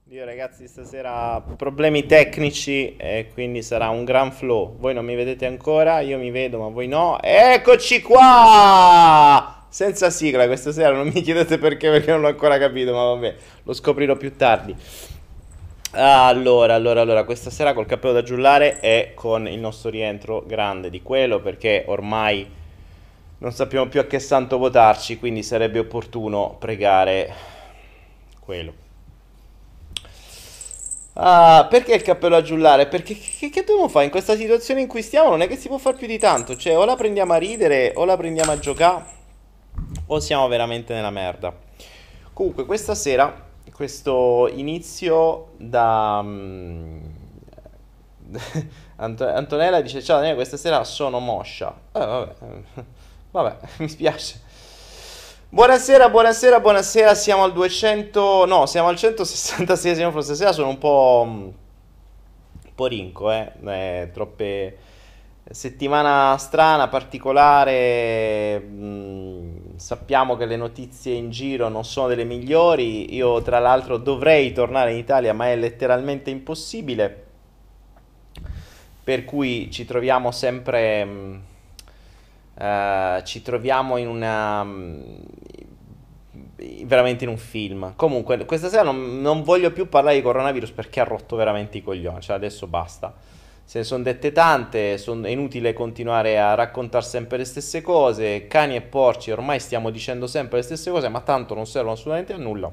Io ragazzi stasera problemi tecnici e quindi sarà un gran flow. Voi non mi vedete ancora, io mi vedo ma voi no. Eccoci qua! Senza sigla questa sera, non mi chiedete perché non l'ho ancora capito, ma vabbè, lo scoprirò più tardi. Allora, questa sera col cappello da giullare e con il nostro rientro grande di quello perché ormai non sappiamo più a che santo votarci, quindi sarebbe opportuno pregare quello. Ah, perché il cappello a giullare? Perché che dobbiamo fare in questa situazione in cui stiamo? Non è che si può fare più di tanto. Cioè, o la prendiamo a ridere, o la prendiamo a giocare, o siamo veramente nella merda. Comunque, questa sera, questo inizio da... Antonella dice, ciao Daniele, questa sera sono moscia. Vabbè, mi spiace. Buonasera, siamo al 200, no, siamo al 166esimo, forse stasera sono un po' rinco, troppe settimana strana, particolare, sappiamo che le notizie in giro non sono delle migliori, io tra l'altro dovrei tornare in Italia, ma è letteralmente impossibile, per cui ci troviamo sempre, ci troviamo in una, veramente in un film. Comunque, questa sera non voglio più parlare di coronavirus perché ha rotto veramente i coglioni, cioè adesso basta. Se ne sono dette tante, è inutile continuare a raccontare sempre le stesse cose, cani e porci, ormai stiamo dicendo sempre le stesse cose, ma tanto non servono assolutamente a nulla.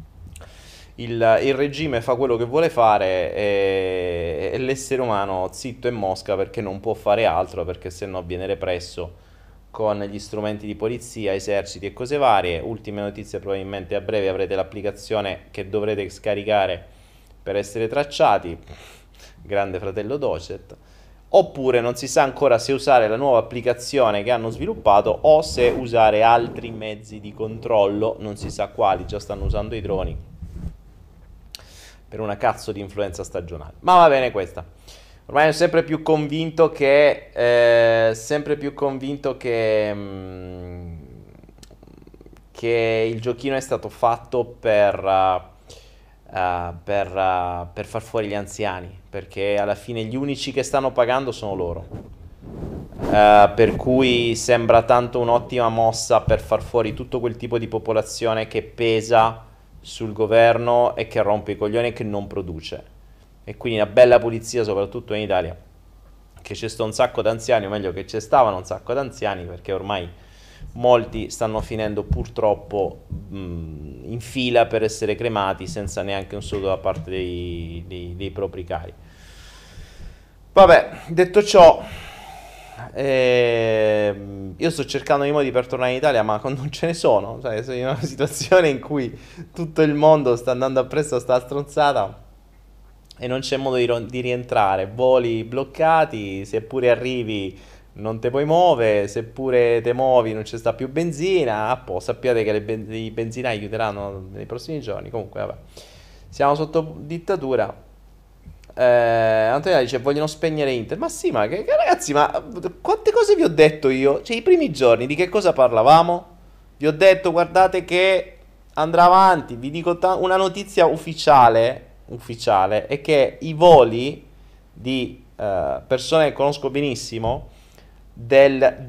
Il regime fa quello che vuole fare e l'essere umano zitto e mosca perché non può fare altro, perché se no viene represso con gli strumenti di polizia, eserciti e cose varie. Ultime notizie, probabilmente a breve avrete l'applicazione che dovrete scaricare per essere tracciati. Grande fratello Docet. Oppure non si sa ancora se usare la nuova applicazione che hanno sviluppato o se usare altri mezzi di controllo, non si sa quali, già stanno usando i droni per una cazzo di influenza stagionale. Ma va bene questa. Ormai sono sempre più convinto che il giochino è stato fatto per far fuori gli anziani, perché alla fine gli unici che stanno pagando sono loro. Per cui sembra tanto un'ottima mossa per far fuori tutto quel tipo di popolazione che pesa sul governo e che rompe i coglioni e che non produce. E quindi una bella pulizia, soprattutto in Italia, che c'è sta un sacco d'anziani, o meglio che c'è stavano un sacco d'anziani, perché ormai molti stanno finendo purtroppo in fila per essere cremati senza neanche un soldo da parte dei propri cari. Vabbè, detto ciò, io sto cercando i modi per tornare in Italia, ma non ce ne sono. Cioè, sono in una situazione in cui tutto il mondo sta andando appresso a sta stronzata e non c'è modo di rientrare. Voli bloccati, seppure arrivi non te puoi muovere, seppure te muovi non c'è sta più benzina. A posto, sappiate che i benzinai chiuderanno nei prossimi giorni. Comunque, vabbè, siamo sotto dittatura. Antonio dice vogliono spegnere Inter. Ma sì, ma ragazzi, ma quante cose vi ho detto io? Cioè, i primi giorni di che cosa parlavamo? Vi ho detto, guardate che andrà avanti. Vi dico una notizia ufficiale è che i voli di persone che conosco benissimo del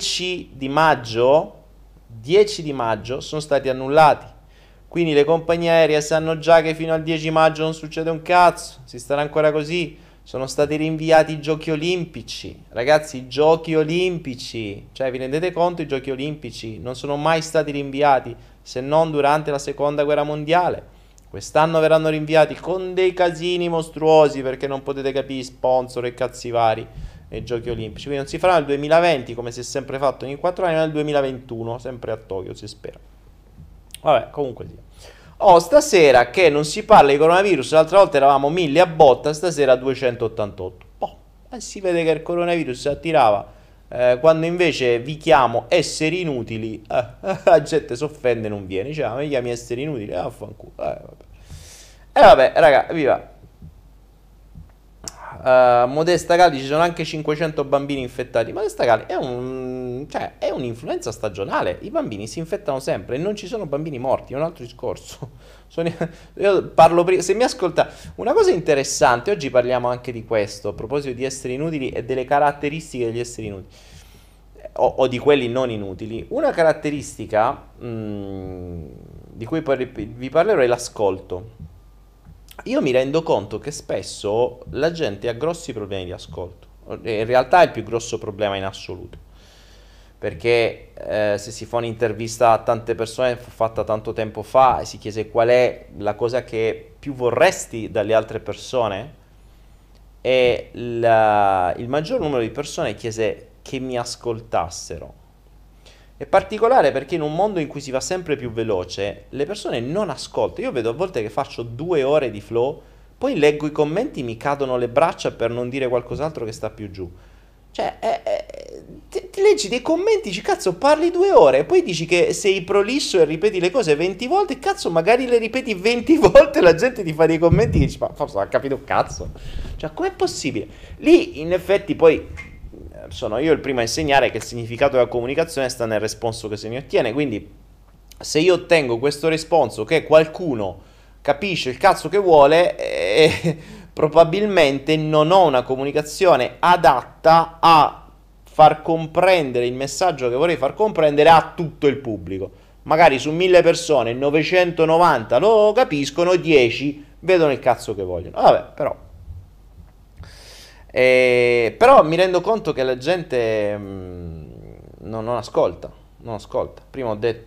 10 di maggio sono stati annullati. Quindi le compagnie aeree sanno già che fino al 10 maggio non succede un cazzo, si starà ancora così. Sono stati rinviati i giochi olimpici. Ragazzi, i giochi olimpici, cioè vi rendete conto, i giochi olimpici non sono mai stati rinviati se non durante la seconda guerra mondiale. Quest'anno verranno rinviati con dei casini mostruosi perché non potete capire sponsor e cazzi vari ai giochi olimpici. Quindi non si farà nel 2020 come si è sempre fatto ogni 4 anni, ma nel 2021, sempre a Tokyo si spera. Vabbè, comunque sia. Oh, stasera che non si parla di coronavirus, l'altra volta eravamo 1000 a botta, stasera 288. Boh, si vede che il coronavirus si attirava. Quando invece vi chiamo esseri inutili, la gente si offende e non viene. Cioè, mi chiami esseri inutili, affanculo. Vabbè. E vabbè, raga, viva. Modesta Gali, ci sono anche 500 bambini infettati. Modesta Gali è cioè, è un'influenza stagionale. I bambini si infettano sempre e non ci sono bambini morti, è un altro discorso. Io parlo prima, se mi ascolta, una cosa interessante, oggi parliamo anche di questo, a proposito di esseri inutili e delle caratteristiche degli esseri inutili, o di quelli non inutili. Una caratteristica di cui poi vi parlerò è l'ascolto. Io mi rendo conto che spesso la gente ha grossi problemi di ascolto. In realtà è il più grosso problema in assoluto. Perché se si fa un'intervista a tante persone, fatta tanto tempo fa, e si chiese qual è la cosa che più vorresti dalle altre persone, e il maggior numero di persone chiese che mi ascoltassero. È particolare perché in un mondo in cui si va sempre più veloce, le persone non ascoltano. Io vedo a volte che faccio 2 ore di flow, poi leggo i commenti, mi cadono le braccia per non dire qualcos'altro che sta più giù. Cioè, ti leggi dei commenti, dici, cazzo, parli 2 ore, poi dici che sei prolisso e ripeti le cose 20 volte, cazzo, magari le ripeti 20 volte e la gente ti fa dei commenti che dici, ma forse non ha capito un cazzo. Cioè, com'è possibile? Lì, in effetti, poi sono io il primo a insegnare che il significato della comunicazione sta nel responso che se ne ottiene, quindi se io ottengo questo responso che qualcuno capisce il cazzo che vuole, probabilmente non ho una comunicazione adatta a far comprendere il messaggio che vorrei far comprendere a tutto il pubblico. Magari su 1000 persone 990 lo capiscono, 10 vedono il cazzo che vogliono. Vabbè, però mi rendo conto che la gente non ascolta, non ascolta. Prima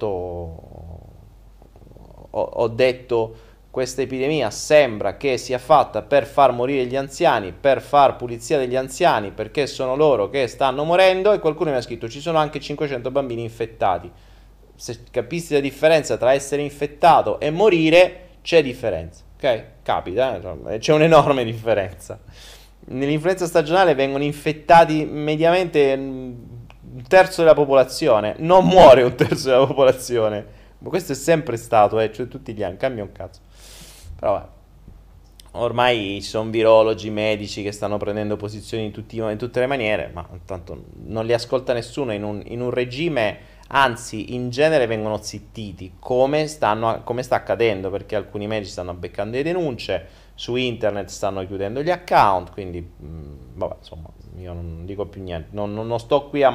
ho detto questa epidemia sembra che sia fatta per far morire gli anziani, per far pulizia degli anziani, perché sono loro che stanno morendo, e qualcuno mi ha scritto ci sono anche 500 bambini infettati. Se capissi la differenza tra essere infettato e morire, c'è differenza, ok? Capita, c'è un'enorme differenza. Nell'influenza stagionale vengono infettati mediamente un terzo della popolazione, non muore un terzo della popolazione, ma questo è sempre stato, cioè tutti gli anni, cambia un cazzo. Però vabbè, ormai ci sono virologi, medici che stanno prendendo posizioni in tutte le maniere, ma tanto non li ascolta nessuno in un regime, anzi in genere vengono zittiti, come sta accadendo, perché alcuni medici stanno beccando le denunce, su internet stanno chiudendo gli account, quindi vabbè, insomma, io non dico più niente, non sto qui a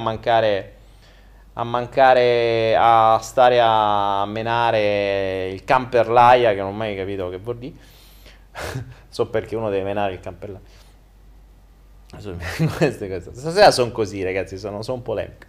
stare a menare il camperlaia, che non ho mai capito che vuol dire. So perché uno deve menare il camperlaia. Queste cose. Stasera sono così, ragazzi, sono polemico.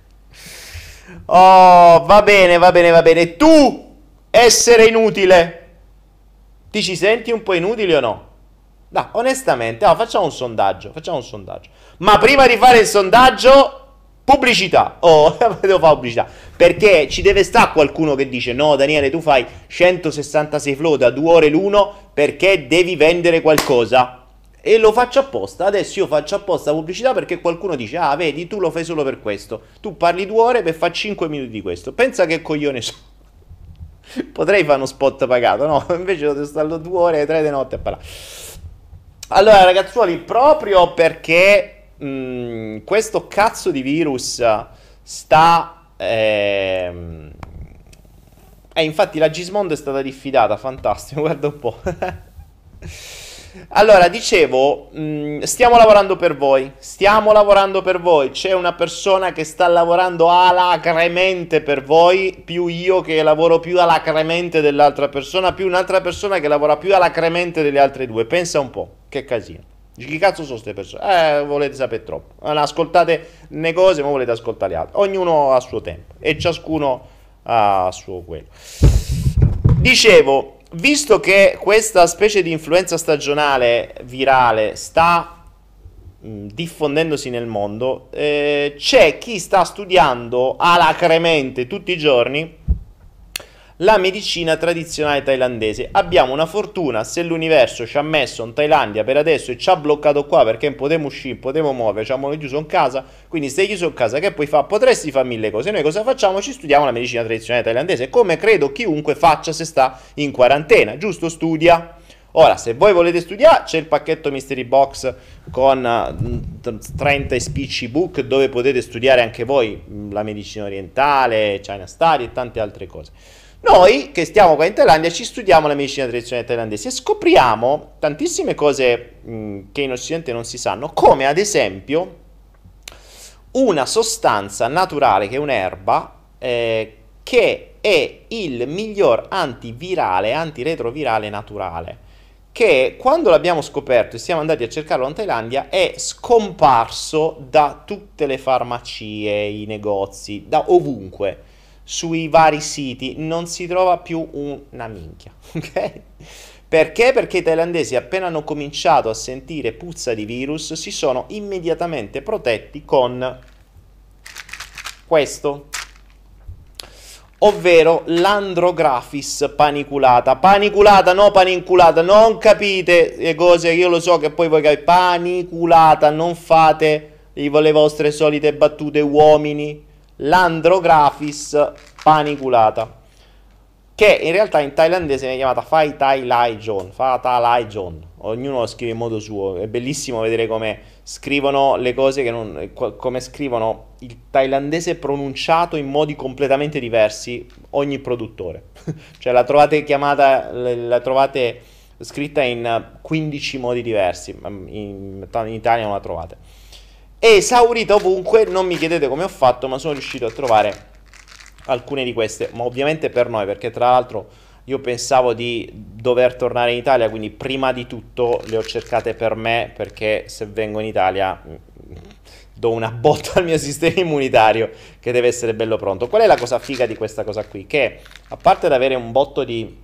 Oh, va bene. Tu, essere inutile, ti ci senti un po' inutile o no? No, onestamente, facciamo un sondaggio. Ma prima di fare il sondaggio, pubblicità. Oh, devo fare pubblicità. Perché ci deve stare qualcuno che dice, no, Daniele, tu fai 166 flow da 2 ore l'uno perché devi vendere qualcosa. E lo faccio apposta. Adesso io faccio apposta pubblicità perché qualcuno dice, ah, vedi, tu lo fai solo per questo. Tu parli 2 ore per fare 5 minuti di questo. Pensa che coglione sono. Potrei fare uno spot pagato, no? Invece devo stare 2 ore e 3 di notte a parlare. Allora, ragazzuoli, proprio perché questo cazzo di virus sta... infatti la Gismondo è stata diffidata, fantastico, guarda un po'. Allora, dicevo, stiamo lavorando per voi, c'è una persona che sta lavorando alacremente per voi, più io che lavoro più alacremente dell'altra persona, più un'altra persona che lavora più alacremente delle altre due, pensa un po', che casino. Dici, chi cazzo sono queste persone? Volete sapere troppo, ascoltate le cose ma volete ascoltare le altre, ognuno ha il suo tempo e ciascuno ha il suo quello. Dicevo, visto che questa specie di influenza stagionale virale sta diffondendosi nel mondo, c'è chi sta studiando alacremente tutti i giorni la medicina tradizionale thailandese. Abbiamo una fortuna se l'universo ci ha messo in Thailandia per adesso e ci ha bloccato qua perché non potremo uscire, non potremo muovere, ci hanno chiuso in casa, quindi stai chiuso in casa, che puoi fare? Potresti fare 1000 cose. Noi cosa facciamo? Ci studiamo la medicina tradizionale thailandese, come credo chiunque faccia se sta in quarantena, giusto? Studia. Ora, se voi volete studiare, c'è il pacchetto Mystery Box con 30 spicci book dove potete studiare anche voi la medicina orientale, China Study e tante altre cose. Noi che stiamo qua in Thailandia ci studiamo la medicina tradizionale thailandese e scopriamo tantissime cose che in Occidente non si sanno, come ad esempio una sostanza naturale che è un'erba che è il miglior antivirale, antiretrovirale naturale, che quando l'abbiamo scoperto e siamo andati a cercarlo in Thailandia è scomparso da tutte le farmacie, i negozi, da ovunque, sui vari siti, non si trova più una minchia, ok? Perché? Perché i thailandesi appena hanno cominciato a sentire puzza di virus si sono immediatamente protetti con questo, ovvero l'Andrographis paniculata. Paniculata, no paninculata, non capite le cose, io lo so che poi voi capite. Paniculata, non fate le vostre solite battute uomini. L'Andrographis paniculata, che in realtà in thailandese viene chiamata Phai Thai Lai Jon, Phai Thai Lai Jon. Ognuno lo scrive in modo suo, è bellissimo vedere come scrivono le cose, come scrivono il thailandese pronunciato in modi completamente diversi ogni produttore. Cioè la trovate chiamata, la trovate scritta in 15 modi diversi, in Italia non la trovate. È esaurita ovunque, non mi chiedete come ho fatto, ma sono riuscito a trovare alcune di queste, ma ovviamente per noi, perché tra l'altro io pensavo di dover tornare in Italia, quindi prima di tutto le ho cercate per me, perché se vengo in Italia do una botta al mio sistema immunitario che deve essere bello pronto. Qual è la cosa figa di questa cosa qui? Che a parte ad avere un botto di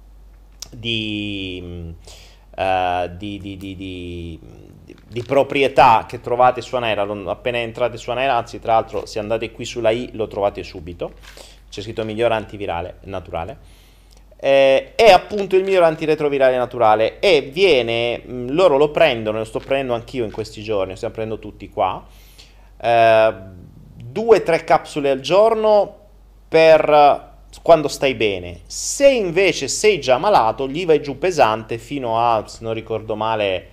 proprietà che trovate su Anaera, appena entrate su Anaera, anzi tra l'altro se andate qui sulla I lo trovate subito, c'è scritto miglior antivirale naturale, è appunto il miglior antiretrovirale naturale e viene, loro lo prendono, lo sto prendendo anch'io in questi giorni, lo stiamo prendendo tutti qua, 2-3 capsule al giorno per quando stai bene. Se invece sei già malato, gli vai giù pesante fino a, se non ricordo male,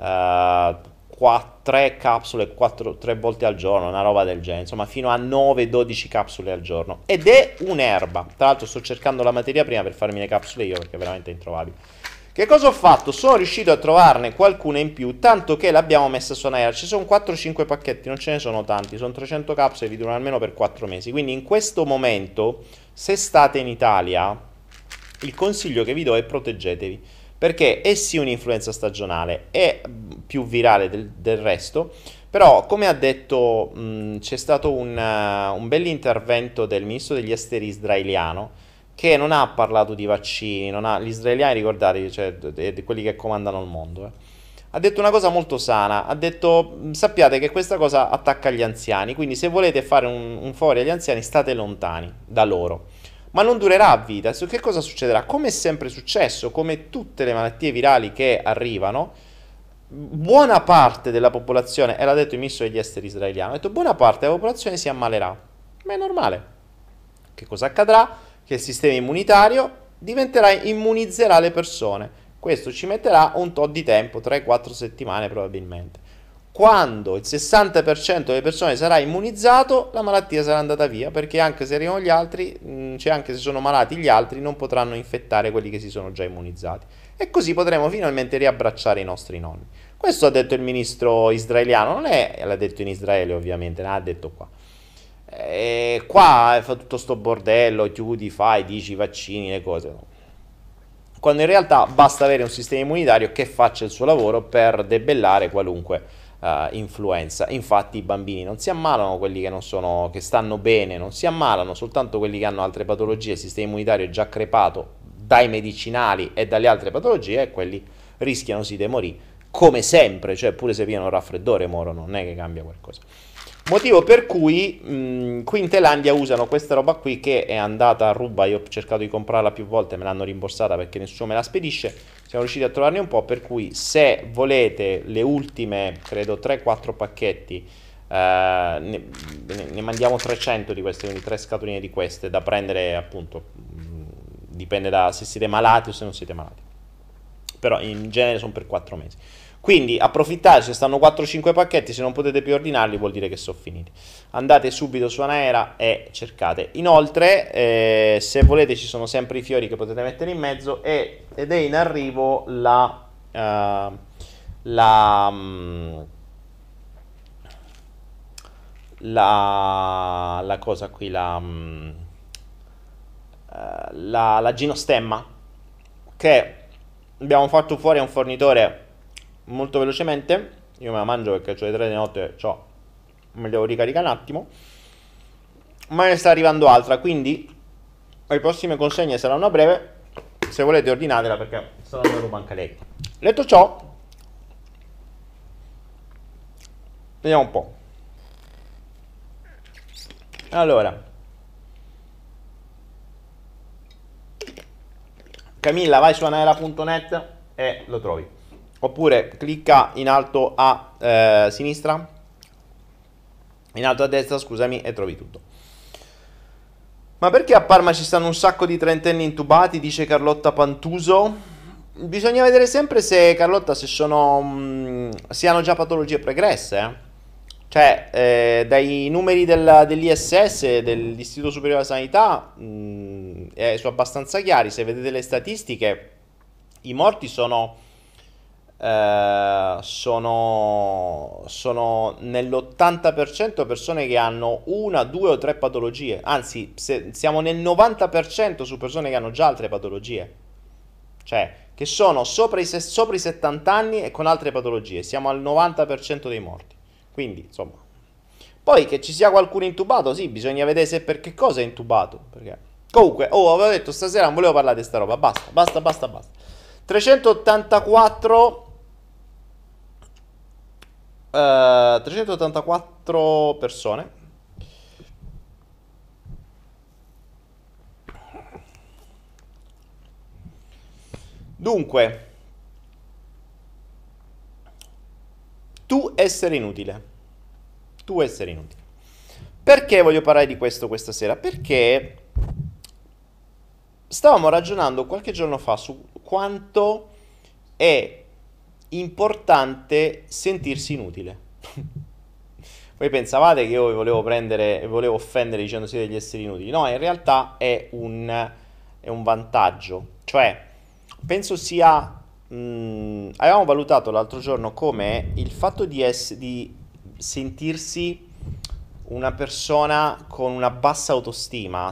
3 capsule 3 volte al giorno, una roba del genere, insomma fino a 9-12 capsule al giorno, ed è un'erba. Tra l'altro sto cercando la materia prima per farmi le capsule io, perché è veramente introvabile. Che cosa ho fatto? Sono riuscito a trovarne qualcuna in più, tanto che l'abbiamo messa su Anaera. Ci sono 4-5 pacchetti, non ce ne sono tanti, sono 300 capsule, vi durano almeno per 4 mesi. Quindi in questo momento, se state in Italia, il consiglio che vi do è proteggetevi, perché è sì un'influenza stagionale, è più virale del resto, però come ha detto c'è stato un bell'intervento del ministro degli esteri israeliano, che non ha parlato di vaccini, gli israeliani, ricordatevi, cioè quelli che comandano il mondo, ha detto una cosa molto sana, ha detto sappiate che questa cosa attacca gli anziani, quindi se volete fare un favore agli anziani state lontani da loro. Ma non durerà a vita. Che cosa succederà? Come è sempre successo, come tutte le malattie virali che arrivano, buona parte della popolazione, e l'ha detto il ministro degli esteri israeliano, ha detto buona parte della popolazione si ammalerà. Ma è normale. Che cosa accadrà? Che il sistema immunitario immunizzerà le persone. Questo ci metterà un tot di tempo, 3-4 settimane probabilmente. Quando il 60% delle persone sarà immunizzato, la malattia sarà andata via, perché anche se arrivano gli altri, cioè anche se sono malati gli altri, non potranno infettare quelli che si sono già immunizzati. E così potremo finalmente riabbracciare i nostri nonni. Questo ha detto il ministro israeliano, non è, l'ha detto in Israele ovviamente, l'ha detto qua. E qua fa tutto sto bordello, chiudi, fai, dici, vaccini, le cose. Quando in realtà basta avere un sistema immunitario che faccia il suo lavoro per debellare qualunque influenza. Infatti i bambini non si ammalano, quelli che stanno bene non si ammalano, soltanto quelli che hanno altre patologie, il sistema immunitario è già crepato dai medicinali e dalle altre patologie, e quelli rischiano sì di morire, come sempre, cioè pure se pigliano un raffreddore morono, non è che cambia qualcosa. Motivo per cui qui in Thailandia usano questa roba qui, che è andata a ruba. Io ho cercato di comprarla più volte, me l'hanno rimborsata perché nessuno me la spedisce. Siamo riusciti a trovarne un po', per cui se volete le ultime, credo 3-4 pacchetti, ne mandiamo 300 di queste, quindi 3 scatoline di queste da prendere appunto, dipende da se siete malati o se non siete malati. però in genere sono per 4 mesi. Quindi approfittate, se stanno 4-5 pacchetti, se non potete più ordinarli vuol dire che sono finiti. Andate subito su Anaera e cercate. Inoltre, se volete, ci sono sempre i fiori che potete mettere in mezzo ed è in arrivo la, la cosa qui, la ginostemma, che abbiamo fatto fuori a un fornitore molto velocemente. Io me la mangio perché alle 3 di notte me devo ricaricare un attimo, ma ne sta arrivando altra, quindi le prossime consegne saranno a breve. Se volete ordinatela perché se no me lo ruba anche lei. Detto ciò, vediamo un po'. Allora, Camilla, vai su anaera.net e lo trovi. Oppure clicca in alto a sinistra, in alto a destra, scusami, e trovi tutto. Ma perché a Parma ci stanno un sacco di trentenni intubati, dice Carlotta Pantuso? Bisogna vedere sempre se, Carlotta, se se hanno già patologie pregresse, Cioè, dai numeri dell'ISS, dell'Istituto Superiore della Sanità, sono abbastanza chiari. Se vedete le statistiche, i morti sono nell'80% persone che hanno una, due o tre patologie. Anzi, siamo nel 90% su persone che hanno già altre patologie. Cioè, che sono sopra i 70 anni e con altre patologie. Siamo al 90% dei morti. Quindi, insomma. Poi che ci sia qualcuno intubato, sì, bisogna vedere se per che cosa è intubato. Perché... Comunque, avevo detto stasera non volevo parlare di sta roba. Basta. 384 persone. Dunque, tu essere inutile. Perché voglio parlare di questo questa sera? Perché stavamo ragionando qualche giorno fa su quanto è importante sentirsi inutile. Voi pensavate che io vi volevo offendere dicendo siete degli esseri inutili? No, in realtà è un vantaggio. Cioè, penso sia... avevamo valutato l'altro giorno come il fatto di sentirsi una persona con una bassa autostima,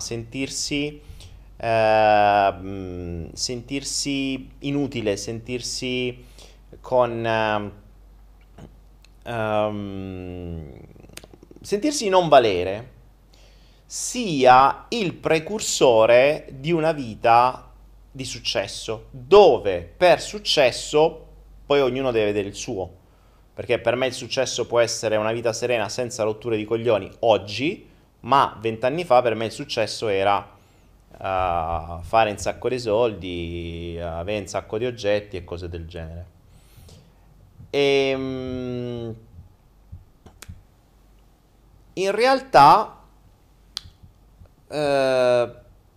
sentirsi inutile, sentirsi con... sentirsi non valere sia il precursore di una vita di successo, dove per successo poi ognuno deve vedere il suo. Perché per me il successo può essere una vita serena senza rotture di coglioni oggi, ma 20 anni fa per me il successo era fare un sacco di soldi, avere un sacco di oggetti e cose del genere. E, in realtà, eh,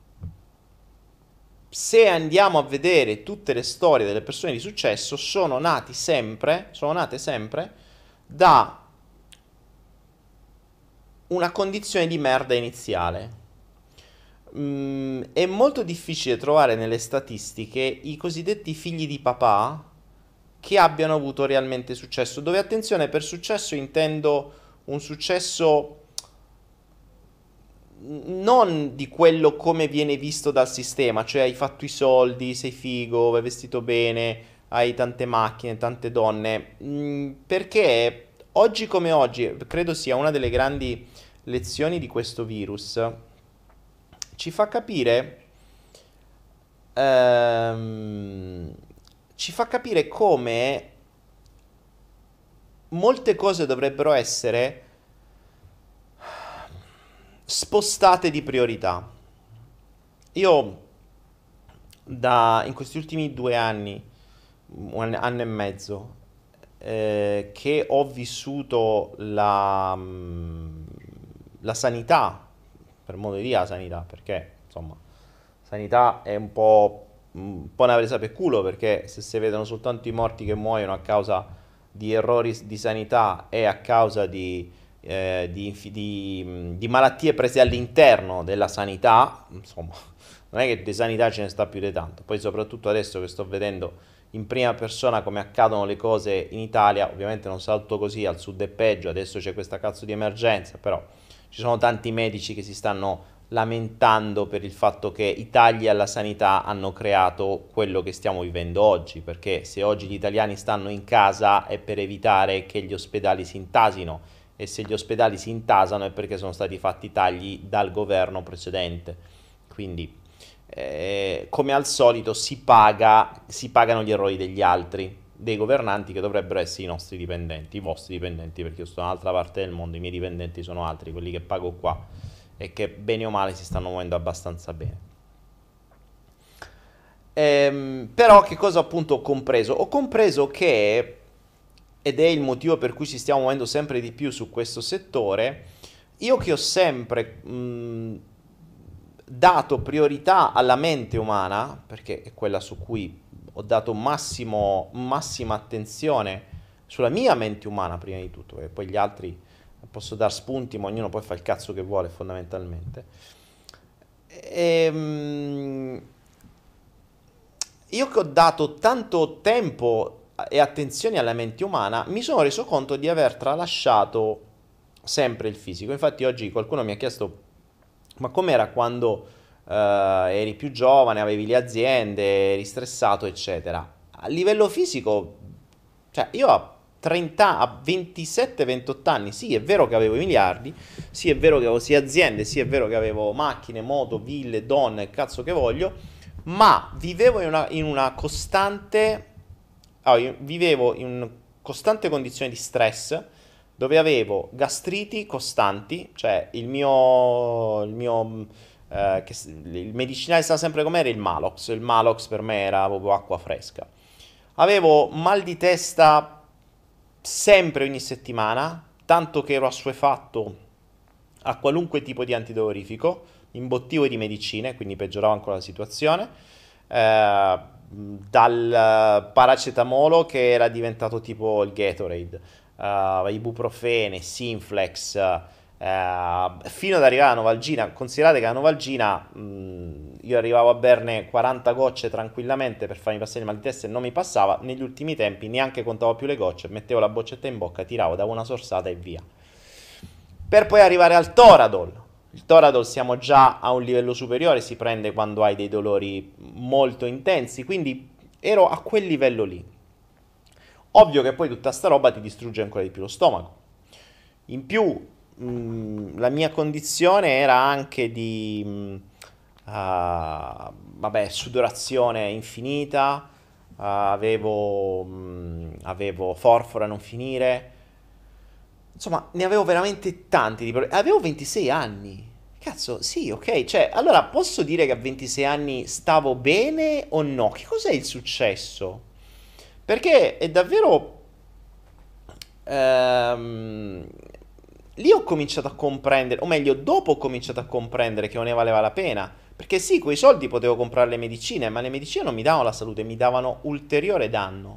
se andiamo a vedere tutte le storie delle persone di successo, sono nate sempre da una condizione di merda iniziale. È molto difficile trovare nelle statistiche i cosiddetti figli di papà che abbiano avuto realmente successo. Dove, attenzione, per successo intendo un successo non di quello come viene visto dal sistema, cioè hai fatto i soldi, sei figo, vai vestito bene, hai tante macchine, tante donne, perché oggi come oggi, credo sia una delle grandi lezioni di questo virus, ci fa capire, ehm, ci fa capire come molte cose dovrebbero essere spostate di priorità. Io in questi ultimi 2 anni, un anno e mezzo, che ho vissuto la sanità, per modo di dire la sanità, perché insomma, sanità è un po'... un po' una presa per culo, perché se si vedono soltanto i morti che muoiono a causa di errori di sanità e a causa di malattie prese all'interno della sanità, insomma, non è che di sanità ce ne sta più di tanto. Poi soprattutto adesso che sto vedendo in prima persona come accadono le cose in Italia, ovviamente non sarà tutto così, al sud è peggio, adesso c'è questa cazzo di emergenza, però ci sono tanti medici che si stanno lamentando per il fatto che i tagli alla sanità hanno creato quello che stiamo vivendo oggi, perché se oggi gli italiani stanno in casa è per evitare che gli ospedali si intasino, e se gli ospedali si intasano è perché sono stati fatti tagli dal governo precedente. Quindi, come al solito, si pagano gli errori degli altri, dei governanti che dovrebbero essere i nostri dipendenti, i vostri dipendenti, perché io sto da un'altra parte del mondo, i miei dipendenti sono altri, quelli che pago qua e che bene o male si stanno muovendo abbastanza bene. Però che cosa appunto ho compreso? Ho compreso che, ed è il motivo per cui ci stiamo muovendo sempre di più su questo settore, io che ho sempre dato priorità alla mente umana, perché è quella su cui ho dato massima attenzione sulla mia mente umana prima di tutto, perché poi gli altri posso dar spunti, ma ognuno poi fa il cazzo che vuole fondamentalmente. Ehm, io che ho dato tanto tempo e attenzione alla mente umana, mi sono reso conto di aver tralasciato sempre il fisico. Infatti oggi qualcuno mi ha chiesto, ma com'era quando eri più giovane, avevi le aziende, eri stressato, eccetera. A livello fisico, cioè io a 30, a 27-28 anni, sì, è vero che avevo i miliardi, sì, è vero che avevo sì aziende, sì, è vero che avevo macchine, moto, ville, donne, cazzo che voglio, ma vivevo in una costante, io vivevo in una costante condizione di stress dove avevo gastriti costanti, cioè il medicinale stava sempre com'era il Malox per me era proprio acqua fresca. Avevo mal di testa sempre ogni settimana, tanto che ero assuefatto a qualunque tipo di antidolorifico, imbottivo di medicine, quindi peggiorava ancora la situazione, dal paracetamolo che era diventato tipo il Gatorade, ibuprofene, Sinflex, fino ad arrivare alla Novalgina. Considerate che la Novalgina io arrivavo a berne 40 gocce tranquillamente per farmi passare il mal di testa e non mi passava. Negli ultimi tempi neanche contavo più le gocce, mettevo la boccetta in bocca, tiravo, davo una sorsata e via. Per poi arrivare al Toradol. Il Toradol siamo già a un livello superiore, si prende quando hai dei dolori molto intensi, quindi ero a quel livello lì. Ovvio che poi tutta sta roba ti distrugge ancora di più lo stomaco. In più, la mia condizione era anche di, vabbè, sudorazione infinita, avevo forfora a non finire, insomma, ne avevo veramente tanti di problemi. Avevo 26 anni. Cazzo, sì, ok. Cioè, allora posso dire che a 26 anni stavo bene o no? Che cos'è il successo? Perché è davvero. ehm, Lì ho cominciato a comprendere, o meglio, dopo ho cominciato a comprendere che non ne valeva la pena. Perché sì, quei soldi potevo comprare le medicine, ma le medicine non mi davano la salute, mi davano ulteriore danno.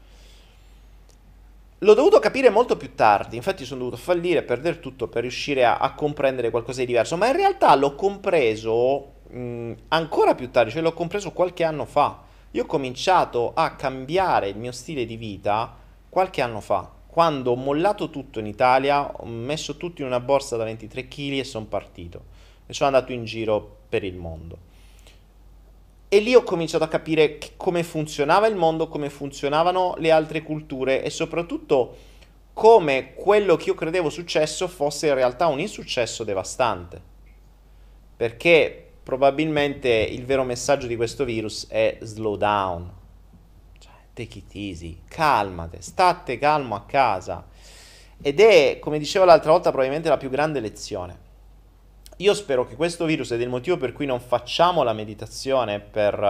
L'ho dovuto capire molto più tardi, infatti sono dovuto fallire, perdere tutto per riuscire a comprendere qualcosa di diverso, ma in realtà l'ho compreso ancora più tardi, cioè l'ho compreso qualche anno fa. Io ho cominciato a cambiare il mio stile di vita qualche anno fa, quando ho mollato tutto in Italia, ho messo tutto in una borsa da 23 kg e sono partito. E sono andato in giro per il mondo. E lì ho cominciato a capire come funzionava il mondo, come funzionavano le altre culture e soprattutto come quello che io credevo successo fosse in realtà un insuccesso devastante. Perché probabilmente il vero messaggio di questo virus è slow down, cioè take it easy, calmate, state calmo a casa. Ed è, come dicevo l'altra volta, probabilmente la più grande lezione. Io spero che questo virus, ed è il motivo per cui non facciamo la meditazione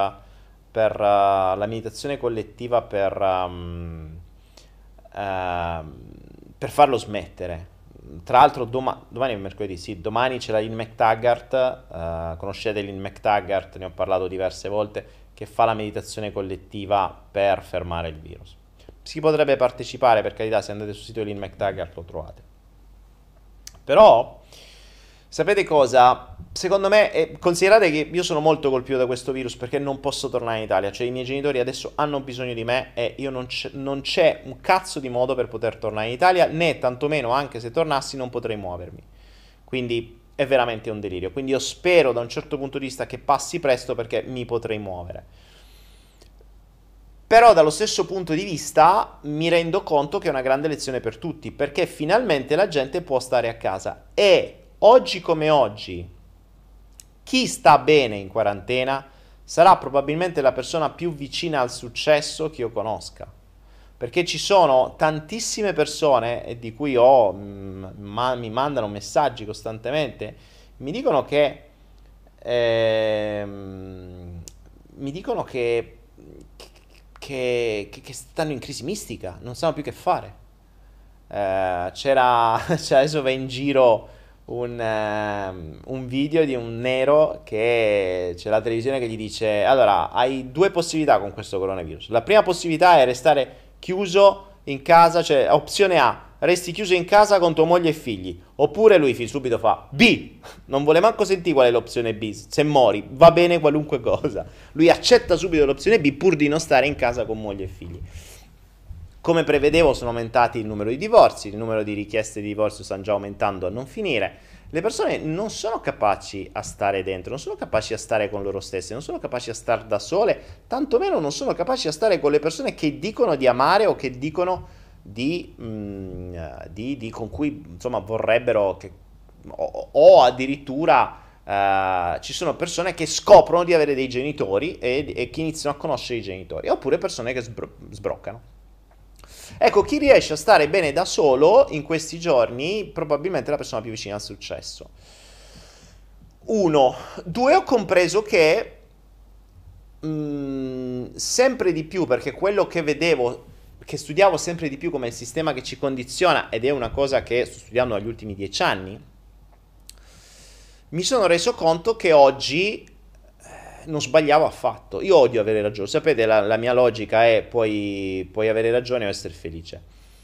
la meditazione collettiva per farlo smettere. Tra l'altro domani è mercoledì, sì, domani c'è la Lynn McTaggart, conoscete Lynn McTaggart, ne ho parlato diverse volte, che fa la meditazione collettiva per fermare il virus. Si potrebbe partecipare, per carità, se andate sul sito di Lynn McTaggart lo trovate. Però, sapete cosa? Secondo me, considerate che io sono molto colpito da questo virus perché non posso tornare in Italia, cioè i miei genitori adesso hanno bisogno di me e io non c'è un cazzo di modo per poter tornare in Italia, né tantomeno anche se tornassi non potrei muovermi. Quindi è veramente un delirio. Quindi io spero da un certo punto di vista che passi presto perché mi potrei muovere. Però dallo stesso punto di vista mi rendo conto che è una grande lezione per tutti, perché finalmente la gente può stare a casa. E oggi come oggi, chi sta bene in quarantena sarà probabilmente la persona più vicina al successo che io conosca. Perché ci sono tantissime persone di cui mi mandano messaggi costantemente, mi dicono che mi dicono che stanno in crisi mistica, non sanno più che fare. Cioè adesso va in giro un video di un nero che c'è la televisione che gli dice: allora, hai due possibilità con questo coronavirus. La prima possibilità è restare chiuso in casa, cioè opzione A, resti chiuso in casa con tua moglie e figli. Oppure lui subito fa B, non vuole manco sentire qual è l'opzione B, se mori va bene qualunque cosa. Lui accetta subito l'opzione B pur di non stare in casa con moglie e figli. Come prevedevo sono aumentati il numero di divorzi, il numero di richieste di divorzio stanno già aumentando a non finire. Le persone non sono capaci a stare dentro, non sono capaci a stare con loro stesse, non sono capaci a stare da sole, tantomeno non sono capaci a stare con le persone che dicono di amare o che dicono con cui insomma vorrebbero che, o addirittura ci sono persone che scoprono di avere dei genitori e che iniziano a conoscere i genitori, oppure persone che sbroccano. Ecco, chi riesce a stare bene da solo in questi giorni probabilmente è la persona più vicina al successo. Uno. Due, ho compreso che sempre di più, perché quello che vedevo, che studiavo sempre di più come il sistema che ci condiziona, ed è una cosa che sto studiando negli ultimi 10 anni, mi sono reso conto che oggi non sbagliavo affatto. Io odio avere ragione. Sapete, la mia logica è puoi avere ragione o essere felice.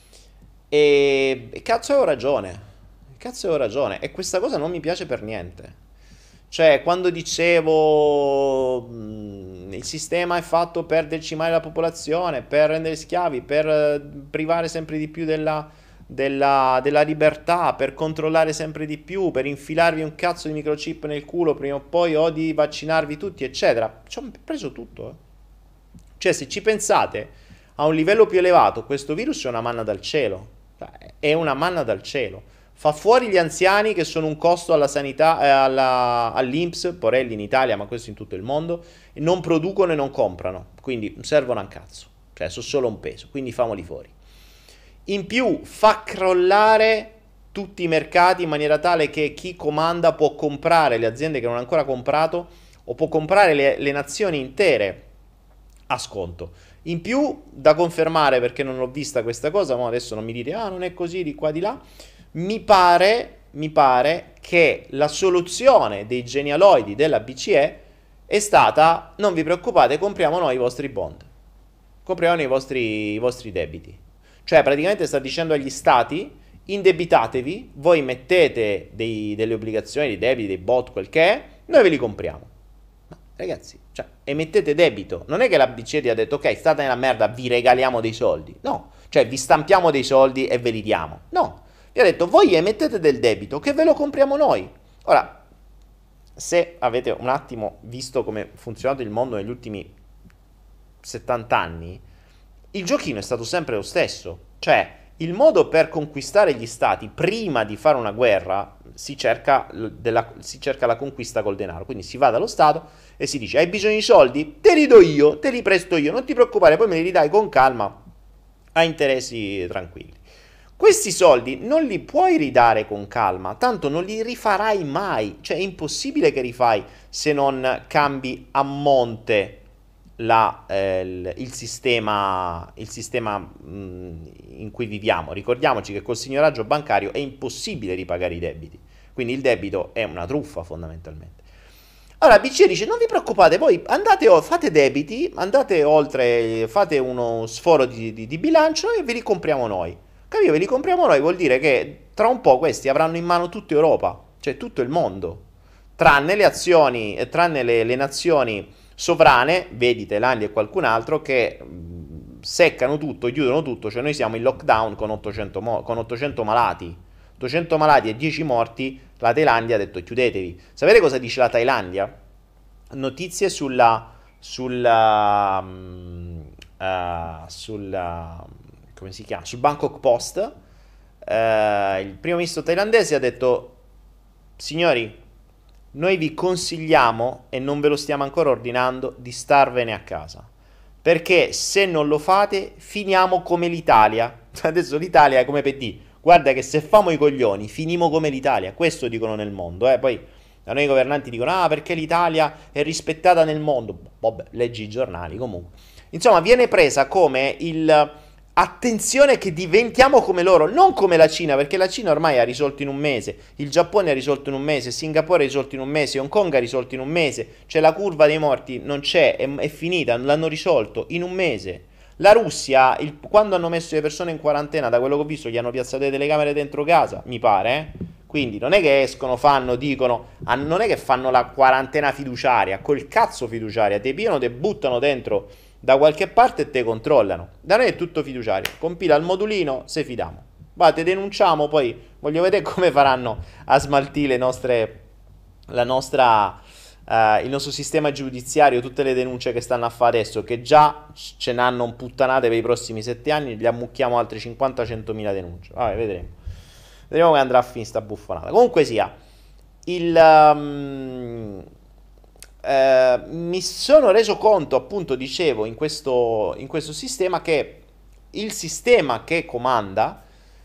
E cazzo avevo ragione. Cazzo avevo ragione. E questa cosa non mi piace per niente. Cioè, quando dicevo il sistema è fatto per decimare la popolazione, per rendere schiavi, per privare sempre di più della libertà, per controllare sempre di più, per infilarvi un cazzo di microchip nel culo prima o poi o di vaccinarvi tutti, eccetera. Ci ho preso tutto. Cioè, se ci pensate, a un livello più elevato, questo virus è una manna dal cielo. È una manna dal cielo. Fa fuori gli anziani che sono un costo alla sanità, all'INPS, porelli in Italia, ma questo in tutto il mondo, e non producono e non comprano, quindi non servono a un cazzo, cioè sono solo un peso, quindi famoli fuori. In più fa crollare tutti i mercati in maniera tale che chi comanda può comprare le aziende che non hanno ancora comprato o può comprare le nazioni intere a sconto. In più, da confermare, perché non l'ho vista questa cosa, ma adesso non mi dite non è così di qua di là, mi pare che la soluzione dei genialoidi della BCE è stata: non vi preoccupate, compriamo noi i vostri bond, compriamo i vostri debiti. Cioè praticamente sta dicendo agli stati: indebitatevi, voi mettete delle obbligazioni, dei debiti, dei bot, quel che è, noi ve li compriamo. Ma ragazzi, cioè, emettete debito. Non è che la BCE ti ha detto: ok, state nella merda, vi regaliamo dei soldi. No, cioè vi stampiamo dei soldi e ve li diamo. No, vi ha detto: voi emettete del debito che ve lo compriamo noi. Ora, se avete un attimo visto come è funzionato il mondo negli ultimi 70 anni, il giochino è stato sempre lo stesso. Cioè, il modo per conquistare gli stati prima di fare una guerra si cerca la conquista col denaro. Quindi si va dallo Stato e si dice: hai bisogno di soldi? Te li do io, te li presto io, non ti preoccupare, poi me li ridai con calma a interessi tranquilli. Questi soldi non li puoi ridare con calma, tanto non li rifarai mai. Cioè è impossibile che rifai se non cambi a monte il sistema in cui viviamo. Ricordiamoci che col signoraggio bancario è impossibile ripagare i debiti, quindi il debito è una truffa fondamentalmente. Allora BCE dice non vi preoccupate, voi andate, fate debiti, andate oltre, fate uno sforo di bilancio e ve li compriamo noi. Capito? Ve li compriamo noi vuol dire che tra un po' questi avranno in mano tutta Europa, cioè tutto il mondo, tranne le azioni, tranne le nazioni sovrane, vedi Thailandia e qualcun altro, che seccano tutto, chiudono tutto, cioè noi siamo in lockdown con 800, con 800 malati. 800 malati e 10 morti, la Thailandia ha detto chiudetevi. Sapete cosa dice la Thailandia? Notizie come si chiama? Sul Bangkok Post. Il primo ministro thailandese ha detto signori, noi vi consigliamo, e non ve lo stiamo ancora ordinando, di starvene a casa. Perché se non lo fate, finiamo come l'Italia. Adesso l'Italia è come per dire, guarda che se famo i coglioni, finimo come l'Italia. Questo dicono nel mondo, Poi da noi i governanti dicono, ah, perché l'Italia è rispettata nel mondo. Vabbè, leggi i giornali, comunque. Insomma, viene presa come il attenzione che diventiamo come loro, non come la Cina, perché la Cina ormai ha risolto in un mese, il Giappone ha risolto in un mese, Singapore ha risolto in un mese, Hong Kong ha risolto in un mese, cioè la curva dei morti non c'è, è finita, l'hanno risolto in un mese. La Russia, quando hanno messo le persone in quarantena, da quello che ho visto, gli hanno piazzato le telecamere dentro casa, mi pare, Quindi non è che escono, fanno, dicono, non è che fanno la quarantena fiduciaria, col cazzo fiduciaria, te piano, te buttano dentro da qualche parte e te controllano. Da noi è tutto fiduciario, compila il modulino, se fidiamo. Va, te denunciamo, poi voglio vedere come faranno a smaltire il nostro sistema giudiziario, tutte le denunce che stanno a fare adesso, che già ce n'hanno un puttanate per i prossimi 7 anni, gli ammucchiamo altri 50-100 mila denunce. Vabbè, vedremo. Vedremo come andrà a finire sta buffonata. Comunque sia, mi sono reso conto, appunto, dicevo, in questo sistema, che il sistema che comanda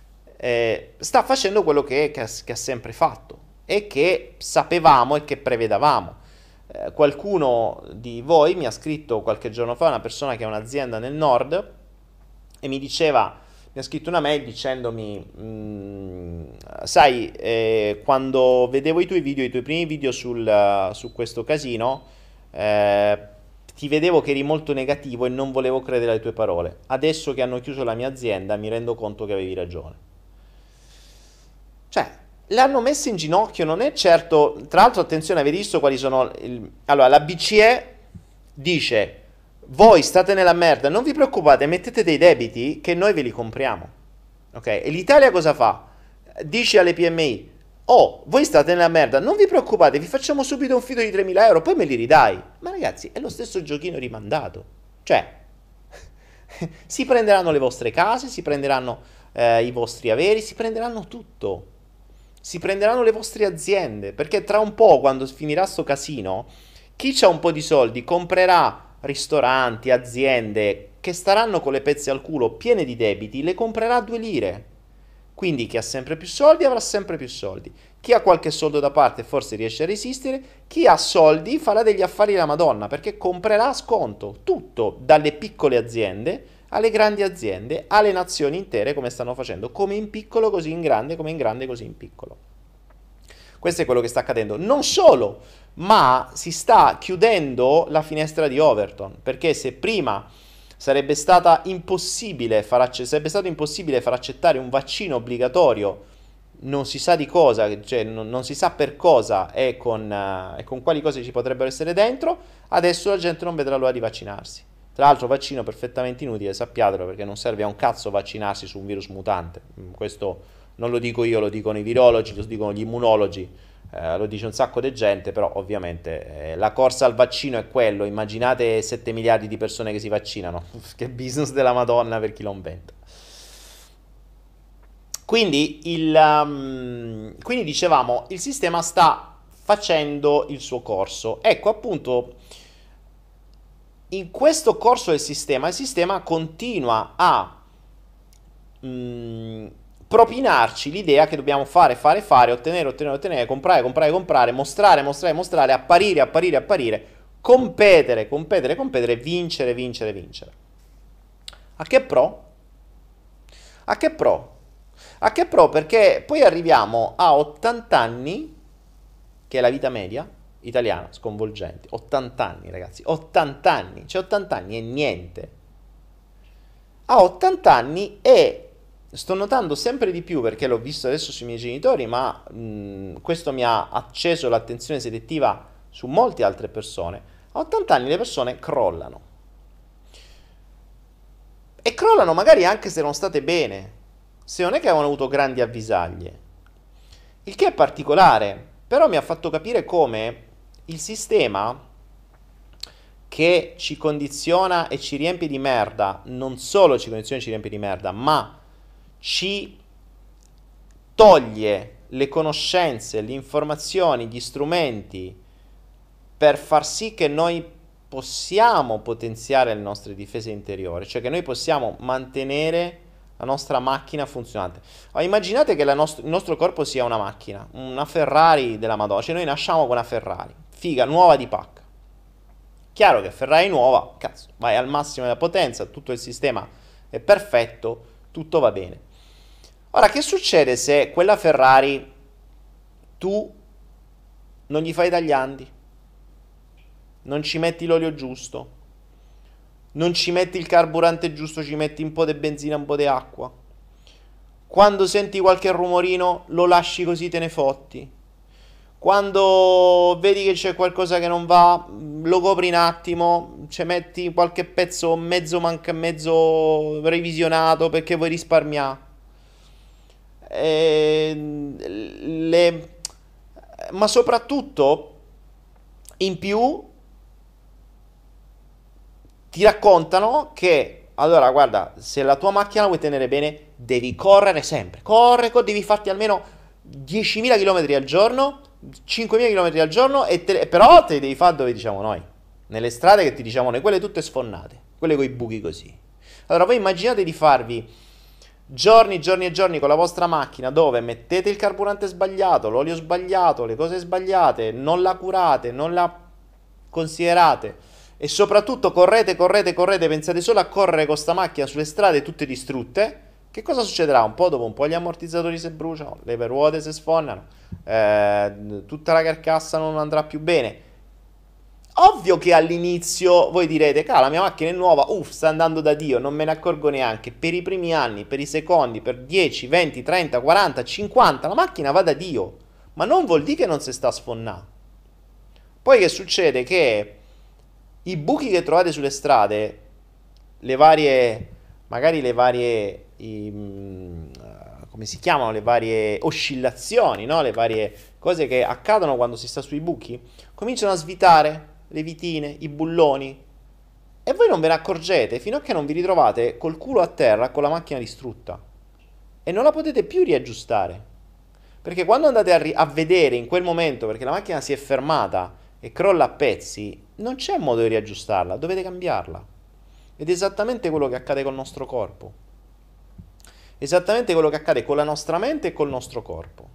sta facendo quello che ha sempre fatto e che sapevamo e che prevedavamo. Qualcuno di voi mi ha scritto qualche giorno fa, una persona che ha un'azienda nel nord, e mi ha scritto una mail dicendomi, sai, quando vedevo i tuoi primi video su questo casino, ti vedevo che eri molto negativo e non volevo credere alle tue parole. Adesso che hanno chiuso la mia azienda mi rendo conto che avevi ragione. Cioè, l'hanno messa in ginocchio, non è certo. Tra l'altro, attenzione, avete visto quali sono. Allora, la BCE dice: voi state nella merda, non vi preoccupate, mettete dei debiti che noi ve li compriamo. Ok? E l'Italia cosa fa? Dice alle PMI: oh, voi state nella merda, non vi preoccupate, vi facciamo subito un fido di 3.000 euro, poi me li ridai. Ma ragazzi, è lo stesso giochino rimandato. Cioè, si prenderanno le vostre case, si prenderanno i vostri averi, si prenderanno tutto. Si prenderanno le vostre aziende, perché tra un po', quando finirà sto casino, chi ha un po' di soldi comprerà ristoranti, aziende che staranno con le pezze al culo piene di debiti, le comprerà a 2 lire. Quindi chi ha sempre più soldi avrà sempre più soldi. Chi ha qualche soldo da parte forse riesce a resistere, chi ha soldi farà degli affari la Madonna, perché comprerà a sconto tutto, dalle piccole aziende alle grandi aziende, alle nazioni intere, come stanno facendo, come in piccolo così in grande, come in grande così in piccolo. Questo è quello che sta accadendo. Non solo, ma si sta chiudendo la finestra di Overton, perché se prima sarebbe stato impossibile far accettare un vaccino obbligatorio, non si sa di cosa, cioè non si sa per cosa e con quali cose ci potrebbero essere dentro, adesso la gente non vedrà l'ora di vaccinarsi. Tra l'altro vaccino perfettamente inutile, sappiatelo, perché non serve a un cazzo vaccinarsi su un virus mutante. Questo non lo dico io, lo dicono i virologi, lo dicono gli immunologi, lo dice un sacco di gente, però ovviamente la corsa al vaccino è quello. Immaginate 7 miliardi di persone che si vaccinano. Che business della Madonna per chi lo inventa. Quindi dicevamo, il sistema sta facendo il suo corso. Ecco, appunto, in questo corso del sistema, il sistema continua a propinarci l'idea che dobbiamo fare, ottenere, comprare, mostrare, apparire, competere, vincere. A che pro? A che pro? A che pro? Perché poi arriviamo a 80 anni, che è la vita media, italiana sconvolgente. 80 anni, ragazzi, 80 anni, cioè 80 anni è niente. Ha 80 anni e sto notando sempre di più, perché l'ho visto adesso sui miei genitori, ma questo mi ha acceso l'attenzione selettiva su molte altre persone. A 80 anni le persone crollano. E crollano magari anche se non state bene, se non è che avevano avuto grandi avvisaglie. Il che è particolare, però mi ha fatto capire come il sistema che ci condiziona e ci riempie di merda, non solo ci condiziona e ci riempie di merda, ma ci toglie le conoscenze, le informazioni, gli strumenti per far sì che noi possiamo potenziare le nostre difese interiori, cioè che noi possiamo mantenere la nostra macchina funzionante. Ma immaginate che il nostro corpo sia una macchina, una Ferrari della Madonna, cioè noi nasciamo con una Ferrari, figa, nuova di pacca. Chiaro che Ferrari nuova, cazzo, vai al massimo della potenza, tutto il sistema è perfetto, tutto va bene. Ora, che succede se quella Ferrari tu non gli fai i tagliandi, non ci metti l'olio giusto, non ci metti il carburante giusto, ci metti un po' di benzina, un po' di acqua. Quando senti qualche rumorino lo lasci così, te ne fotti. Quando vedi che c'è qualcosa che non va, lo copri un attimo, ci metti qualche pezzo mezzo revisionato perché vuoi risparmiare. Ma soprattutto, in più, ti raccontano che, allora, guarda, se la tua macchina la vuoi tenere bene, devi correre sempre. Devi farti almeno 10.000 km al giorno, 5.000 km al giorno, però te li devi fare dove diciamo noi. Nelle strade che ti diciamo noi, quelle tutte sfonnate, quelle con i buchi così. Allora, voi immaginate di farvi giorni e giorni con la vostra macchina dove mettete il carburante sbagliato, l'olio sbagliato, le cose sbagliate, non la curate, non la considerate. E soprattutto correte, pensate solo a correre con sta macchina sulle strade tutte distrutte. Che cosa succederà? Un po' dopo un po' gli ammortizzatori si bruciano, le ruote si sfonnano, tutta la carcassa non andrà più bene. Ovvio che all'inizio voi direte, la mia macchina è nuova, sta andando da Dio, non me ne accorgo neanche. Per i primi anni, per i secondi, per 10, 20, 30, 40, 50, la macchina va da Dio. Ma non vuol dire che non si sta a sfonnare. Poi che succede? Che i buchi che trovate sulle strade, magari le varie, come si chiamano, le varie oscillazioni, no? Le varie cose che accadono quando si sta sui buchi, cominciano a svitare le vitine, i bulloni, e voi non ve ne accorgete fino a che non vi ritrovate col culo a terra con la macchina distrutta e non la potete più riaggiustare. Perché quando andate a vedere in quel momento, perché la macchina si è fermata e crolla a pezzi, non c'è modo di riaggiustarla, dovete cambiarla. Ed è esattamente quello che accade col nostro corpo. Esattamente quello che accade con la nostra mente e col nostro corpo.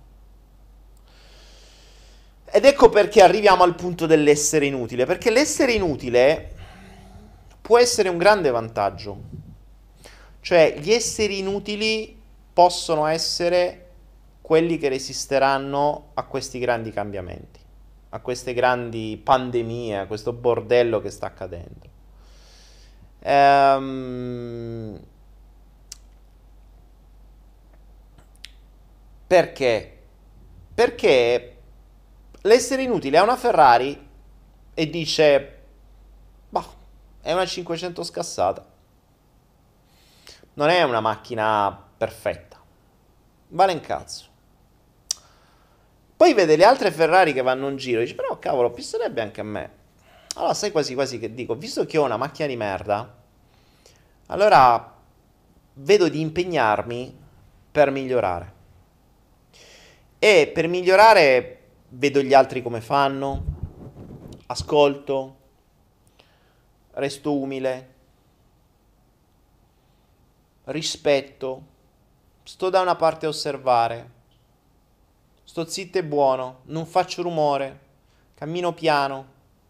Ed ecco perché arriviamo al punto dell'essere inutile, perché l'essere inutile può essere un grande vantaggio. Cioè, gli esseri inutili possono essere quelli che resisteranno a questi grandi cambiamenti, a queste grandi pandemie, a questo bordello che sta accadendo. Perché? Perché l'essere inutile ha una Ferrari e dice, bah, è una 500 scassata, non è una macchina perfetta, vale un cazzo. Poi vede le altre Ferrari che vanno in giro e dice, però cavolo, piacerebbe anche a me. Allora sai quasi quasi che dico, visto che ho una macchina di merda, allora vedo di impegnarmi per migliorare. E per migliorare vedo gli altri come fanno, ascolto, resto umile, rispetto, sto da una parte a osservare, sto zitto e buono, non faccio rumore, cammino piano.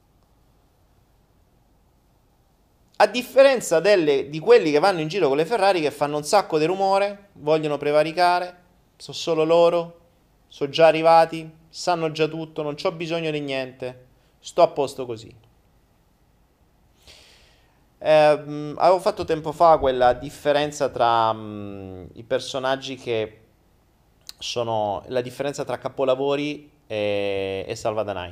A differenza di quelli che vanno in giro con le Ferrari che fanno un sacco di rumore, vogliono prevaricare, sono solo loro, sono già arrivati, sanno già tutto, non c'ho bisogno di niente. sto a posto così. Avevo fatto tempo fa quella differenza tra i personaggi che sono la differenza tra capolavori e salvadanai.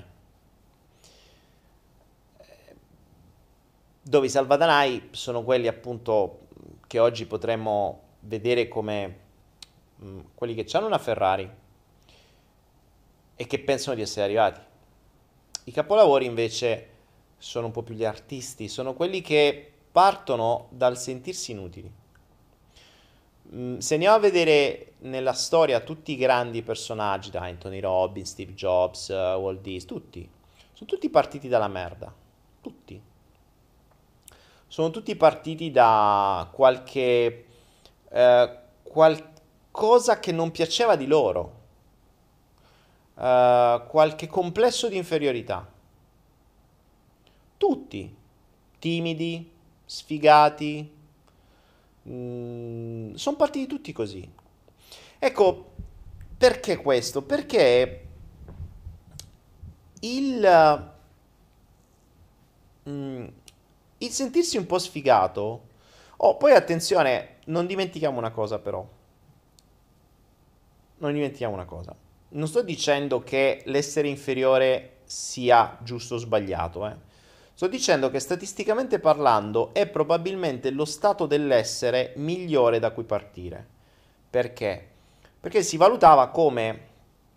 Dove i salvadanai sono quelli appunto che oggi potremmo vedere come quelli che hanno una Ferrari e che pensano di essere arrivati. I capolavori invece sono un po' più gli artisti, sono quelli che partono dal sentirsi inutili. Se andiamo a vedere nella storia tutti i grandi personaggi, da Anthony Robbins, Steve Jobs, Walt Disney, tutti, sono tutti partiti dalla merda. Tutti. Sono tutti partiti da qualcosa che non piaceva di loro, qualche complesso di inferiorità. Tutti. Timidi, sfigati, sono partiti tutti così. Ecco, perché questo? Perché il, mm, il sentirsi un po' sfigato. Oh, poi attenzione, non dimentichiamo una cosa però. Non dimentichiamo una cosa. Non sto dicendo che l'essere inferiore sia giusto o sbagliato, eh. Sto dicendo che statisticamente parlando è probabilmente lo stato dell'essere migliore da cui partire. Perché? Perché si valutava come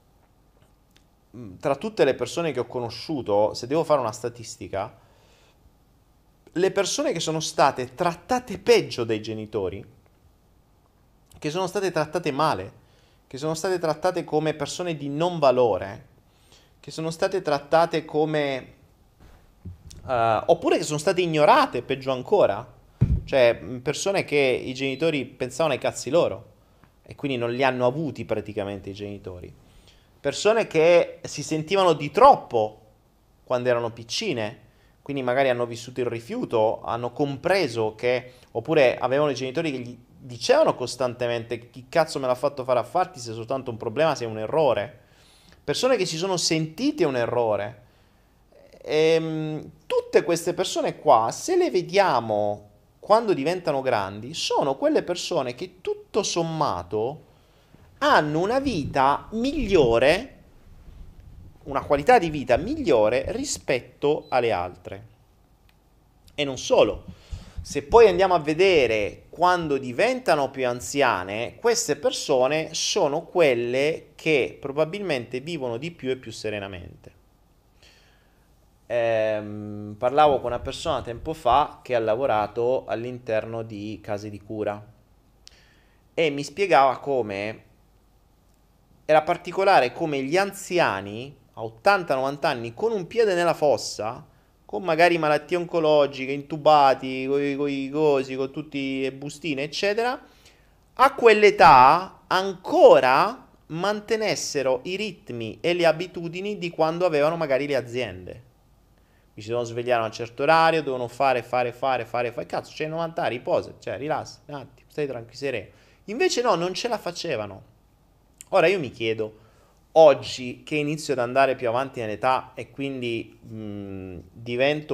tra tutte le persone che ho conosciuto, se devo fare una statistica, le persone che sono state trattate peggio dai genitori, che sono state trattate male, che sono state trattate come persone di non valore, che sono state trattate come oppure che sono state ignorate, peggio ancora. Cioè, persone che i genitori pensavano ai cazzi loro e quindi non li hanno avuti praticamente i genitori. Persone che si sentivano di troppo quando erano piccine, quindi magari hanno vissuto il rifiuto, hanno compreso che, oppure avevano i genitori che gli dicevano costantemente chi cazzo me l'ha fatto fare a farti se è soltanto un problema, se è un errore. Persone che si sono sentite un errore. Tutte queste persone qua, se le vediamo quando diventano grandi, sono quelle persone che tutto sommato hanno una vita migliore, una qualità di vita migliore rispetto alle altre. E non solo, se poi andiamo a vedere quando diventano più anziane, queste persone sono quelle che probabilmente vivono di più e più serenamente. Parlavo con una persona tempo fa che ha lavorato all'interno di case di cura e mi spiegava come era particolare come gli anziani a 80-90 anni con un piede nella fossa, con magari malattie oncologiche, intubati, con i cosi, con tutte le bustine, eccetera, a quell'età ancora mantenessero i ritmi e le abitudini di quando avevano magari le aziende. Mi si devono svegliare a un certo orario, devono fare. Cazzo, c'hai 90 anni, riposa, cioè rilassa, un attimo, stai tranquillo, sereno. Invece no, non ce la facevano. Ora io mi chiedo, oggi che inizio ad andare più avanti nell'età e quindi divento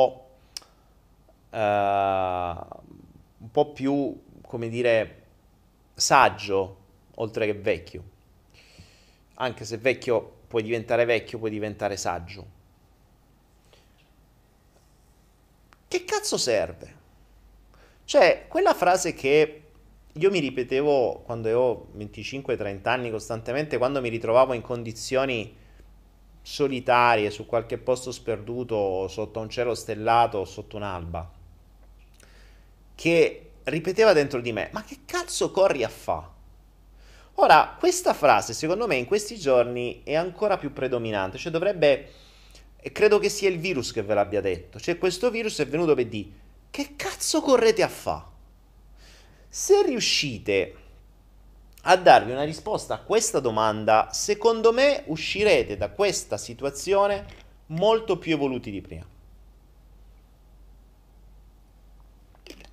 un po' più, come dire, saggio, oltre che vecchio. Anche se vecchio, puoi diventare saggio. Che cazzo serve? Cioè, quella frase che io mi ripetevo quando avevo 25-30 anni costantemente, quando mi ritrovavo in condizioni solitarie, su qualche posto sperduto, sotto un cielo stellato o sotto un'alba, che ripeteva dentro di me, ma che cazzo corri a fa? Ora, questa frase, secondo me, in questi giorni è ancora più predominante, cioè dovrebbe, e credo che sia il virus che ve l'abbia detto, cioè questo virus è venuto per dire, che cazzo correte a fa? Se riuscite a darvi una risposta a questa domanda, secondo me uscirete da questa situazione molto più evoluti di prima.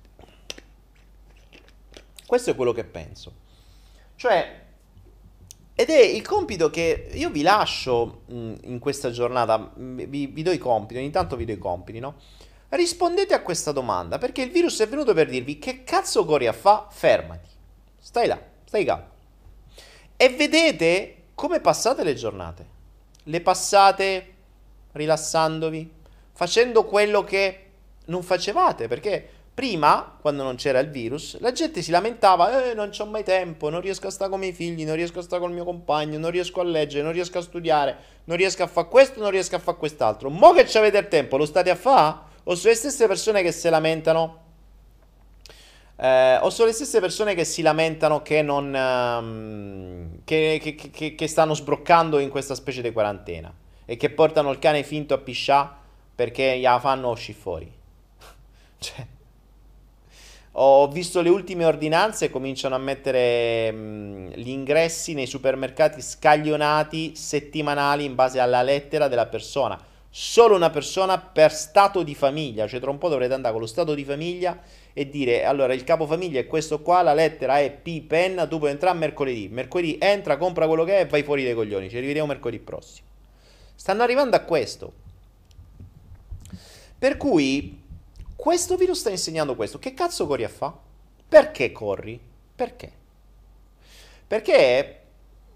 Questo è quello che penso. Cioè, Ed è il compito che io vi lascio in questa giornata, vi do i compiti, ogni tanto vi do i compiti, no? Rispondete a questa domanda, perché il virus è venuto per dirvi che cazzo corri a fa? Fermati. Stai là, stai calmo. E vedete come passate le giornate. Le passate rilassandovi, facendo quello che non facevate, perché prima, quando non c'era il virus, la gente si lamentava, non c'ho mai tempo, non riesco a stare con i miei figli, non riesco a stare con il mio compagno, non riesco a leggere, non riesco a studiare, non riesco a fare questo, non riesco a fare quest'altro. Mo che avete il tempo, lo state a fare? O sono le stesse persone che si lamentano? O sono le stesse persone che si lamentano che non che stanno sbroccando in questa specie di quarantena e che portano il cane finto a piscià perché gliela fanno uscire fuori. Cioè, ho visto le ultime ordinanze, cominciano a mettere gli ingressi nei supermercati scaglionati settimanali in base alla lettera della persona. Solo una persona per stato di famiglia, cioè tra un po' dovrete andare con lo stato di famiglia e dire allora il capofamiglia è questo qua, la lettera è P penna, tu puoi entrare mercoledì. Mercoledì entra, compra quello che è e vai fuori dai coglioni. Ci rivediamo mercoledì prossimo. Stanno arrivando a questo. Per cui questo virus sta insegnando questo. Che cazzo corri a fa? Perché corri? Perché? Perché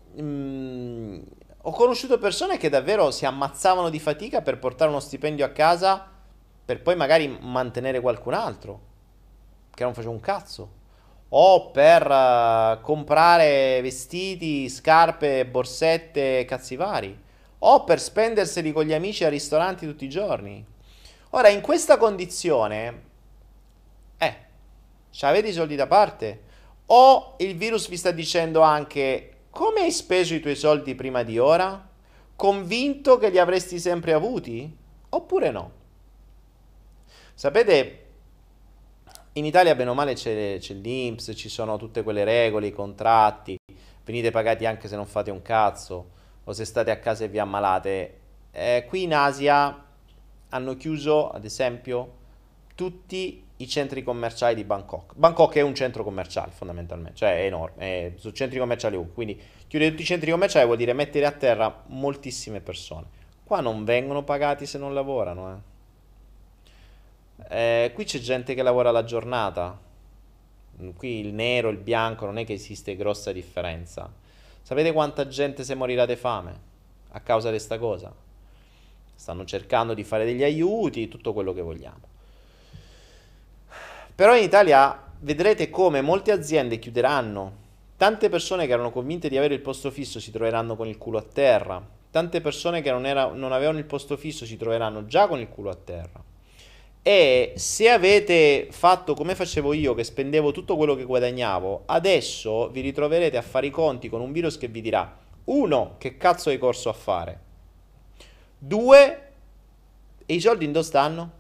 ho conosciuto persone che davvero si ammazzavano di fatica per portare uno stipendio a casa per poi magari mantenere qualcun altro che non faceva un cazzo. O per comprare vestiti, scarpe, borsette, cazzi vari. O per spenderseli con gli amici a ristoranti tutti i giorni. Ora, in questa condizione, eh, avete i soldi da parte? O il virus vi sta dicendo anche come hai speso i tuoi soldi prima di ora? Convinto che li avresti sempre avuti? Oppure no? Sapete, in Italia bene o male c'è l'INPS, ci sono tutte quelle regole, i contratti, venite pagati anche se non fate un cazzo, o se state a casa e vi ammalate. Qui in Asia hanno chiuso, ad esempio, tutti i centri commerciali di Bangkok. Bangkok è un centro commerciale, fondamentalmente, cioè è enorme, sono centri commerciali ovunque. Quindi chiudere tutti i centri commerciali vuol dire mettere a terra moltissime persone. Qua non vengono pagati se non lavorano, qui c'è gente che lavora la giornata. Qui il nero, il bianco, non è che esiste grossa differenza. Sapete quanta gente se morirà di fame a causa di sta cosa? Stanno cercando di fare degli aiuti, tutto quello che vogliamo. Però in Italia vedrete come molte aziende chiuderanno. Tante persone che erano convinte di avere il posto fisso si troveranno con il culo a terra. Tante persone che non avevano il posto fisso si troveranno già con il culo a terra. E se avete fatto come facevo io, che spendevo tutto quello che guadagnavo, adesso vi ritroverete a fare i conti con un virus che vi dirà: uno, che cazzo hai corso a fare? Due, e i soldi in dove stanno?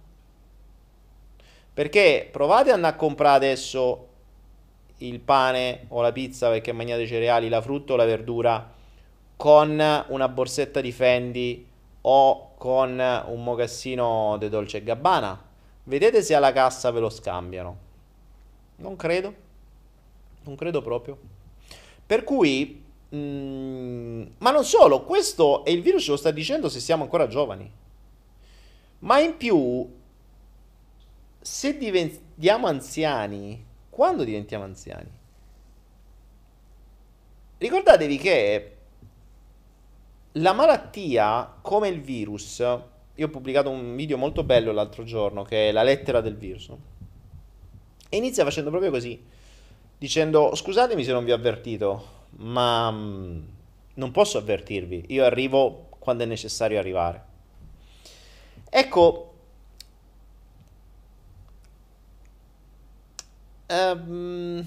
Perché provate ad andare a comprare adesso il pane o la pizza perché mangiate i cereali, la frutta o la verdura con una borsetta di Fendi o con un mocassino di Dolce e Gabbana. Vedete se alla cassa ve lo scambiano. Non credo. Non credo proprio. Per cui, ma non solo, questo è il virus ce lo sta dicendo se siamo ancora giovani. Ma in più, se diventiamo anziani, quando diventiamo anziani? Ricordatevi che la malattia, come il virus, io ho pubblicato un video molto bello l'altro giorno, che è la lettera del virus, no? E inizia facendo proprio così, dicendo: scusatemi se non vi ho avvertito, ma non posso avvertirvi, io arrivo quando è necessario arrivare. Ecco, ehm,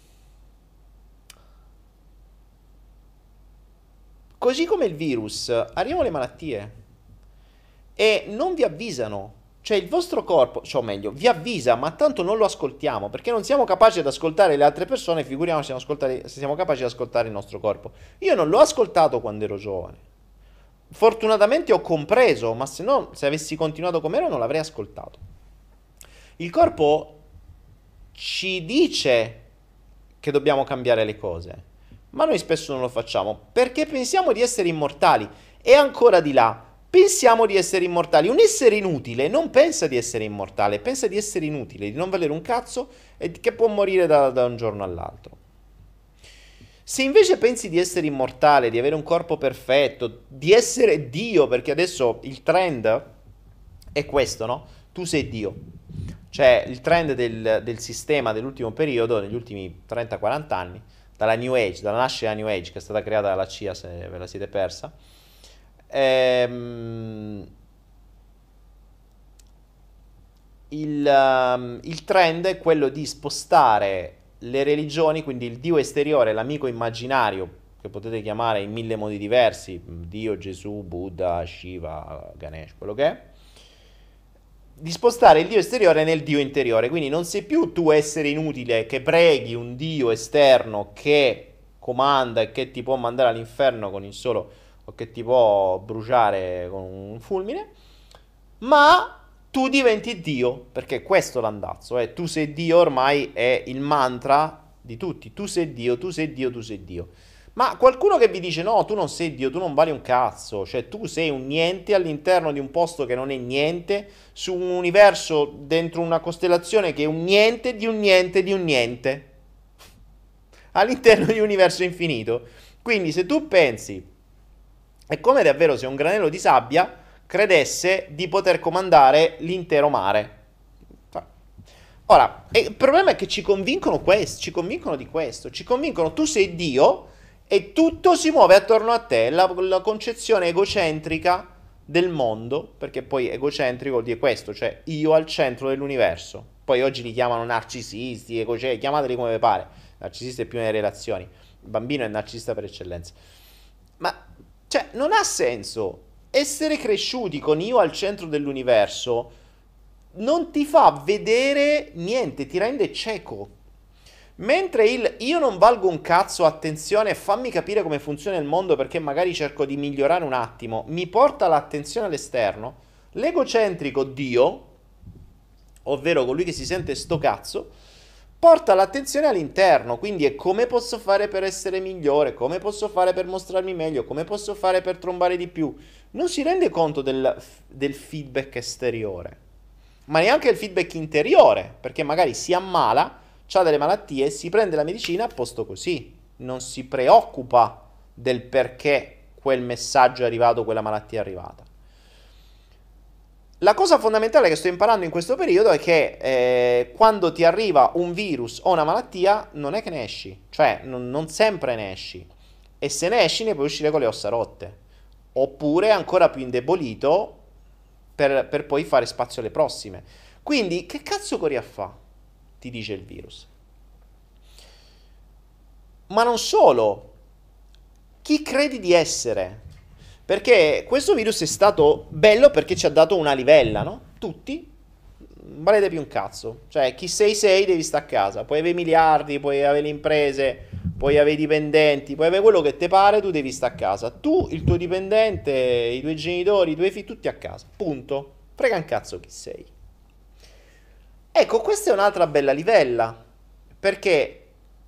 così come il virus, arrivano le malattie e non vi avvisano. Cioè il vostro corpo, cioè o meglio, vi avvisa, ma tanto non lo ascoltiamo, perché non siamo capaci ad ascoltare le altre persone, figuriamoci se siamo capaci di ascoltare il nostro corpo. Io non l'ho ascoltato quando ero giovane. Fortunatamente ho compreso, ma se no, se avessi continuato come ero non l'avrei ascoltato. Il corpo ci dice che dobbiamo cambiare le cose, ma noi spesso non lo facciamo perché pensiamo di essere immortali. E ancora di là, pensiamo di essere immortali. Un essere inutile non pensa di essere immortale, pensa di essere inutile, di non valere un cazzo e che può morire da un giorno all'altro. Se invece pensi di essere immortale, di avere un corpo perfetto, di essere Dio, perché adesso il trend è questo, no? Tu sei Dio. Cioè, il trend del sistema dell'ultimo periodo, negli ultimi 30-40 anni, dalla New Age, dalla nascita della New Age, che è stata creata dalla CIA, se ve la siete persa, il trend è quello di spostare le religioni, quindi il Dio esteriore, l'amico immaginario, che potete chiamare in mille modi diversi, Dio, Gesù, Buddha, Shiva, Ganesh, quello che è, di spostare il Dio esteriore nel Dio interiore. Quindi non sei più tu essere inutile che preghi un Dio esterno che comanda e che ti può mandare all'inferno con il solo, o che ti può bruciare con un fulmine, ma tu diventi Dio, perché questo è l'andazzo, tu sei Dio ormai è il mantra di tutti, tu sei Dio, tu sei Dio, tu sei Dio. Ma qualcuno che vi dice no, tu non sei Dio, tu non vali un cazzo, cioè tu sei un niente all'interno di un posto che non è niente, su un universo dentro una costellazione che è un niente di un niente di un niente, all'interno di un universo infinito. Quindi se tu pensi, è come davvero se un granello di sabbia credesse di poter comandare l'intero mare. Ora, il problema è che ci convincono questo, ci convincono di questo, ci convincono tu sei Dio e tutto si muove attorno a te, la concezione egocentrica del mondo, perché poi egocentrico vuol dire questo, cioè io al centro dell'universo. Poi oggi li chiamano narcisisti, chiamateli come vi pare, narcisista è più nelle relazioni, il bambino è narcisista per eccellenza. Ma, cioè, non ha senso. Essere cresciuti con io al centro dell'universo non ti fa vedere niente, ti rende cieco. Mentre il io non valgo un cazzo, attenzione, fammi capire come funziona il mondo perché magari cerco di migliorare un attimo, mi porta l'attenzione all'esterno, l'egocentrico Dio, ovvero colui che si sente sto cazzo, porta l'attenzione all'interno, quindi è come posso fare per essere migliore, come posso fare per mostrarmi meglio, come posso fare per trombare di più. Non si rende conto del feedback esteriore, ma neanche del feedback interiore, perché magari si ammala, ha delle malattie, si prende la medicina a posto così, non si preoccupa del perché quel messaggio è arrivato, quella malattia è arrivata. La cosa fondamentale che sto imparando in questo periodo è che quando ti arriva un virus o una malattia non è che ne esci, cioè non sempre ne esci, e se ne esci ne puoi uscire con le ossa rotte, oppure ancora più indebolito per poi fare spazio alle prossime. Quindi che cazzo corri a fa? Ti dice il virus. Ma non solo, chi credi di essere? Perché questo virus è stato bello perché ci ha dato una livella, no? Tutti, non valete più un cazzo. Cioè, chi sei devi stare a casa. Puoi avere miliardi, puoi avere le imprese, puoi avere i dipendenti, puoi avere quello che ti pare, tu devi stare a casa. Tu, il tuo dipendente, i tuoi genitori, i tuoi figli, tutti a casa. Punto. Frega un cazzo chi sei. Ecco, questa è un'altra bella livella, perché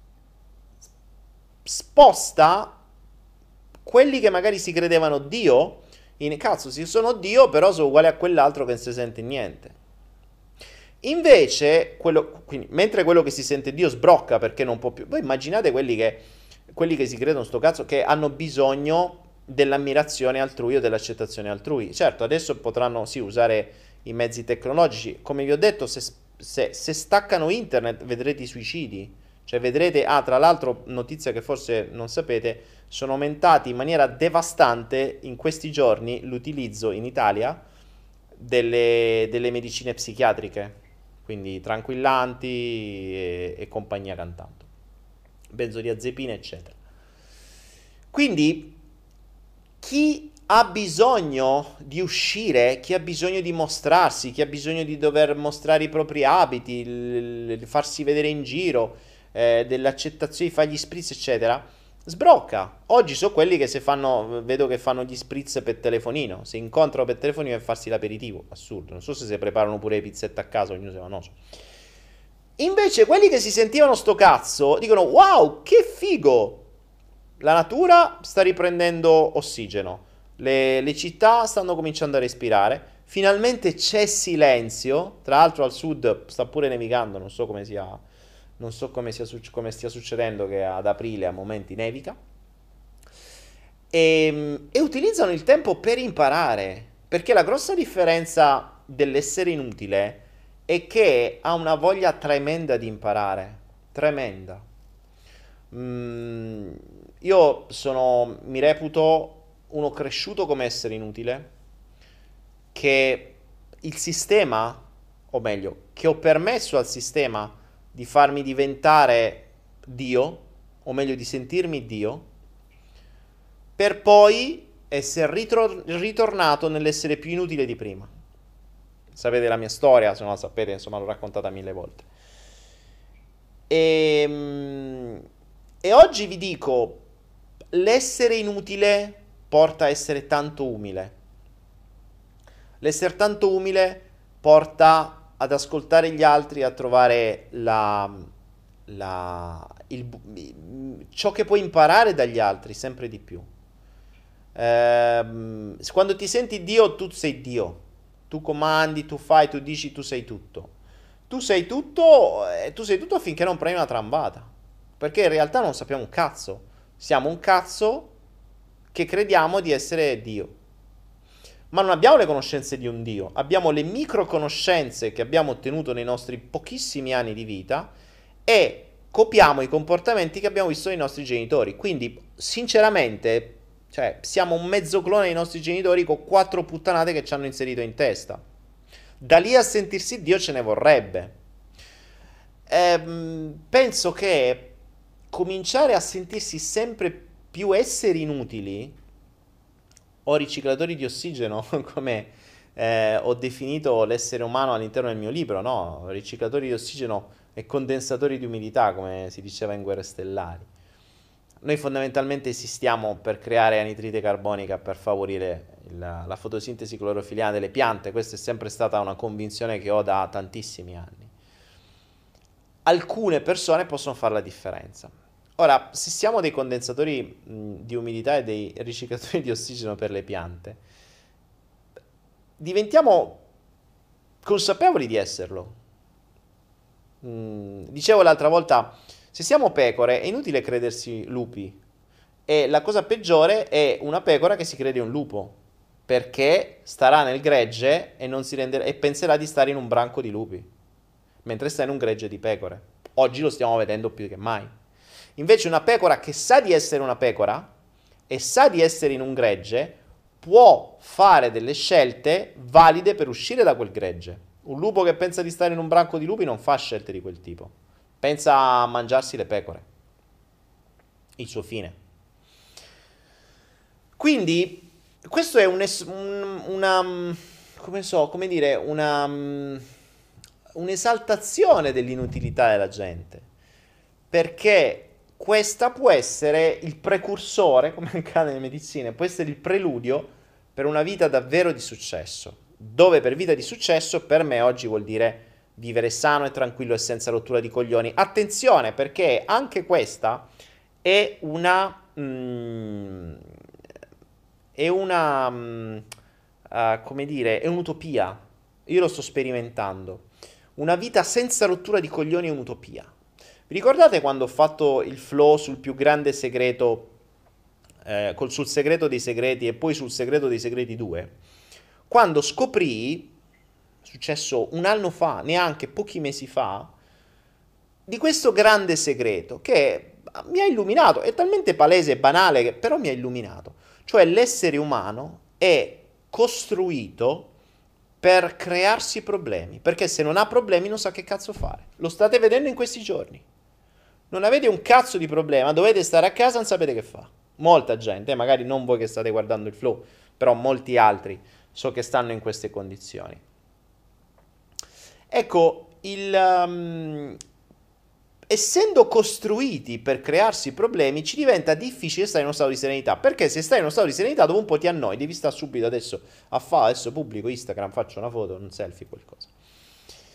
sposta quelli che magari si credevano Dio, cazzo, sì, sono Dio, però sono uguali a quell'altro che non si sente niente. Invece, mentre quello che si sente Dio sbrocca perché non può più. Voi immaginate quelli che si credono sto cazzo, che hanno bisogno dell'ammirazione altrui o dell'accettazione altrui. Certo, adesso potranno sì usare i mezzi tecnologici. Come vi ho detto, se staccano internet vedrete i suicidi. Cioè vedrete, tra l'altro, notizia che forse non sapete, sono aumentati in maniera devastante in questi giorni l'utilizzo in Italia delle medicine psichiatriche, quindi tranquillanti e compagnia cantando, benzodiazepine, eccetera. Quindi chi ha bisogno di uscire, chi ha bisogno di mostrarsi, chi ha bisogno di dover mostrare i propri abiti, farsi vedere in giro, dell'accettazione di fare gli spritz eccetera, sbrocca. Oggi sono quelli che vedo che fanno gli spritz per telefonino, si incontrano per telefonino per farsi l'aperitivo, assurdo, non so se si preparano pure le pizzette a casa, ognuno se va, no so. Invece quelli che si sentivano sto cazzo dicono wow, che figo, La natura sta riprendendo ossigeno, le città stanno cominciando a respirare, finalmente c'è silenzio, tra l'altro al sud sta pure nevicando, non so come sia, non so come stia succedendo che ad aprile a momenti nevica, e utilizzano il tempo per imparare, perché la grossa differenza dell'essere inutile è che ha una voglia tremenda di imparare, tremenda. Mm, mi reputo uno cresciuto come essere inutile, che il sistema, o meglio, che ho permesso al sistema di farmi diventare Dio, o meglio di sentirmi Dio, per poi essere ritornato nell'essere più inutile di prima. Sapete la mia storia, se non la sapete, insomma, l'ho raccontata mille volte. E, e oggi vi dico, l'essere inutile porta a essere tanto umile. L'essere tanto umile porta ad ascoltare gli altri, a trovare ciò che puoi imparare dagli altri sempre di più. Quando ti senti Dio, tu sei Dio. Tu comandi, tu fai, tu dici, tu sei tutto. Tu sei tutto affinché non prendi una trambata. Perché in realtà non sappiamo un cazzo. Siamo un cazzo che crediamo di essere Dio. Ma non abbiamo le conoscenze di un Dio, abbiamo le micro conoscenze che abbiamo ottenuto nei nostri pochissimi anni di vita e copiamo i comportamenti che abbiamo visto nei nostri genitori. Quindi, sinceramente, cioè, siamo un mezzo clone dei nostri genitori con 4 puttanate che ci hanno inserito in testa. Da lì a sentirsi Dio ce ne vorrebbe. Penso che cominciare a sentirsi sempre più esseri inutili o riciclatori di ossigeno, come ho definito l'essere umano all'interno del mio libro, no? Riciclatori di ossigeno e condensatori di umidità, come si diceva in Guerre Stellari. Noi fondamentalmente esistiamo per creare anidride carbonica per favorire la fotosintesi clorofiliana delle piante. Questa è sempre stata una convinzione che ho da tantissimi anni. Alcune persone possono fare la differenza. Ora, se siamo dei condensatori di umidità e dei riciclatori di ossigeno per le piante, diventiamo consapevoli di esserlo. Dicevo l'altra volta, se siamo pecore è inutile credersi lupi. E la cosa peggiore è una pecora che si crede un lupo, perché starà nel gregge e, non si e penserà di stare in un branco di lupi, mentre sta in un gregge di pecore. Oggi lo stiamo vedendo più che mai. Invece una pecora che sa di essere una pecora e sa di essere in un gregge può fare delle scelte valide per uscire da quel gregge. Un lupo che pensa di stare in un branco di lupi non fa scelte di quel tipo. Pensa a mangiarsi le pecore. Il suo fine. Quindi questo è come so, come dire, un'esaltazione dell'inutilità della gente. Perché questa può essere il precursore, come accade nelle medicine, può essere il preludio per una vita davvero di successo. Dove per vita di successo per me oggi vuol dire vivere sano e tranquillo e senza rottura di coglioni. Attenzione, perché anche questa è come dire, è un'utopia. Io lo sto sperimentando. Una vita senza rottura di coglioni è un'utopia. Vi ricordate quando ho fatto il flow sul più grande segreto, sul segreto dei segreti e poi sul segreto dei segreti 2? Quando scoprì, successo un anno fa, neanche pochi mesi fa, di questo grande segreto che mi ha illuminato, è talmente palese e banale che però mi ha illuminato. Cioè l'essere umano è costruito per crearsi problemi, perché se non ha problemi non sa che cazzo fare. Lo state vedendo in questi giorni. Non avete un cazzo di problema, dovete stare a casa e non sapete che fa. Molta gente, magari non voi che state guardando il flow, però molti altri so che stanno in queste condizioni. Ecco, essendo costruiti per crearsi problemi, ci diventa difficile stare in uno stato di serenità. Perché se stai in uno stato di serenità, dopo un po' ti annoi, devi stare subito adesso a fare, adesso pubblico Instagram, faccio una foto, un selfie, qualcosa.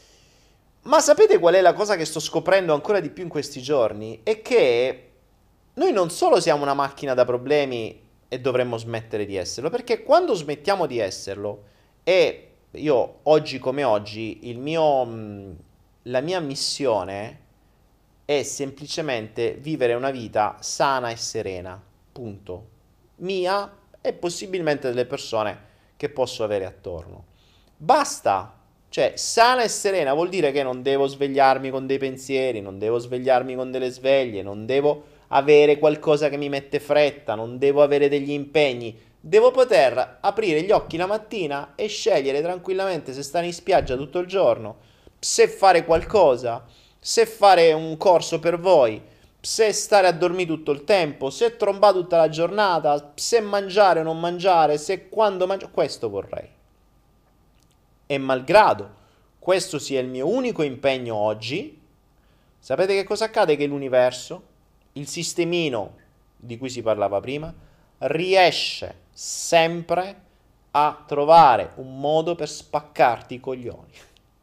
Ma sapete qual è la cosa che sto scoprendo ancora di più in questi giorni? È che noi non solo siamo una macchina da problemi e dovremmo smettere di esserlo, perché quando smettiamo di esserlo, e io oggi come oggi, la mia missione è semplicemente vivere una vita sana e serena, punto. Mia e possibilmente delle persone che posso avere attorno. Basta. Cioè, sana e serena vuol dire che non devo svegliarmi con dei pensieri, non devo svegliarmi con delle sveglie, non devo avere qualcosa che mi mette fretta, non devo avere degli impegni. Devo poter aprire gli occhi la mattina e scegliere tranquillamente se stare in spiaggia tutto il giorno, se fare qualcosa, se fare un corso per voi, se stare a dormire tutto il tempo, se trombare tutta la giornata, se mangiare o non mangiare, se quando mangio. Questo vorrei. E malgrado questo sia il mio unico impegno oggi, sapete che cosa accade? Che l'universo, il sistemino di cui si parlava prima, riesce sempre a trovare un modo per spaccarti i coglioni.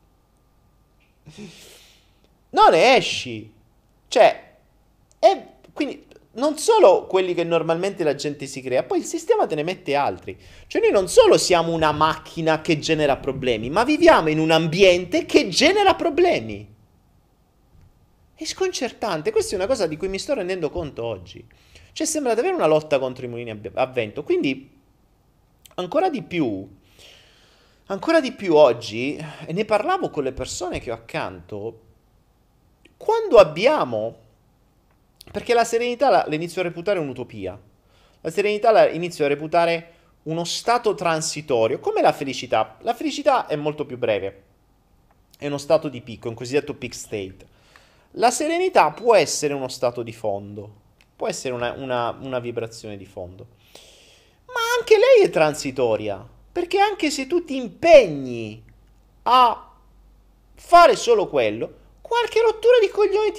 Non ne esci. Cioè, e quindi non solo quelli che normalmente la gente si crea, poi il sistema te ne mette altri. Cioè noi non solo siamo una macchina che genera problemi, ma viviamo in un ambiente che genera problemi. È sconcertante, questa è una cosa di cui mi sto rendendo conto oggi. Cioè sembra davvero una lotta contro i mulini a vento, quindi ancora di più, ancora di più oggi, e ne parlavo con le persone che ho accanto, quando abbiamo. Perché la serenità la inizio a reputare un'utopia. La serenità la inizio a reputare uno stato transitorio, come la felicità. La felicità è molto più breve, è uno stato di picco, un cosiddetto peak state. La serenità può essere uno stato di fondo, può essere una vibrazione di fondo. Ma anche lei è transitoria, perché anche se tu ti impegni a fare solo quello, qualche rottura di coglioni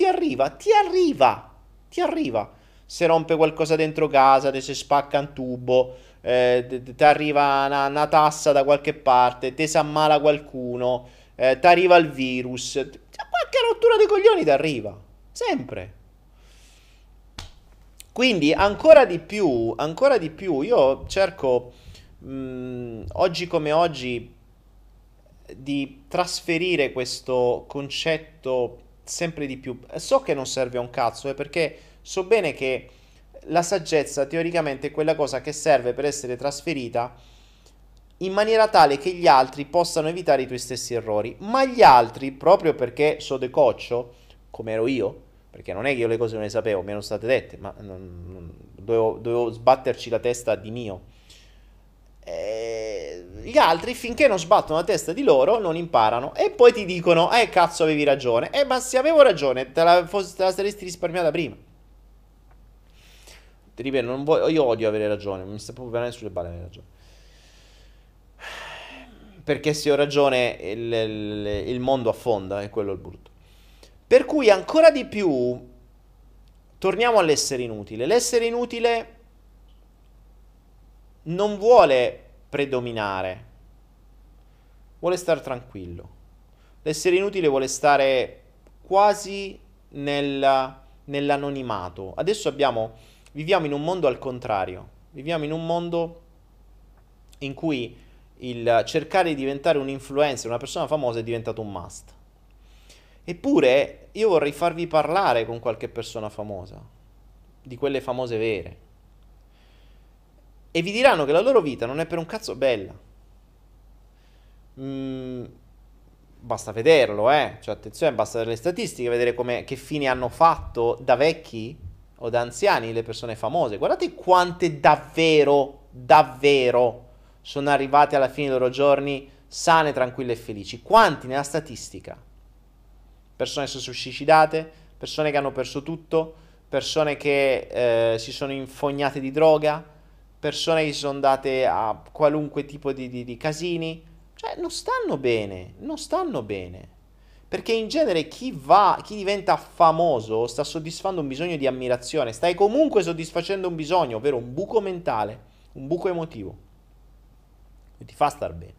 ti arriva. Se rompe qualcosa dentro casa, te si spacca un tubo, ti arriva una tassa da qualche parte, ti si ammala qualcuno, ti arriva il virus, qualche rottura di coglioni ti arriva, sempre. Quindi ancora di più, io cerco oggi come oggi di trasferire questo concetto sempre di più. So che non serve a un cazzo, perché so bene che la saggezza teoricamente è quella cosa che serve per essere trasferita in maniera tale che gli altri possano evitare i tuoi stessi errori. Ma gli altri, proprio perché so de coccio, come ero io, perché non è che io le cose non le sapevo, mi erano state dette, ma dovevo sbatterci la testa di mio. Gli altri, finché non sbattono la testa di loro, non imparano. E poi ti dicono, cazzo, avevi ragione. Ma se avevo ragione, te la saresti risparmiata prima. Ti ripeto, io odio avere ragione. Mi sta proprio veramente sulle balle avere ragione. Perché se ho ragione, il mondo affonda, è quello il brutto. Per cui ancora di più, torniamo all'essere inutile. L'essere inutile non vuole predominare, vuole stare tranquillo. L'essere inutile vuole stare quasi nell'anonimato. Adesso viviamo in un mondo al contrario. Viviamo in un mondo in cui il cercare di diventare un influencer, una persona famosa è diventato un must. Eppure io vorrei farvi parlare con qualche persona famosa, di quelle famose vere. E vi diranno che la loro vita non è per un cazzo bella. Basta vederlo, Cioè, attenzione, basta vedere le statistiche, vedere che fine hanno fatto da vecchi o da anziani le persone famose. Guardate quante davvero, davvero sono arrivate alla fine dei loro giorni sane, tranquille e felici. Quanti nella statistica? Persone che sono suicidate, persone che hanno perso tutto, persone che si sono infognate di droga, persone che si sono date a qualunque tipo di casini. Cioè, non stanno bene, non stanno bene. Perché in genere chi diventa famoso sta soddisfando un bisogno di ammirazione, stai comunque soddisfacendo un bisogno, ovvero un buco mentale, un buco emotivo, che ti fa star bene.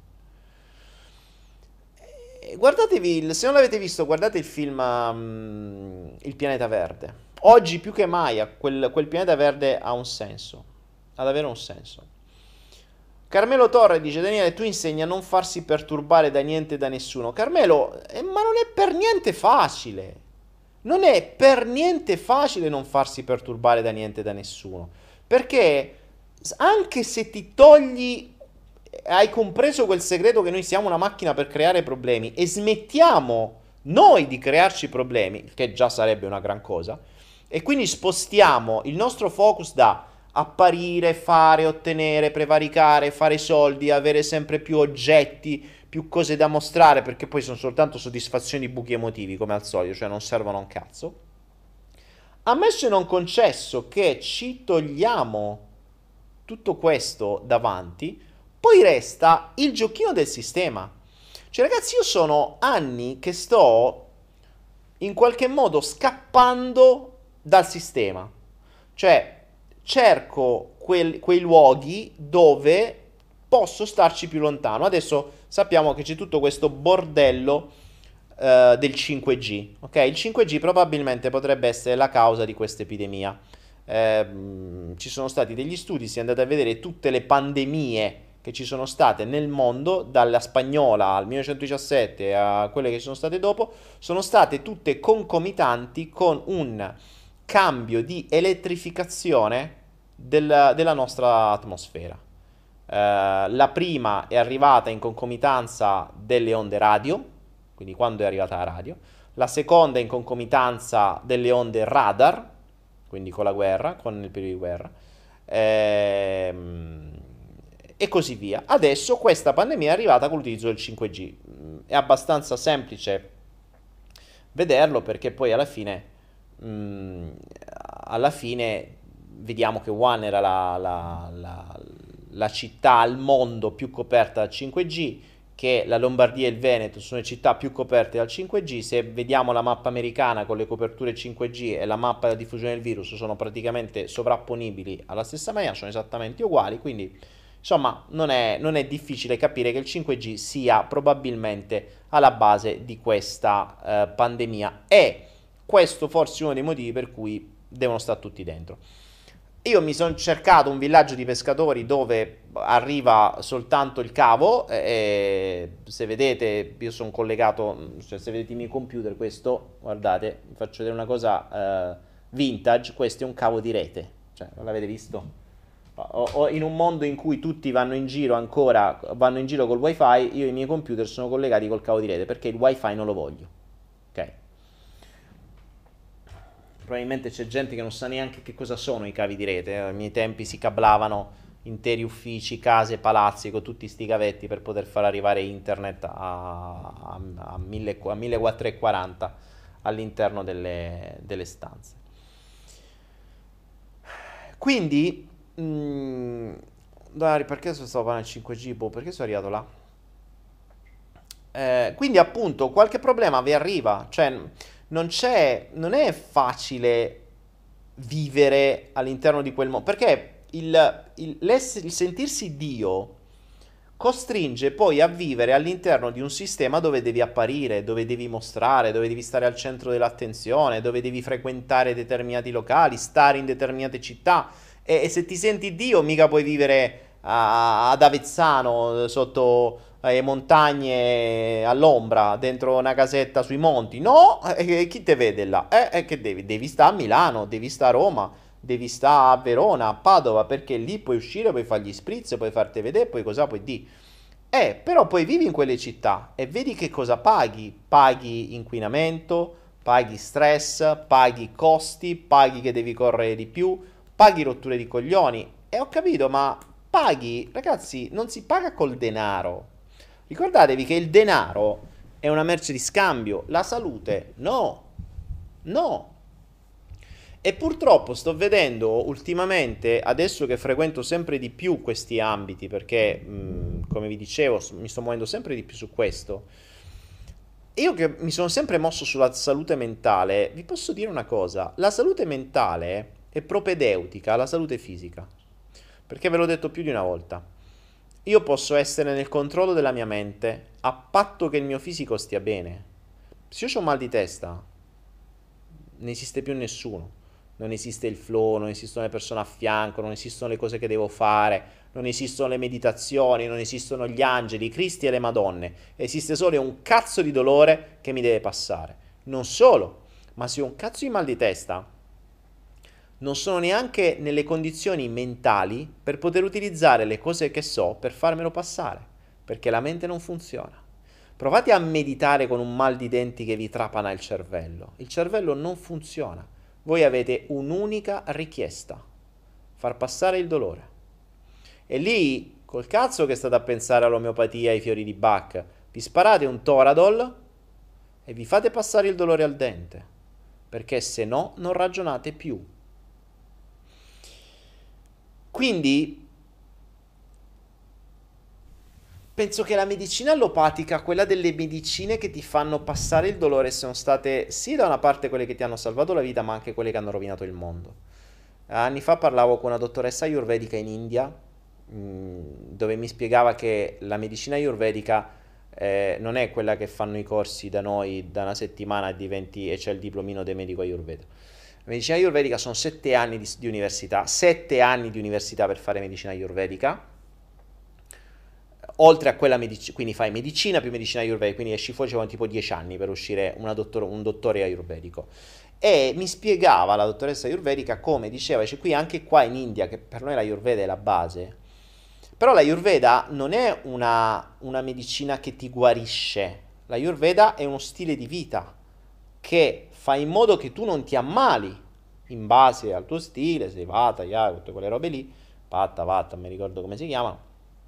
Guardatevi, se non l'avete visto, guardate il film Il pianeta verde. Oggi più che mai quel pianeta verde ha un senso, ad avere un senso. Carmelo Torre dice: Daniele, tu insegni a non farsi perturbare da niente e da nessuno. Carmelo, ma non è per niente facile. Non è per niente facile non farsi perturbare da niente e da nessuno. Perché anche se ti togli, hai compreso quel segreto che noi siamo una macchina per creare problemi e smettiamo noi di crearci problemi, che già sarebbe una gran cosa, e quindi spostiamo il nostro focus da apparire, fare, ottenere, prevaricare, fare soldi, avere sempre più oggetti, più cose da mostrare, perché poi sono soltanto soddisfazioni buchi emotivi, come al solito, cioè non servono a un cazzo. Ammesso e non concesso che ci togliamo tutto questo davanti, poi resta il giochino del sistema. Cioè, ragazzi, io sono anni che sto in qualche modo scappando dal sistema. Cioè, cerco quei luoghi dove posso starci più lontano. Adesso sappiamo che c'è tutto questo bordello del 5G. Ok, il 5G probabilmente potrebbe essere la causa di questa epidemia. Ci sono stati degli studi, si è andati a vedere tutte le pandemie che ci sono state nel mondo, dalla spagnola al 1917 a quelle che sono state dopo, sono state tutte concomitanti con un cambio di elettrificazione della nostra atmosfera. La prima è arrivata in concomitanza delle onde radio, quindi quando è arrivata la radio, la seconda in concomitanza delle onde radar, quindi con la guerra, con il periodo di guerra, e così via. Adesso questa pandemia è arrivata con l'utilizzo del 5G. È abbastanza semplice vederlo perché poi alla fine vediamo che Wuhan era la città al mondo più coperta dal 5G, che la Lombardia e il Veneto sono le città più coperte dal 5G. Se vediamo la mappa americana con le coperture 5G e la mappa della diffusione del virus, sono praticamente sovrapponibili alla stessa maniera, sono esattamente uguali, quindi insomma non è difficile capire che il 5G sia probabilmente alla base di questa pandemia, e questo forse è uno dei motivi per cui devono stare tutti dentro. Io mi sono cercato un villaggio di pescatori dove arriva soltanto il cavo, e se vedete io sono collegato, cioè se vedete i miei computer, questo, guardate, vi faccio vedere una cosa vintage, questo è un cavo di rete, cioè non l'avete visto? In un mondo in cui tutti vanno in giro ancora, vanno in giro col wifi, io e i miei computer sono collegati col cavo di rete perché il wifi non lo voglio, ok? Probabilmente c'è gente che non sa neanche che cosa sono i cavi di rete. Ai miei tempi si cablavano interi uffici, case, palazzi con tutti sti cavetti per poter far arrivare internet a 1440 all'interno delle stanze. Quindi, perché stavo parlando del 5G? Boh, perché sono arrivato là? Quindi appunto qualche problema vi arriva, cioè non è facile vivere all'interno di quel mondo, perché il sentirsi Dio costringe poi a vivere all'interno di un sistema dove devi apparire, dove devi mostrare, dove devi stare al centro dell'attenzione, dove devi frequentare determinati locali, stare in determinate città, e se ti senti Dio mica puoi vivere ad Avezzano sotto montagne all'ombra, dentro una casetta sui monti. No, chi te vede là? Che devi stare a Milano, devi stare a Roma, devi stare a Verona, a Padova, perché lì puoi uscire, puoi fare gli spritz, puoi farti vedere, poi cosa puoi dire. Però poi vivi in quelle città e vedi che cosa paghi. Paghi inquinamento, paghi stress, paghi costi, paghi che devi correre di più, paghi rotture di coglioni. E ho capito, ma paghi, ragazzi, non si paga col denaro. Ricordatevi che il denaro è una merce di scambio, la salute no, no. E purtroppo sto vedendo ultimamente, adesso che frequento sempre di più questi ambiti, perché come vi dicevo mi sto muovendo sempre di più su questo, io che mi sono sempre mosso sulla salute mentale, vi posso dire una cosa: la salute mentale è propedeutica alla salute fisica, perché ve l'ho detto più di una volta. Io posso essere nel controllo della mia mente a patto che il mio fisico stia bene. Se io ho mal di testa, non esiste più nessuno. non esiste il flow, non esistono le persone a fianco, non esistono le cose che devo fare, non esistono le meditazioni, non esistono gli angeli, i Cristi e le Madonne, esiste solo un cazzo di dolore che mi deve passare. Non solo, ma se ho un cazzo di mal di testa, non sono neanche nelle condizioni mentali per poter utilizzare le cose che so per farmelo passare, perché la mente non funziona. Provate a meditare con un mal di denti che vi trapana il cervello. Il cervello non funziona. Voi avete un'unica richiesta: far passare il dolore. E lì, col cazzo che state a pensare all'omeopatia, ai fiori di Bach, vi sparate un Toradol e vi fate passare il dolore al dente, perché se no non ragionate più. Quindi penso che la medicina allopatica, quella delle medicine che ti fanno passare il dolore, sono state sì da una parte quelle che ti hanno salvato la vita, ma anche quelle che hanno rovinato il mondo. Anni fa parlavo con una dottoressa ayurvedica in India, dove mi spiegava che la medicina ayurvedica non è quella che fanno i corsi da noi da una settimana e diventi e c'è il diplomino di medico ayurveda. La medicina ayurvedica sono 7 anni di università, 7 anni di università per fare medicina ayurvedica, oltre a quella medicina, quindi fai medicina più medicina ayurvedica, quindi esci fuori, c'erano tipo 10 anni per uscire un dottore ayurvedico. E mi spiegava la dottoressa ayurvedica come diceva, dice qui anche qua in India, che per noi la ayurveda è la base, però la ayurveda non è una medicina che ti guarisce, la ayurveda è uno stile di vita che fa in modo che tu non ti ammali in base al tuo stile, sei vata, yaga, tutte quelle robe lì, patta, vatta, non mi ricordo come si chiamano.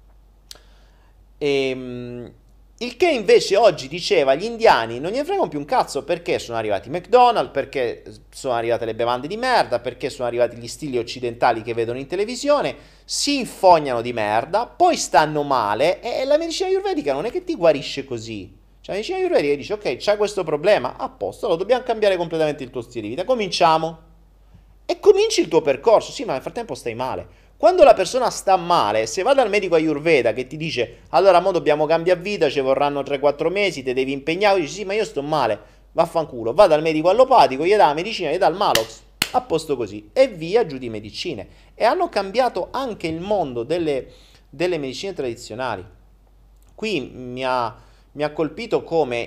Il che invece oggi diceva gli indiani non gliene fregano più un cazzo perché sono arrivati i McDonald's, perché sono arrivate le bevande di merda, perché sono arrivati gli stili occidentali che vedono in televisione, si infognano di merda, poi stanno male e la medicina ayurvedica non è che ti guarisce così. Cioè la medicina ayurvedica dice ok, c'hai questo problema, a posto, allora dobbiamo cambiare completamente il tuo stile di vita, cominciamo. E cominci il tuo percorso, sì, ma nel frattempo stai male. Quando la persona sta male, se va dal medico Ayurveda che ti dice allora mo dobbiamo cambiare vita, ci vorranno 3-4 mesi, te devi impegnare, dici sì, ma io sto male, vaffanculo, va dal medico allopatico, gli dà la medicina, gli dà il Malox, a posto così, e via giù di medicine. E hanno cambiato anche il mondo delle medicine tradizionali. Qui mi ha colpito come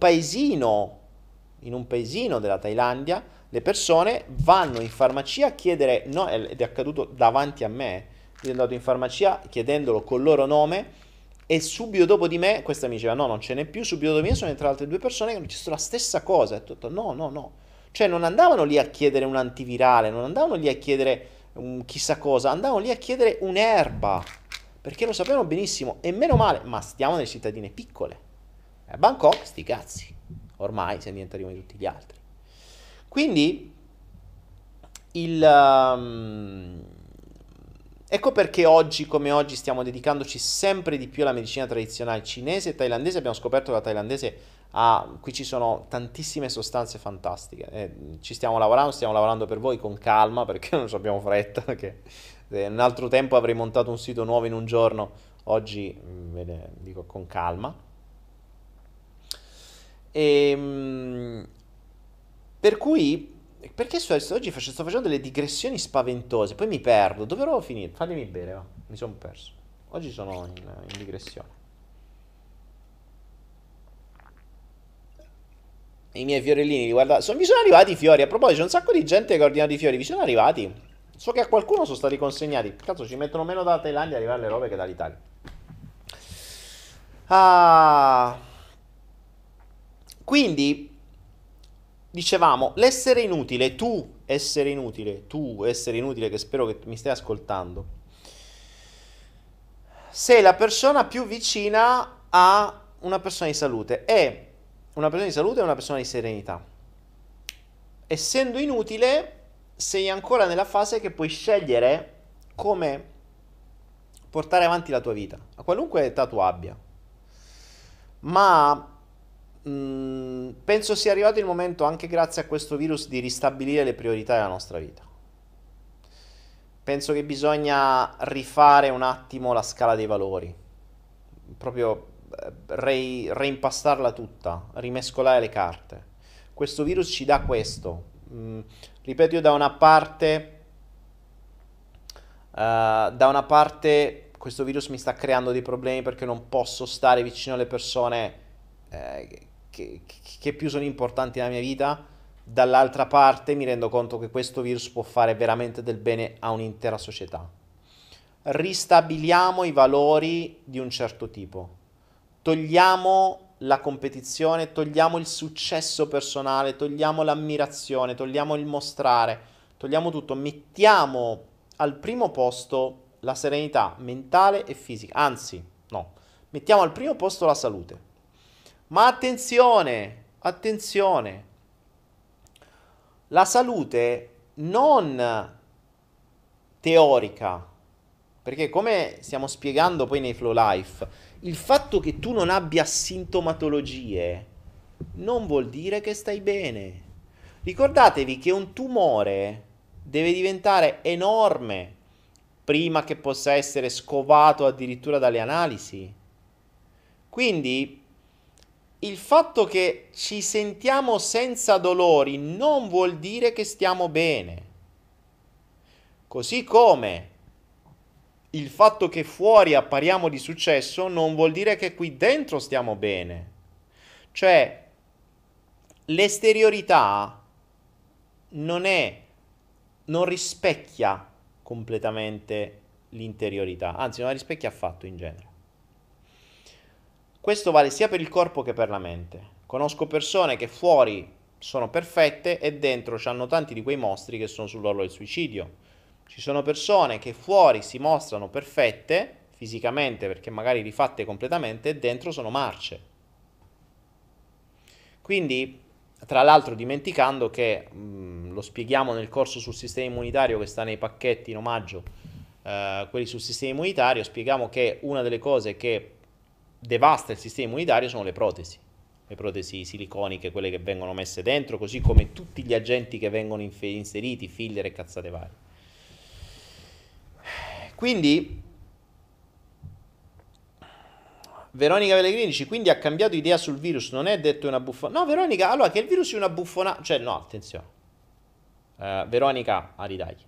in un paesino della Thailandia, le persone vanno in farmacia a chiedere, no, ed è accaduto davanti a me, io sono andato in farmacia chiedendolo col loro nome e subito dopo di me, questa mi diceva no, non ce n'è più, subito dopo di me sono entrate altre due persone che hanno chiesto la stessa cosa, e ho detto no, no, no, cioè non andavano lì a chiedere un antivirale, non andavano lì a chiedere un chissà cosa, andavano lì a chiedere un'erba, perché lo sapevano benissimo, e meno male, ma stiamo nelle cittadine piccole, a Bangkok sti cazzi, ormai siamo diventati come tutti gli altri. Quindi ecco perché oggi come oggi stiamo dedicandoci sempre di più alla medicina tradizionale cinese e thailandese. Abbiamo scoperto che la thailandese qui ci sono tantissime sostanze fantastiche. Ci stiamo lavorando per voi con calma perché non abbiamo fretta, perché se in un altro tempo avrei montato un sito nuovo in un giorno, oggi dico con calma. Per cui, perché oggi sto facendo delle digressioni spaventose, poi mi perdo. Dove ero finito? Fatemi bere, va. Mi sono perso. Oggi sono in digressione. I miei fiorellini, guarda, mi sono arrivati i fiori. A proposito, c'è un sacco di gente che ha ordinato i fiori. Vi sono arrivati? So che a qualcuno sono stati consegnati. Cazzo, ci mettono meno dalla Thailandia a arrivare le robe che dall'Italia. Quindi dicevamo, l'essere inutile, tu essere inutile che spero che mi stai ascoltando, sei la persona più vicina a una persona di salute, è una persona di salute e una persona di serenità. Essendo inutile, sei ancora nella fase che puoi scegliere come portare avanti la tua vita, a qualunque età tu abbia. Ma penso sia arrivato il momento, anche grazie a questo virus, di ristabilire le priorità della nostra vita. Penso che bisogna rifare un attimo la scala dei valori, proprio reimpastarla tutta, rimescolare le carte. Questo virus ci dà questo, Ripeto, io da una parte questo virus mi sta creando dei problemi perché non posso stare vicino alle persone che più sono importanti nella mia vita. Dall'altra parte mi rendo conto che questo virus può fare veramente del bene a un'intera società. Ristabiliamo i valori di un certo tipo. Togliamo la competizione, togliamo il successo personale, togliamo l'ammirazione, togliamo il mostrare, togliamo tutto, mettiamo al primo posto la serenità mentale e fisica, anzi, no, mettiamo al primo posto la salute. Ma attenzione, attenzione, la salute non teorica, perché come stiamo spiegando poi nei Flow Life, il fatto che tu non abbia sintomatologie non vuol dire che stai bene. Ricordatevi che un tumore deve diventare enorme prima che possa essere scovato addirittura dalle analisi. Quindi il fatto che ci sentiamo senza dolori non vuol dire che stiamo bene. Così come il fatto che fuori appariamo di successo non vuol dire che qui dentro stiamo bene. Cioè, l'esteriorità non è, non rispecchia completamente l'interiorità, anzi non la rispecchia affatto in genere. Questo vale sia per il corpo che per la mente. Conosco persone che fuori sono perfette e dentro hanno tanti di quei mostri che sono sull'orlo del suicidio. Ci sono persone che fuori si mostrano perfette fisicamente perché magari rifatte completamente e dentro sono marce. Quindi, tra l'altro, dimenticando che lo spieghiamo nel corso sul sistema immunitario che sta nei pacchetti in omaggio, quelli sul sistema immunitario, spieghiamo che una delle cose che devasta il sistema immunitario sono le protesi siliconiche, quelle che vengono messe dentro, così come tutti gli agenti che vengono inseriti, filler e cazzate varie. Quindi Veronica Pellegrini dice, quindi ha cambiato idea sul virus, non è detto una buffonata. No, Veronica, allora che il virus è una buffonata, cioè no, attenzione. Veronica, Aridagli.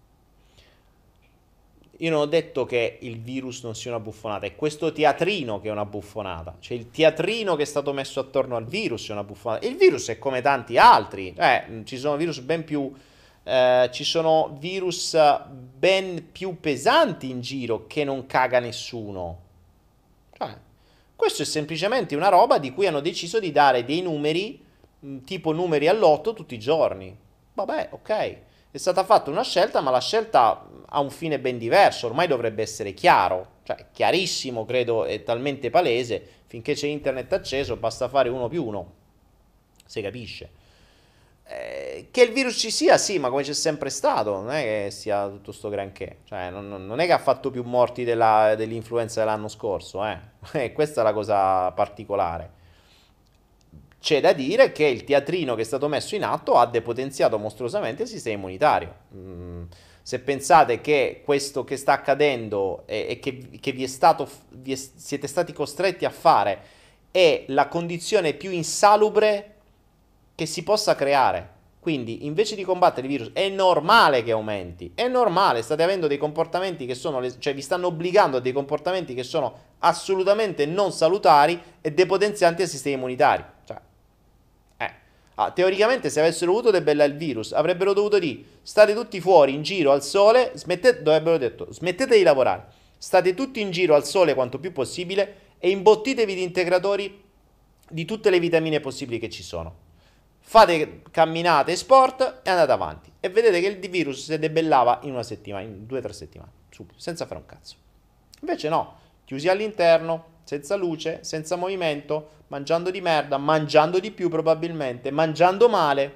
Io non ho detto che il virus non sia una buffonata, è questo teatrino che è una buffonata. Cioè il teatrino che è stato messo attorno al virus è una buffonata. Il virus è come tanti altri. Ci sono virus ben più... ci sono virus ben più pesanti in giro che non caga nessuno. Cioè, questo è semplicemente una roba di cui hanno deciso di dare dei numeri, tipo numeri all'otto tutti i giorni. Vabbè, ok. È stata fatta una scelta, ma la scelta ha un fine ben diverso. Ormai dovrebbe essere chiaro, cioè chiarissimo, credo, è talmente palese. Finché c'è internet acceso, basta fare 1 più 1. Si capisce. Che il virus ci sia, sì, ma come c'è sempre stato, non è che sia tutto sto granché. Cioè, non è che ha fatto più morti dell'influenza dell'anno scorso, eh. Questa è la cosa particolare. C'è da dire che il teatrino che è stato messo in atto ha depotenziato mostruosamente il sistema immunitario. Se pensate che questo che sta accadendo e che siete stati costretti a fare è la condizione più insalubre che si possa creare. Quindi, invece di combattere il virus, è normale che aumenti. È normale, state avendo dei comportamenti che sono, cioè vi stanno obbligando a dei comportamenti che sono assolutamente non salutari e depotenzianti al sistema immunitario. Cioè, teoricamente, se avessero voluto debellare il virus, avrebbero dovuto dire: state tutti fuori in giro al sole. Dovrebbero detto: smettete di lavorare, state tutti in giro al sole quanto più possibile e imbottitevi di integratori di tutte le vitamine possibili che ci sono. Fate camminate e sport e andate avanti. E vedete che il virus si debellava in una settimana, in 2 o 3 settimane, subito, senza fare un cazzo. Invece no, chiusi all'interno, senza luce, senza movimento, mangiando di merda, mangiando di più probabilmente, mangiando male.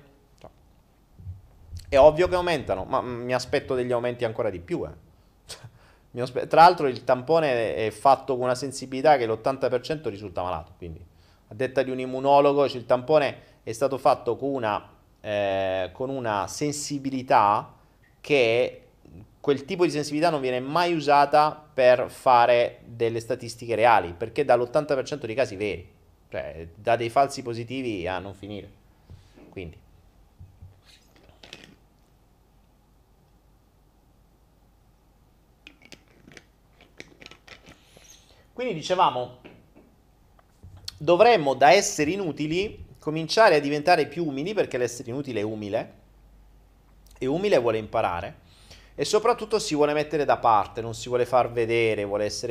È ovvio che aumentano, ma mi aspetto degli aumenti ancora di più. Tra l'altro il tampone è fatto con una sensibilità che l'80% risulta malato, quindi a detta di un immunologo, il tampone è stato fatto con una sensibilità che quel tipo di sensibilità non viene mai usata per fare delle statistiche reali, perché dà l'80% dei casi veri, cioè dà dei falsi positivi a non finire. Quindi Quindi dicevamo, dovremmo da esseri inutili cominciare a diventare più umili perché l'essere inutile è umile e umile vuole imparare e soprattutto si vuole mettere da parte, non si vuole far vedere,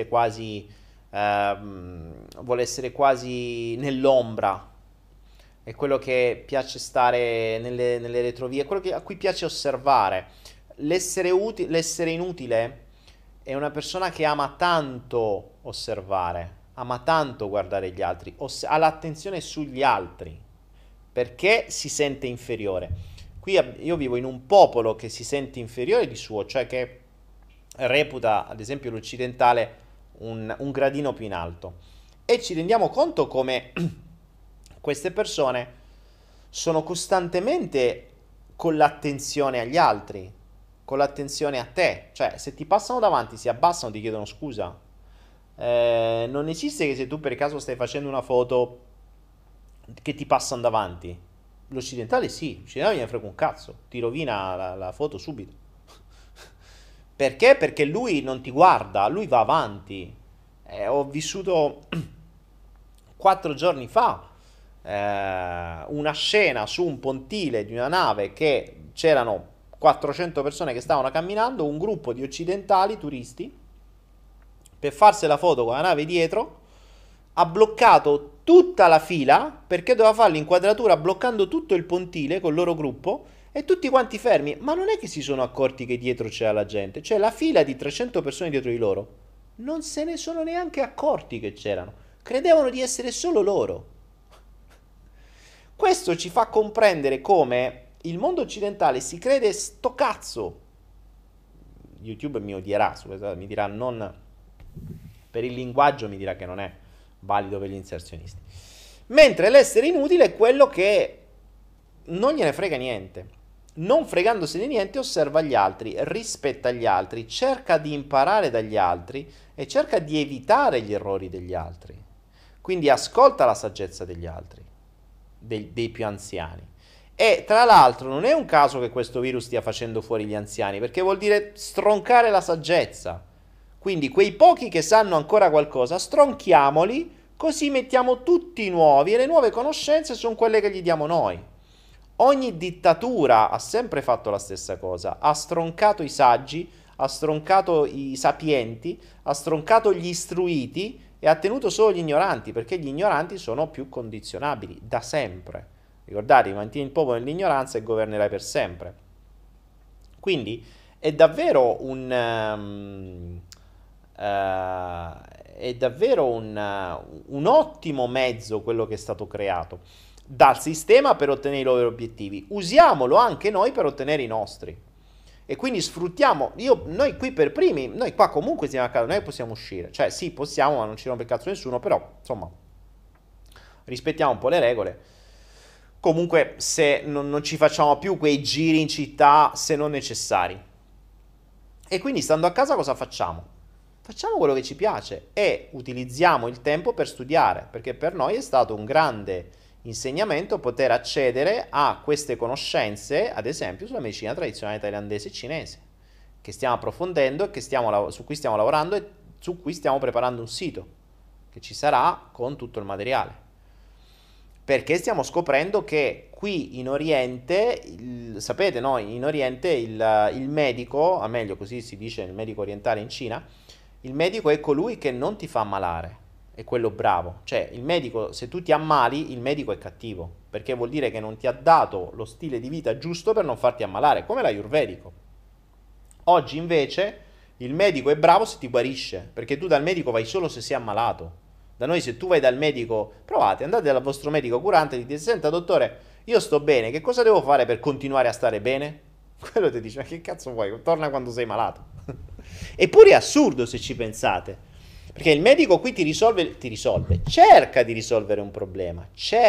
vuole essere quasi nell'ombra. È quello che piace stare nelle retrovie, è quello a cui piace osservare. L'essere inutile è una persona che ama tanto osservare, ama tanto guardare gli altri, ha l'attenzione sugli altri, perché si sente inferiore. Io vivo in un popolo che si sente inferiore di suo, cioè che reputa, ad esempio, l'occidentale un gradino più in alto. E ci rendiamo conto come queste persone sono costantemente con l'attenzione agli altri, con l'attenzione a te. Cioè, se ti passano davanti, si abbassano, ti chiedono scusa. Non esiste che se tu per caso stai facendo una foto che ti passano davanti. L'occidentale sì, l'occidentale gliene frega un cazzo, ti rovina la foto subito. Perché? Perché lui non ti guarda, lui va avanti. Ho vissuto 4 giorni fa una scena su un pontile di una nave che c'erano 400 persone che stavano camminando, un gruppo di occidentali turisti per farsi la foto con la nave dietro ha bloccato tutta la fila perché doveva fare l'inquadratura bloccando tutto il pontile col loro gruppo e tutti quanti fermi, ma non è che si sono accorti che dietro c'era la gente, cioè la fila di 300 persone dietro di loro non se ne sono neanche accorti che c'erano, credevano di essere solo loro. Questo ci fa comprendere come il mondo occidentale si crede sto cazzo. YouTube mi odierà, mi dirà non per il linguaggio, mi dirà che non è valido per gli inserzionisti. Mentre l'essere inutile è quello che non gliene frega niente. Non fregandosene niente, osserva gli altri, rispetta gli altri, cerca di imparare dagli altri e cerca di evitare gli errori degli altri. Quindi ascolta la saggezza degli altri, dei più anziani. E tra l'altro non è un caso che questo virus stia facendo fuori gli anziani, perché vuol dire stroncare la saggezza. Quindi quei pochi che sanno ancora qualcosa, stronchiamoli, così mettiamo tutti nuovi e le nuove conoscenze sono quelle che gli diamo noi. Ogni dittatura ha sempre fatto la stessa cosa, ha stroncato i saggi, ha stroncato i sapienti, ha stroncato gli istruiti e ha tenuto solo gli ignoranti, perché gli ignoranti sono più condizionabili, da sempre. Ricordatevi, mantieni il popolo nell'ignoranza e governerai per sempre. Quindi è davvero un ottimo mezzo quello che è stato creato dal sistema per ottenere i loro obiettivi. Usiamolo anche noi per ottenere i nostri. E quindi sfruttiamo, noi qui per primi, noi qua comunque siamo a casa, noi possiamo uscire. Cioè sì, possiamo, ma non ci rompe il cazzo nessuno, però, insomma, rispettiamo un po' le regole. Comunque, se non ci facciamo più quei giri in città se non necessari. E quindi stando a casa cosa facciamo? Facciamo quello che ci piace e utilizziamo il tempo per studiare, perché per noi è stato un grande insegnamento poter accedere a queste conoscenze, ad esempio sulla medicina tradizionale thailandese e cinese, che stiamo approfondendo e su cui stiamo lavorando e su cui stiamo preparando un sito che ci sarà con tutto il materiale. Perché stiamo scoprendo che qui in Oriente, sapete, no? In Oriente il medico, o meglio così si dice il medico orientale in Cina, il medico è colui che non ti fa ammalare, è quello bravo. Cioè il medico, se tu ti ammali, il medico è cattivo, perché vuol dire che non ti ha dato lo stile di vita giusto per non farti ammalare, come l'ayurvedico. Oggi invece il medico è bravo se ti guarisce, perché tu dal medico vai solo se sei ammalato. Da noi se tu vai dal medico, provate, andate dal vostro medico curante e gli dite: senta dottore, io sto bene, che cosa devo fare per continuare a stare bene? Quello ti dice: ma che cazzo vuoi? Torna quando sei malato. Eppure è assurdo se ci pensate, perché il medico qui ti risolve, cerca di risolvere un problema,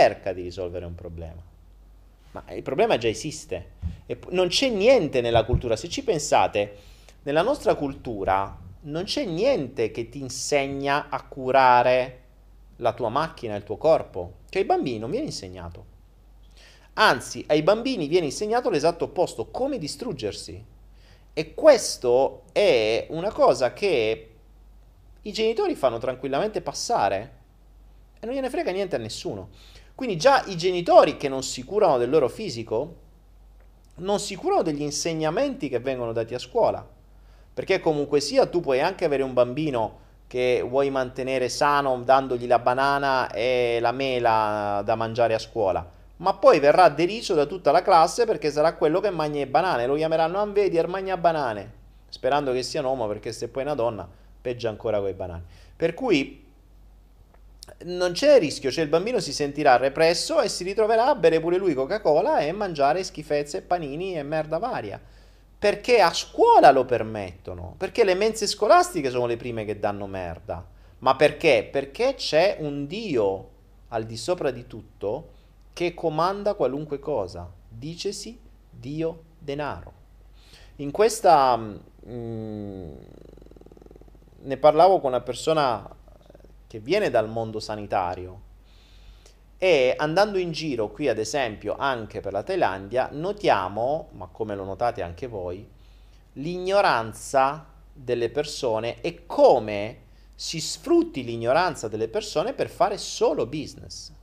ma il problema già esiste. E non c'è niente nella cultura, se ci pensate, nella nostra cultura non c'è niente che ti insegna a curare la tua macchina, il tuo corpo, che ai bambini non viene insegnato. Anzi, ai bambini viene insegnato l'esatto opposto, come distruggersi. E questo è una cosa che i genitori fanno tranquillamente passare e non gliene frega niente a nessuno. Quindi già i genitori che non si curano del loro fisico, non si curano degli insegnamenti che vengono dati a scuola. Perché comunque sia tu puoi anche avere un bambino che vuoi mantenere sano dandogli la banana e la mela da mangiare a scuola, ma poi verrà deriso da tutta la classe perché sarà quello che mangia le banane, lo chiameranno "Ah, vedi, er mangia banane", sperando che sia un uomo perché se poi è una donna, peggio ancora con i banani. Per cui non c'è rischio, cioè il bambino si sentirà represso e si ritroverà a bere pure lui Coca-Cola e mangiare schifezze, panini e merda varia. Perché a scuola lo permettono, perché le mense scolastiche sono le prime che danno merda. Ma perché? Perché c'è un Dio al di sopra di tutto che comanda qualunque cosa. Dicesi Dio denaro. In questa ne parlavo con una persona che viene dal mondo sanitario e andando in giro qui ad esempio anche per la Thailandia notiamo, ma come lo notate anche voi, l'ignoranza delle persone e come si sfrutti l'ignoranza delle persone per fare solo business.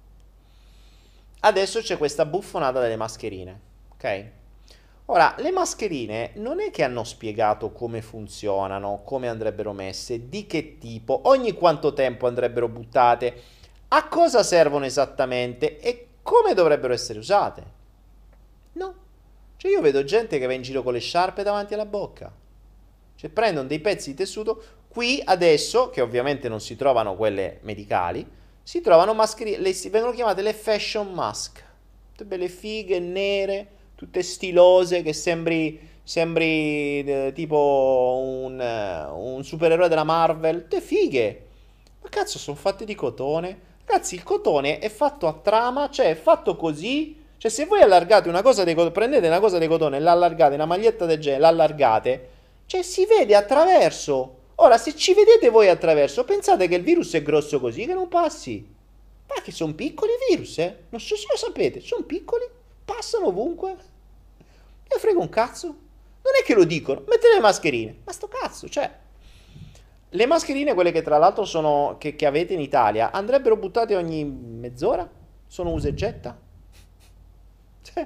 Adesso c'è questa buffonata delle mascherine, ok? Ora, le mascherine non è che hanno spiegato come funzionano, come andrebbero messe, di che tipo, ogni quanto tempo andrebbero buttate, a cosa servono esattamente e come dovrebbero essere usate. No. Cioè io vedo gente che va in giro con le sciarpe davanti alla bocca. Cioè prendono dei pezzi di tessuto, qui adesso, che ovviamente non si trovano quelle medicali, si trovano mascherine, vengono chiamate le fashion mask. Tutte belle fighe, nere, tutte stilose, che sembri tipo un supereroe della Marvel. Tutte fighe. Ma cazzo, sono fatte di cotone? Ragazzi, il cotone è fatto a trama, cioè è fatto così. Cioè, se voi allargate una cosa di cotone, prendete una cosa di cotone e l'allargate, una maglietta del genere, l'allargate, cioè si vede attraverso. Ora, se ci vedete voi attraverso, pensate che il virus è grosso così che non passi. Ma che sono piccoli i virus, eh? Non so se lo sapete, sono piccoli, passano ovunque. E frega un cazzo. Non è che lo dicono, mettete le mascherine. Ma sto cazzo, cioè. Le mascherine, quelle che tra l'altro sono che avete in Italia, andrebbero buttate ogni mezz'ora? Sono usa e getta? Cioè,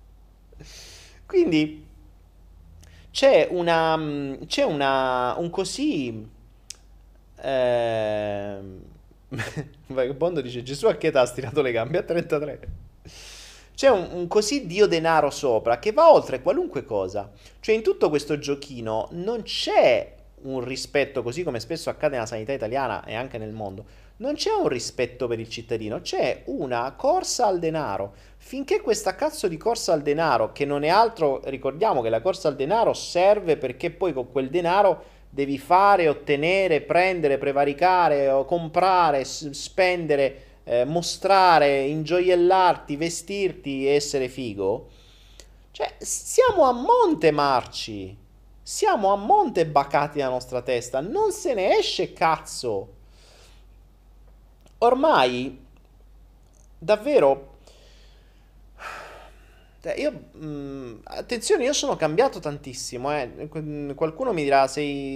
quindi un così Vagabondo dice Gesù a che età ha stirato le gambe? A 33. C'è un così dio denaro sopra che va oltre qualunque cosa. Cioè in tutto questo giochino non c'è un rispetto, così come spesso accade nella sanità italiana e anche nel mondo. Non c'è un rispetto per il cittadino, c'è una corsa al denaro. Finché questa cazzo di corsa al denaro, che non è altro, ricordiamo che la corsa al denaro serve perché poi con quel denaro devi fare, ottenere, prendere, prevaricare, o comprare, spendere, mostrare, ingioiellarti, vestirti e essere figo. Cioè, siamo a monte marci. Siamo a monte bacati nella nostra testa. Non se ne esce cazzo. Ormai, davvero, attenzione, io sono cambiato tantissimo, eh. Qualcuno mi dirà,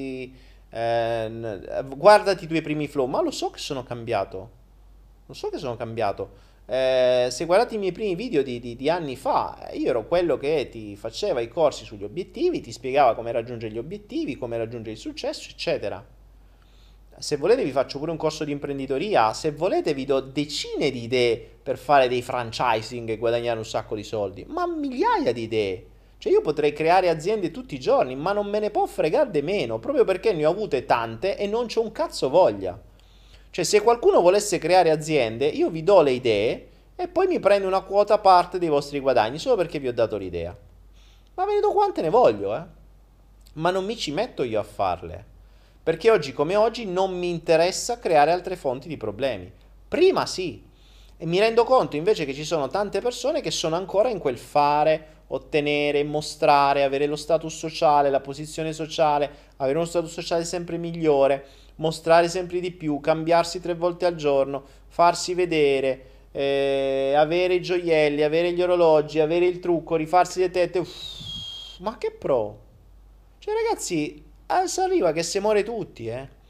guardati i tuoi primi flow, ma lo so che sono cambiato. Lo so che sono cambiato. Se guardate i miei primi video di anni fa, io ero quello che ti faceva i corsi sugli obiettivi, ti spiegava come raggiungere gli obiettivi, come raggiungere il successo, eccetera. Se volete vi faccio pure un corso di imprenditoria, se volete vi do decine di idee per fare dei franchising e guadagnare un sacco di soldi, ma migliaia di idee. Cioè io potrei creare aziende tutti i giorni, ma non me ne può fregare di meno, proprio perché ne ho avute tante e non c'ho un cazzo voglia. Cioè se qualcuno volesse creare aziende, io vi do le idee e poi mi prendo una quota parte dei vostri guadagni solo perché vi ho dato l'idea. Ma ve ne do quante ne voglio, eh. Ma non mi ci metto io a farle. Perché oggi come oggi non mi interessa creare altre fonti di problemi. Prima sì. E mi rendo conto invece che ci sono tante persone che sono ancora in quel fare, ottenere, mostrare, avere lo status sociale, la posizione sociale, avere uno status sociale sempre migliore, mostrare sempre di più, cambiarsi 3 volte al giorno, farsi vedere, avere i gioielli, avere gli orologi, avere il trucco, rifarsi le tette. Ma che pro? Cioè ragazzi, si arriva che se muore tutti, eh.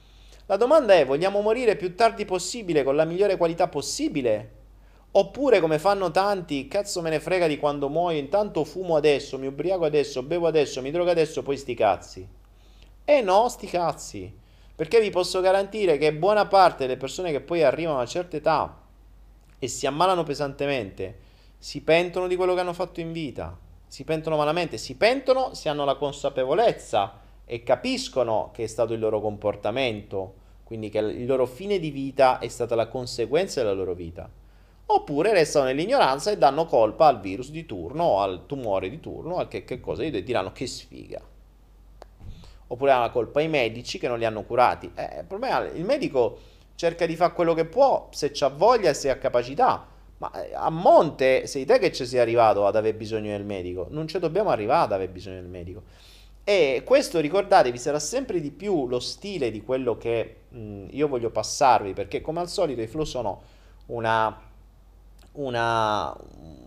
La domanda è, vogliamo morire più tardi possibile con la migliore qualità possibile? Oppure, come fanno tanti, cazzo me ne frega di quando muoio, intanto fumo adesso, mi ubriaco adesso, bevo adesso, mi drogo adesso, poi sti cazzi. E no, sti cazzi. Perché vi posso garantire che buona parte delle persone che poi arrivano a una certa età e si ammalano pesantemente, si pentono di quello che hanno fatto in vita, si pentono malamente, si pentono se hanno la consapevolezza e capiscono che è stato il loro comportamento, quindi che il loro fine di vita è stata la conseguenza della loro vita. Oppure restano nell'ignoranza e danno colpa al virus di turno, o al tumore di turno, al che cosa, e diranno che sfiga. Oppure hanno la colpa ai medici che non li hanno curati. Il problema è che il medico cerca di fare quello che può, se c'ha voglia e se ha capacità. Ma a monte sei te che ci sei arrivato ad aver bisogno del medico. Non ci dobbiamo arrivare ad aver bisogno del medico. E questo, ricordatevi, sarà sempre di più lo stile di quello che io voglio passarvi, perché come al solito i flow sono una, una,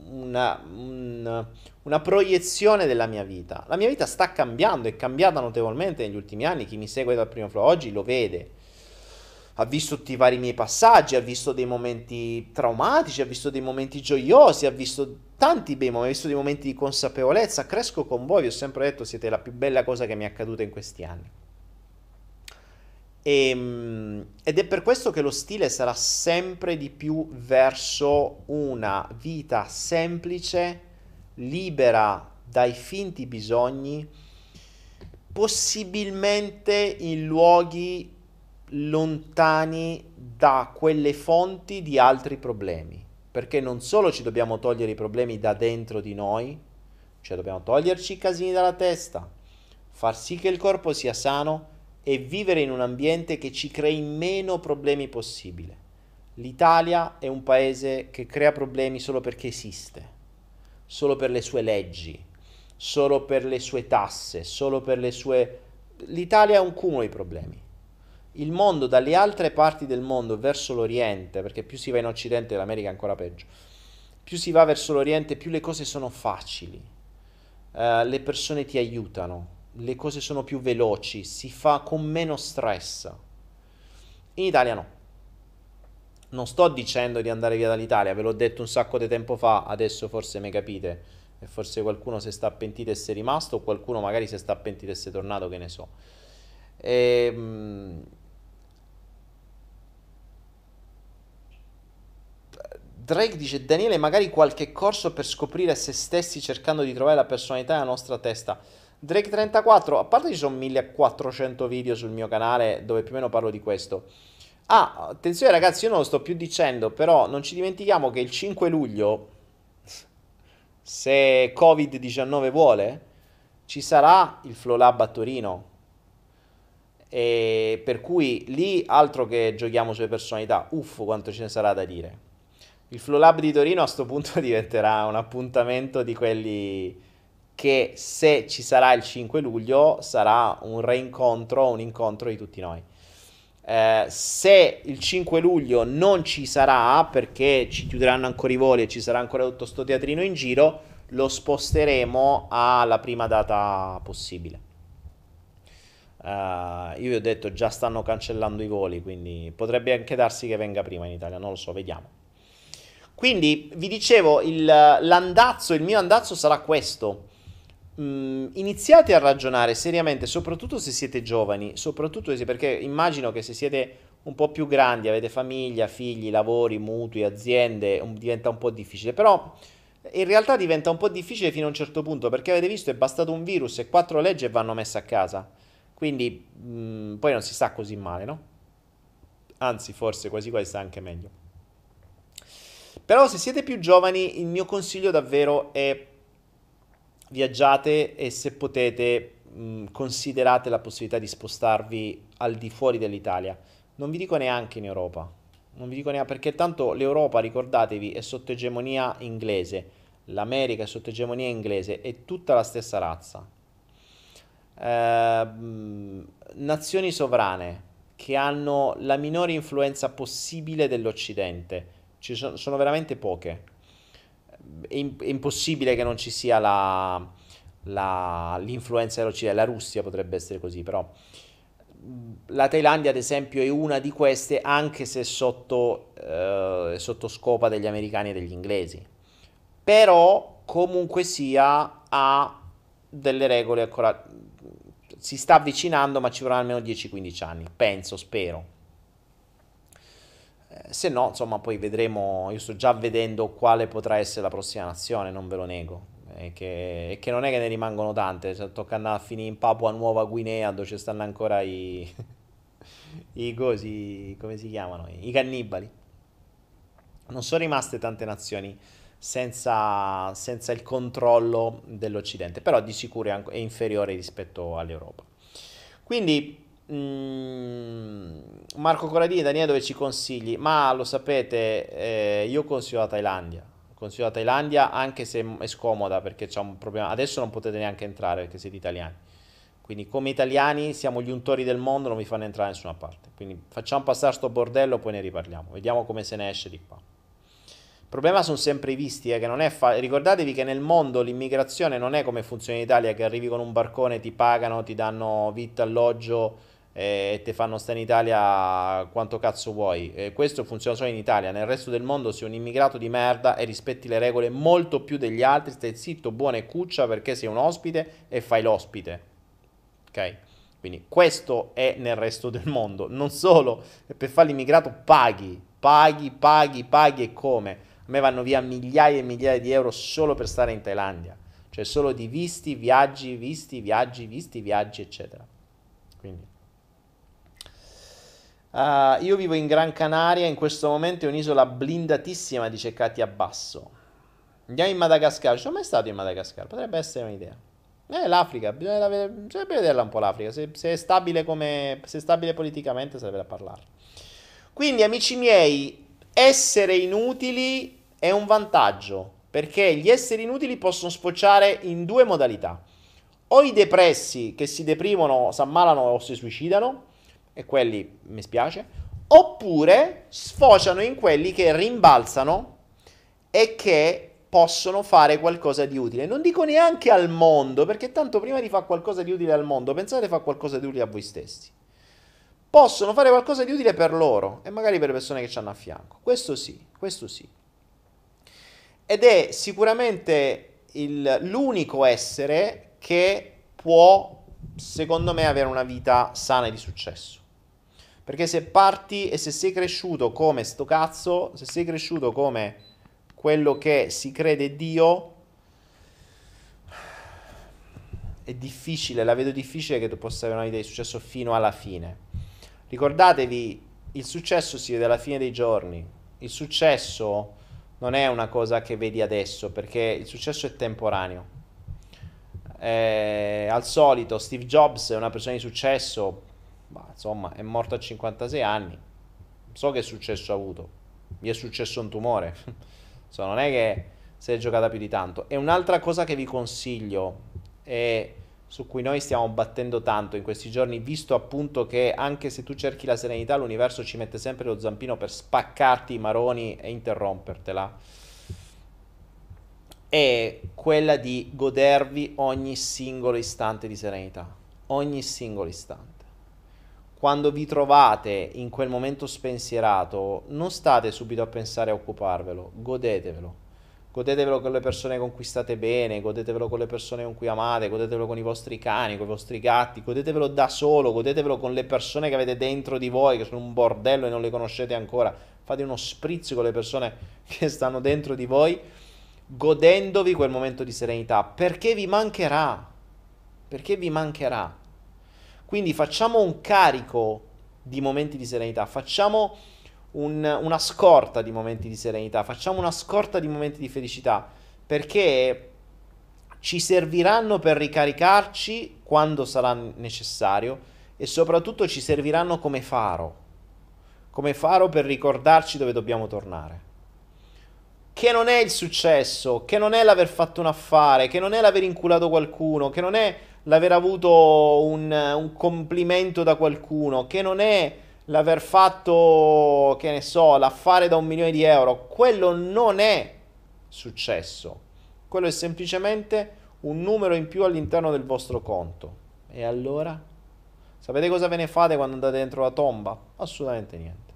una proiezione della mia vita. La mia vita sta cambiando, è cambiata notevolmente negli ultimi anni. Chi mi segue dal primo flow oggi lo vede. Ha visto tutti i vari miei passaggi, ha visto dei momenti traumatici, ha visto dei momenti gioiosi, ha visto tanti bei momenti, ha visto dei momenti di consapevolezza. Cresco con voi, vi ho sempre detto, siete la più bella cosa che mi è accaduta in questi anni. Ed è per questo che lo stile sarà sempre di più verso una vita semplice, libera dai finti bisogni, possibilmente in luoghi lontani da quelle fonti di altri problemi. Perché non solo ci dobbiamo togliere i problemi da dentro di noi, cioè dobbiamo toglierci i casini dalla testa, far sì che il corpo sia sano e vivere in un ambiente che ci crei meno problemi possibile. L'Italia è un paese che crea problemi solo perché esiste, solo per le sue leggi, solo per le sue tasse, solo per le sue... L'Italia è un cumulo di problemi. Il mondo dalle altre parti del mondo verso l'Oriente, perché più si va in Occidente l'America è ancora peggio, più si va verso l'Oriente più le cose sono facili, le persone ti aiutano, le cose sono più veloci, si fa con meno stress. In Italia no. Non sto dicendo di andare via dall'Italia, ve l'ho detto un sacco di tempo fa, adesso forse mi capite e forse qualcuno si sta pentito e si è rimasto o qualcuno magari si sta pentito e si è tornato, che ne so. Ehm, Drake dice Daniele, magari qualche corso per scoprire se stessi cercando di trovare la personalità nella nostra testa. Drake 34, a parte ci sono 1400 video sul mio canale dove più o meno parlo di questo. Ah, attenzione ragazzi, io non lo sto più dicendo, però non ci dimentichiamo che il 5 luglio, se Covid-19 vuole, ci sarà il Flow Lab a Torino. E per cui lì altro che giochiamo sulle personalità, uff, quanto ce ne sarà da dire. Il Flow Lab di Torino a sto punto diventerà un appuntamento di quelli che se ci sarà il 5 luglio sarà un reincontro, un incontro di tutti noi. Se il 5 luglio non ci sarà perché ci chiuderanno ancora i voli e ci sarà ancora tutto sto teatrino in giro, lo sposteremo alla prima data possibile. Io vi ho detto già stanno cancellando i voli, quindi potrebbe anche darsi che venga prima in Italia, non lo so, vediamo. Quindi vi dicevo, il mio andazzo sarà questo. Iniziate a ragionare seriamente, soprattutto se siete giovani, soprattutto perché immagino che se siete un po' più grandi, avete famiglia, figli, lavori, mutui, aziende, diventa un po' difficile. Però in realtà diventa un po' difficile fino a un certo punto, perché avete visto è bastato un virus e 4 leggi e vanno messe a casa. Quindi poi non si sta così male, no? Anzi, forse quasi quasi sta anche meglio. Però se siete più giovani, il mio consiglio davvero è viaggiate e se potete considerate la possibilità di spostarvi al di fuori dell'Italia. Non vi dico neanche in Europa. Non vi dico neanche perché tanto l'Europa, ricordatevi, è sotto egemonia inglese. L'America è sotto egemonia inglese, è tutta la stessa razza. Nazioni sovrane che hanno la minore influenza possibile dell'Occidente. Sono veramente poche. È impossibile che non ci sia l'influenza dell'Occidente. La Russia potrebbe essere così, però la Thailandia, ad esempio, è una di queste, anche se sotto scopa degli americani e degli inglesi. Però, comunque sia, ha delle regole ancora. Si sta avvicinando, ma ci vorranno almeno 10-15 anni, penso, spero. Se no, insomma, poi vedremo. Io sto già vedendo quale potrà essere la prossima nazione, non ve lo nego. E che non è che ne rimangono tante. Cioè, tocca andare a finire in Papua Nuova Guinea, dove ci stanno ancora i cosi, come si chiamano? I cannibali. Non sono rimaste tante nazioni senza il controllo dell'Occidente, però di sicuro è inferiore rispetto all'Europa. Quindi, Marco Corradini, Daniele, dove ci consigli? Ma lo sapete, io consiglio la Thailandia. Consiglio la Thailandia anche se è scomoda perché c'è un problema. Adesso non potete neanche entrare perché siete italiani. Quindi come italiani siamo gli untori del mondo, non vi fanno entrare da nessuna parte. Quindi facciamo passare sto bordello, poi ne riparliamo. Vediamo come se ne esce di qua. Il problema sono sempre i visti, che non è ricordatevi che nel mondo l'immigrazione non è come funziona in Italia, che arrivi con un barcone, ti pagano, ti danno vitto, alloggio e ti fanno stare in Italia quanto cazzo vuoi. Questo funziona solo in Italia, nel resto del mondo sei un immigrato di merda e rispetti le regole molto più degli altri, stai zitto, buono e cuccia perché sei un ospite e fai l'ospite. Ok? Quindi questo è nel resto del mondo. Non solo, per fare l'immigrato paghi e come? A me vanno via migliaia e migliaia di euro solo per stare in Thailandia. Cioè solo di visti, viaggi, eccetera. Quindi. Io vivo in Gran Canaria, in questo momento è un'isola blindatissima, dice Katia Basso. Andiamo in Madagascar, ci sono mai stato in Madagascar, potrebbe essere un'idea. L'Africa, bisognerebbe vederla un po' l'Africa, se è stabile se è stabile politicamente sarebbe da parlare. Quindi, amici miei, essere inutili è un vantaggio, perché gli esseri inutili possono sfociare in due modalità. O i depressi che si deprimono, si ammalano o si suicidano, e quelli mi spiace, oppure sfociano in quelli che rimbalzano e che possono fare qualcosa di utile. Non dico neanche al mondo, perché tanto prima di fare qualcosa di utile al mondo, pensate a fare qualcosa di utile a voi stessi. Possono fare qualcosa di utile per loro e magari per le persone che ci hanno a fianco. Questo sì, questo sì. Ed è sicuramente l'unico essere che può, secondo me, avere una vita sana e di successo. Perché se parti e se sei cresciuto come sto cazzo, se sei cresciuto come quello che si crede Dio, è difficile, la vedo difficile che tu possa avere una vita di successo fino alla fine. Ricordatevi, il successo si vede alla fine dei giorni. Il successo non è una cosa che vedi adesso, perché il successo è temporaneo. Al solito, Steve Jobs è una persona di successo, insomma, è morto a 56 anni. Non so che successo ha avuto. Gli è successo un tumore. Non è che si è giocata più di tanto. E un'altra cosa che vi consiglio, e su cui noi stiamo battendo tanto in questi giorni, visto appunto che anche se tu cerchi la serenità, l'universo ci mette sempre lo zampino per spaccarti i maroni e interrompertela, è quella di godervi ogni singolo istante di serenità. Ogni singolo istante. Quando vi trovate in quel momento spensierato, non state subito a pensare a occuparvelo, godetevelo. Godetevelo con le persone con cui state bene, godetevelo con le persone con cui amate, godetevelo con i vostri cani, con i vostri gatti, godetevelo da solo, godetevelo con le persone che avete dentro di voi, che sono un bordello e non le conoscete ancora. Fate uno spritz con le persone che stanno dentro di voi, godendovi quel momento di serenità, perché vi mancherà. Perché vi mancherà. Quindi facciamo un carico di momenti di serenità, facciamo una scorta di momenti di serenità, facciamo una scorta di momenti di felicità, perché ci serviranno per ricaricarci quando sarà necessario e soprattutto ci serviranno come faro per ricordarci dove dobbiamo tornare. Che non è il successo, che non è l'aver fatto un affare, che non è l'aver inculato qualcuno, che non è l'aver avuto un complimento da qualcuno, che non è l'aver fatto, che ne so, l'affare da 1 milione di euro. Quello non è successo. Quello è semplicemente un numero in più all'interno del vostro conto. E allora? Sapete cosa ve ne fate quando andate dentro la tomba? Assolutamente niente.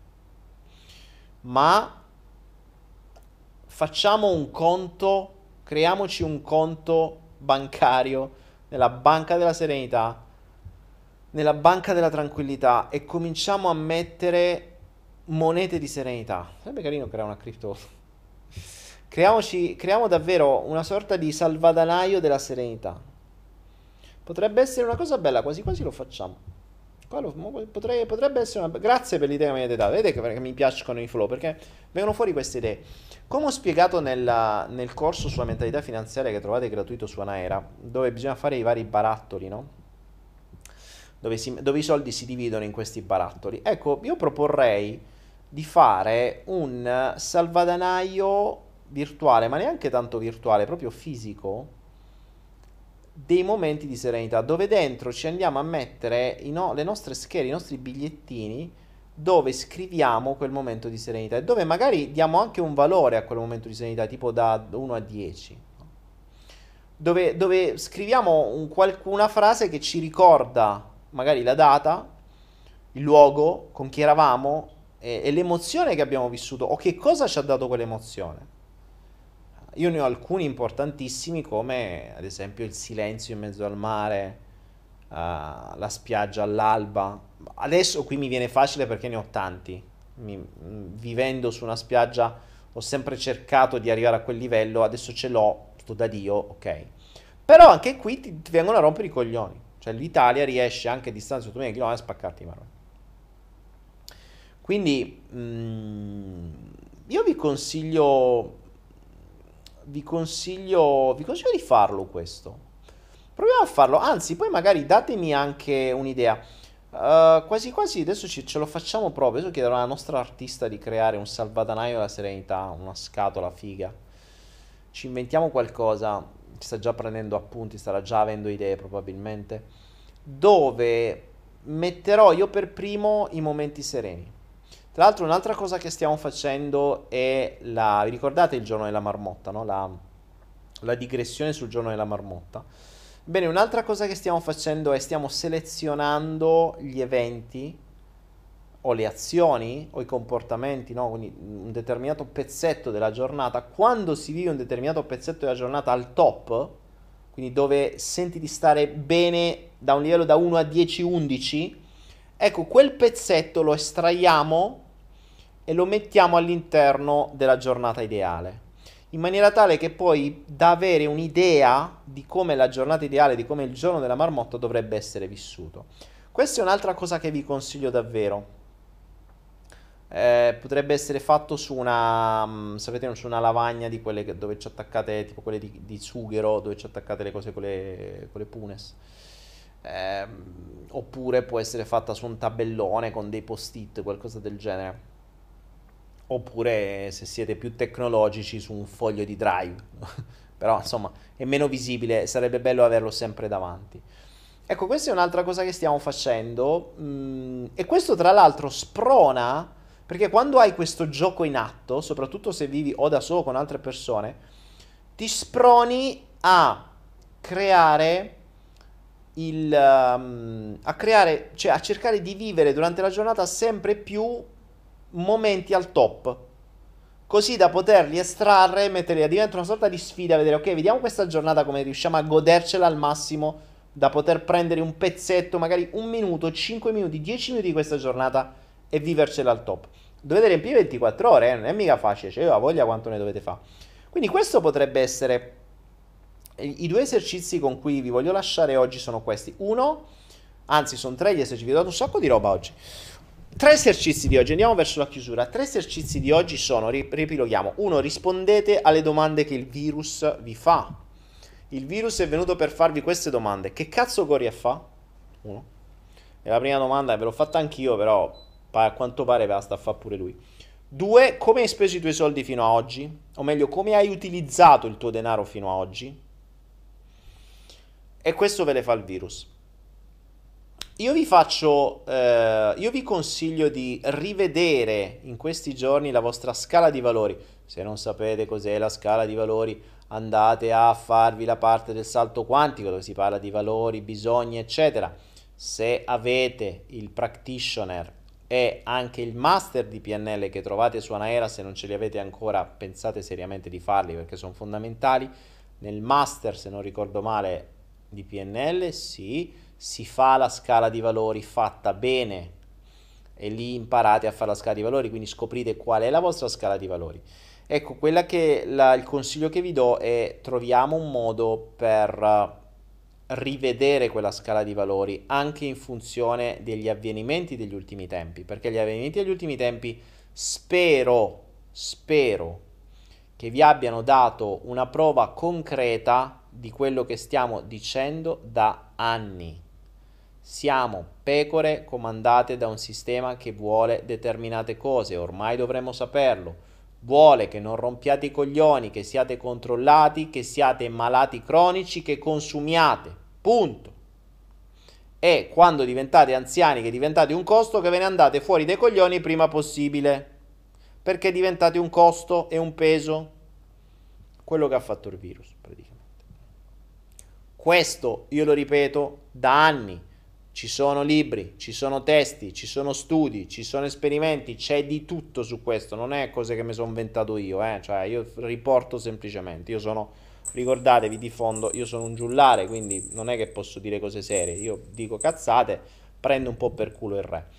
Ma facciamo un conto, creiamoci un conto bancario nella banca della serenità, nella banca della tranquillità e cominciamo a mettere monete di serenità. Sarebbe carino creare una cripto. Creiamo davvero una sorta di salvadanaio della serenità. Potrebbe essere una cosa bella, quasi quasi lo facciamo. Potrebbe essere una. Grazie per l'idea che mi avete dato. Vedete che mi piacciono i flow perché vengono fuori queste idee. Come ho spiegato nel corso sulla mentalità finanziaria che trovate gratuito su Anaera, dove bisogna fare i vari barattoli, no? Dove i soldi si dividono in questi barattoli. Ecco, io proporrei di fare un salvadanaio virtuale, ma neanche tanto virtuale, proprio fisico, dei momenti di serenità, dove dentro ci andiamo a mettere le nostre schede, i nostri bigliettini, dove scriviamo quel momento di serenità e dove magari diamo anche un valore a quel momento di serenità, tipo da 1 a 10. Dove scriviamo una frase che ci ricorda magari la data, il luogo, con chi eravamo e l'emozione che abbiamo vissuto o che cosa ci ha dato quell'emozione. Io ne ho alcuni importantissimi come ad esempio il silenzio in mezzo al mare, la spiaggia all'alba. Adesso qui mi viene facile perché ne ho tanti. Vivendo su una spiaggia ho sempre cercato di arrivare a quel livello, adesso ce l'ho, sto da Dio, ok. Però anche qui ti vengono a rompere i coglioni. Cioè l'Italia riesce anche a distanza di 8000 km a spaccarti i maroni. Quindi io vi consiglio di farlo questo. Proviamo a farlo, anzi, poi magari datemi anche un'idea. Quasi quasi adesso ce lo facciamo proprio. Adesso chiederò alla nostra artista di creare un salvadanaio della serenità, una scatola figa. Ci inventiamo qualcosa. Sta già prendendo appunti, starà già avendo idee probabilmente. Dove metterò io per primo i momenti sereni. Tra l'altro un'altra cosa che stiamo facendo è vi ricordate il giorno della marmotta, no? La digressione sul giorno della marmotta. Bene, un'altra cosa che stiamo facendo è stiamo selezionando gli eventi o le azioni o i comportamenti, no? Quindi un determinato pezzetto della giornata. Quando si vive un determinato pezzetto della giornata al top, quindi dove senti di stare bene da un livello da 1 a 10, 11, ecco, quel pezzetto lo estraiamo e lo mettiamo all'interno della giornata ideale, in maniera tale che poi da avere un'idea di come la giornata ideale, di come il giorno della marmotta dovrebbe essere vissuto. Questa è un'altra cosa che vi consiglio davvero. Potrebbe essere fatto su sapete, su una lavagna di quelle dove ci attaccate, tipo quelle di sughero, dove ci attaccate le cose con le punes. Oppure può essere fatta su un tabellone con dei post-it, qualcosa del genere. Oppure, se siete più tecnologici, su un foglio di drive. Però, insomma, è meno visibile, sarebbe bello averlo sempre davanti. Ecco, questa è un'altra cosa che stiamo facendo. E questo, tra l'altro, sprona, perché quando hai questo gioco in atto, soprattutto se vivi o da solo con altre persone, ti sproni a creare cioè a cercare di vivere durante la giornata sempre più momenti al top, così da poterli estrarre e metterli diventa una sorta di sfida, vedere, ok, vediamo questa giornata come riusciamo a godercela al massimo, da poter prendere un pezzetto, magari un minuto, 5 minuti, 10 minuti di questa giornata e vivercela al top. Dovete riempire 24 ore, non è mica facile, cioè io ho voglia quanto ne dovete fare. Quindi questo potrebbe essere. I due esercizi con cui vi voglio lasciare oggi sono questi. Uno, anzi sono tre gli esercizi, vi ho dato un sacco di roba oggi. Tre esercizi di oggi, andiamo verso la chiusura. Tre esercizi di oggi sono, riepiloghiamo. Uno, rispondete alle domande che il virus vi fa. Il virus è venuto per farvi queste domande. Che cazzo corri a fa? Uno. E la prima domanda ve l'ho fatta anch'io, però a quanto pare ve la sta a fa pure lui. Due, come hai speso i tuoi soldi fino a oggi? O meglio, come hai utilizzato il tuo denaro fino a oggi? E questo ve le fa il virus. Io vi consiglio di rivedere in questi giorni la vostra scala di valori. Se non sapete cos'è la scala di valori, andate a farvi la parte del salto quantico dove si parla di valori, bisogni, eccetera. Se avete il practitioner e anche il master di PNL che trovate su Anaera, se non ce li avete ancora, pensate seriamente di farli perché sono fondamentali. Nel master, se non ricordo male, di PNL, sì, si fa la scala di valori fatta bene e lì imparate a fare la scala di valori, quindi scoprite qual è la vostra scala di valori. Ecco, il consiglio che vi do è troviamo un modo per rivedere quella scala di valori anche in funzione degli avvenimenti degli ultimi tempi, perché gli avvenimenti degli ultimi tempi spero che vi abbiano dato una prova concreta di quello che stiamo dicendo da anni. Siamo pecore comandate da un sistema che vuole determinate cose, ormai dovremmo saperlo. Vuole che non rompiate i coglioni, che siate controllati, che siate malati cronici, che consumiate. Punto. E quando diventate anziani, che diventate un costo, che ve ne andate fuori dai coglioni il prima possibile. Perché diventate un costo e un peso. Quello che ha fatto il virus, praticamente. Questo io lo ripeto da anni. Ci sono libri, ci sono testi, ci sono studi, ci sono esperimenti, c'è di tutto su questo, non è cose che mi sono inventato io, cioè io riporto semplicemente, io sono, ricordatevi di fondo, io sono un giullare, quindi non è che posso dire cose serie, io dico cazzate, prendo un po' per culo il re.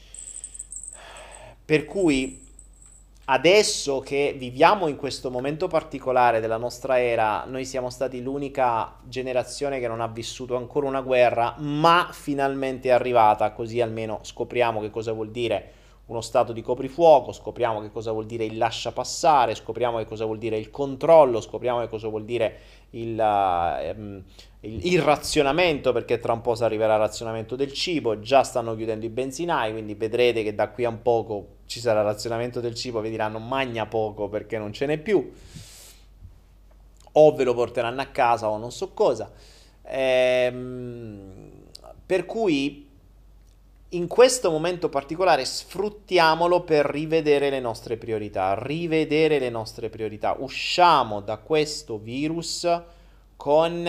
Per cui adesso che viviamo in questo momento particolare della nostra era, noi siamo stati l'unica generazione che non ha vissuto ancora una guerra, ma finalmente è arrivata, così almeno scopriamo che cosa vuol dire uno stato di coprifuoco, scopriamo che cosa vuol dire il lascia passare, scopriamo che cosa vuol dire il controllo, scopriamo che cosa vuol dire il razionamento, perché tra un po' si arriverà al razionamento del cibo, già stanno chiudendo i benzinai, quindi vedrete che da qui a un poco ci sarà il razionamento del cibo, vi diranno magna poco perché non ce n'è più, o ve lo porteranno a casa o non so cosa. Per cui in questo momento particolare sfruttiamolo per rivedere le nostre priorità. Usciamo da questo virus con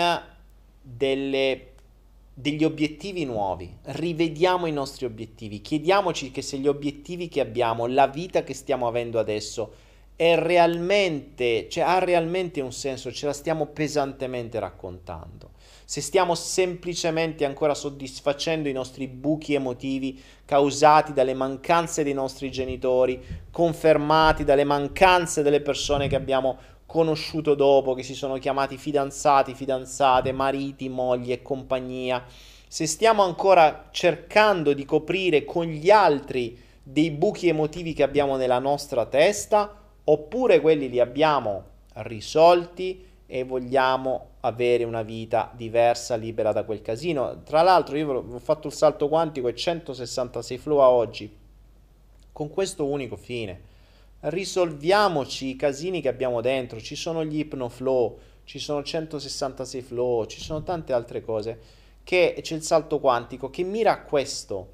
degli obiettivi nuovi, rivediamo i nostri obiettivi, chiediamoci che se gli obiettivi che abbiamo, la vita che stiamo avendo adesso è realmente, cioè ha realmente un senso, ce la stiamo pesantemente raccontando. Se stiamo semplicemente ancora soddisfacendo i nostri buchi emotivi causati dalle mancanze dei nostri genitori, confermati dalle mancanze delle persone che abbiamo conosciuto dopo, che si sono chiamati fidanzati, fidanzate, mariti, mogli e compagnia, se stiamo ancora cercando di coprire con gli altri dei buchi emotivi che abbiamo nella nostra testa, oppure quelli li abbiamo risolti e vogliamo avere una vita diversa, libera da quel casino. Tra l'altro io ho fatto il salto quantico e 166 flow a oggi con questo unico fine. Risolviamoci i casini che abbiamo dentro, ci sono gli ipnoflow, ci sono 166 flow, ci sono tante altre cose, che c'è il salto quantico che mira a questo.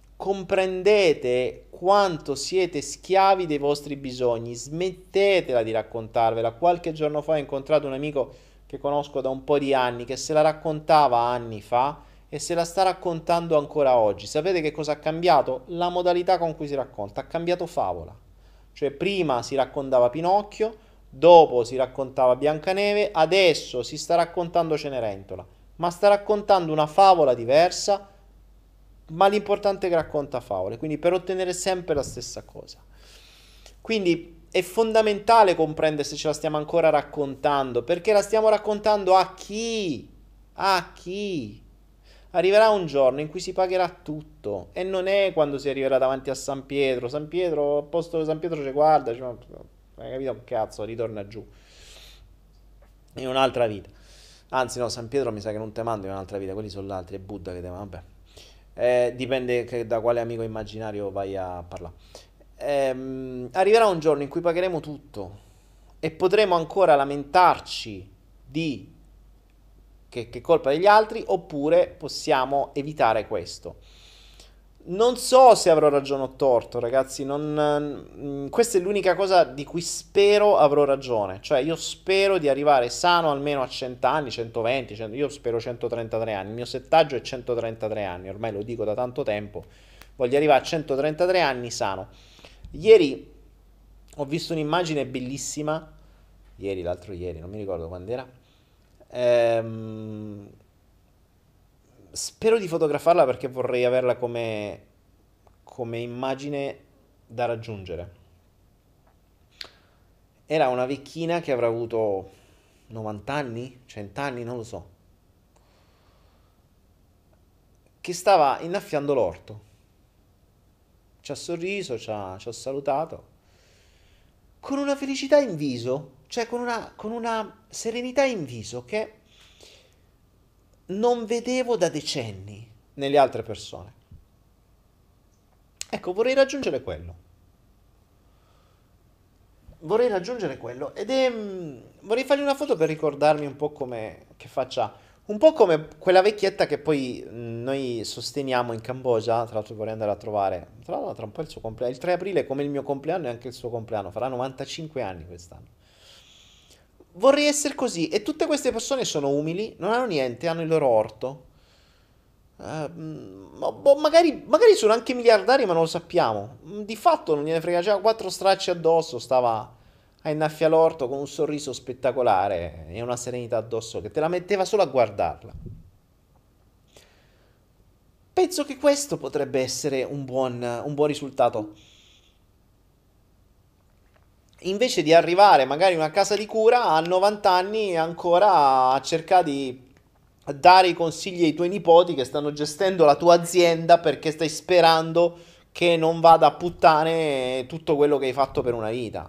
Comprendete quanto siete schiavi dei vostri bisogni, smettetela di raccontarvela. Qualche giorno fa ho incontrato un amico che conosco da un po' di anni che se la raccontava anni fa e se la sta raccontando ancora oggi. Sapete che cosa ha cambiato? La modalità con cui si racconta, ha cambiato favola. Cioè prima si raccontava Pinocchio, dopo si raccontava Biancaneve, adesso si sta raccontando Cenerentola, ma sta raccontando una favola diversa, ma l'importante è che racconta favole, quindi per ottenere sempre la stessa cosa. Quindi è fondamentale comprendere se ce la stiamo ancora raccontando, perché la stiamo raccontando a chi? A chi? Arriverà un giorno in cui si pagherà tutto e non è quando si arriverà davanti a San Pietro. San Pietro, al posto dove San Pietro ci guarda, dice, ma hai capito un cazzo, ritorna giù in un'altra vita. Anzi no, San Pietro mi sa che non te manda in un'altra vita, quelli sono gli altri, è Buddha che te manda, vabbè. Dipende da quale amico immaginario vai a parlare. Arriverà un giorno in cui pagheremo tutto e potremo ancora lamentarci di che è colpa degli altri, oppure possiamo evitare questo. Non so se avrò ragione o torto, ragazzi. Questa è l'unica cosa di cui spero avrò ragione. Cioè, io spero di arrivare sano almeno a 100 anni, 120, io spero 133 anni. Il mio settaggio è 133 anni, ormai lo dico da tanto tempo. Voglio arrivare a 133 anni sano. Ieri ho visto un'immagine bellissima. Ieri, l'altro ieri, non mi ricordo quando era. Ehm, Spero di fotografarla perché vorrei averla come immagine da raggiungere. Era una vecchina che avrà avuto 90 anni, 100 anni, non lo so, che stava innaffiando l'orto. Ci ha sorriso, ci ha salutato, con una felicità in viso, cioè con una serenità in viso che non vedevo da decenni nelle altre persone. Ecco, vorrei raggiungere quello. Vorrei raggiungere quello vorrei fargli una foto per ricordarmi un po' come che faccia un po' come quella vecchietta che poi noi sosteniamo in Cambogia. Tra l'altro vorrei andare a trovare tra l'altro tra un po' il suo compleanno, il 3 aprile come il mio compleanno e anche il suo compleanno, farà 95 anni quest'anno. Vorrei essere così e tutte queste persone sono umili, non hanno niente, hanno il loro orto. Magari sono anche miliardari, ma non lo sappiamo. Di fatto non gliene frega, già quattro stracci addosso, stava a innaffiare l'orto con un sorriso spettacolare e una serenità addosso che te la metteva solo a guardarla. Penso che questo potrebbe essere un buon risultato. Invece di arrivare magari in una casa di cura a 90 anni e ancora a cercare di dare i consigli ai tuoi nipoti che stanno gestendo la tua azienda perché stai sperando che non vada a puttane tutto quello che hai fatto per una vita.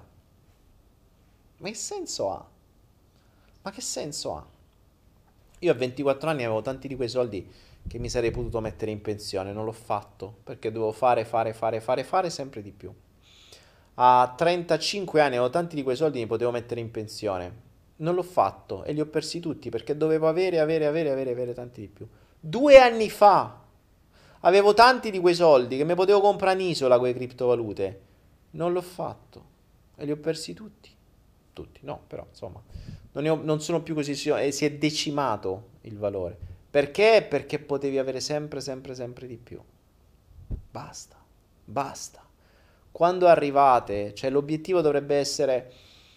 Ma che senso ha? Ma che senso ha? Io a 24 anni avevo tanti di quei soldi che mi sarei potuto mettere in pensione, non l'ho fatto perché dovevo fare sempre di più. A 35 anni avevo tanti di quei soldi, mi potevo mettere in pensione. Non l'ho fatto e li ho persi tutti perché dovevo avere tanti di più. 2 anni fa avevo tanti di quei soldi che mi potevo comprare un'isola con le criptovalute. Non l'ho fatto e li ho persi tutti. Tutti, no, però insomma, non sono più così, si è decimato il valore. Perché? Perché potevi avere sempre di più. Basta, basta. Quando arrivate, cioè l'obiettivo dovrebbe essere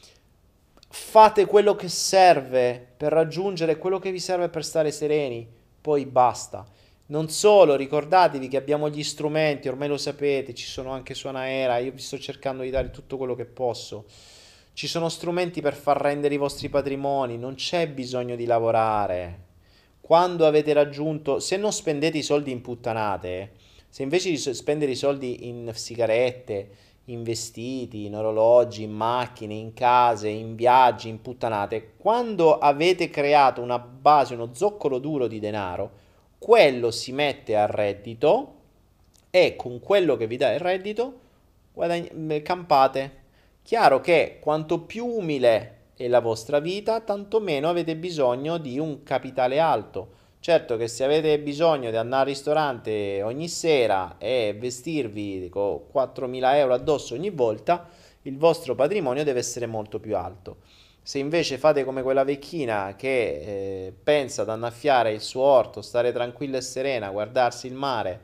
fate quello che serve per raggiungere quello che vi serve per stare sereni, poi basta. Non solo, ricordatevi che abbiamo gli strumenti, ormai lo sapete, ci sono anche su Anaera, io vi sto cercando di dare tutto quello che posso. Ci sono strumenti per far rendere i vostri patrimoni, non c'è bisogno di lavorare. Quando avete raggiunto, se non spendete i soldi in puttanate, se invece di spendere i soldi in sigarette, in vestiti, in orologi, in macchine, in case, in viaggi, in puttanate, quando avete creato una base, uno zoccolo duro di denaro, quello si mette a reddito e con quello che vi dà il reddito campate. Chiaro che quanto più umile è la vostra vita, tanto meno avete bisogno di un capitale alto. Certo che se avete bisogno di andare al ristorante ogni sera e vestirvi con 4.000 euro addosso ogni volta, il vostro patrimonio deve essere molto più alto. Se invece fate come quella vecchina che pensa ad annaffiare il suo orto, stare tranquilla e serena, guardarsi il mare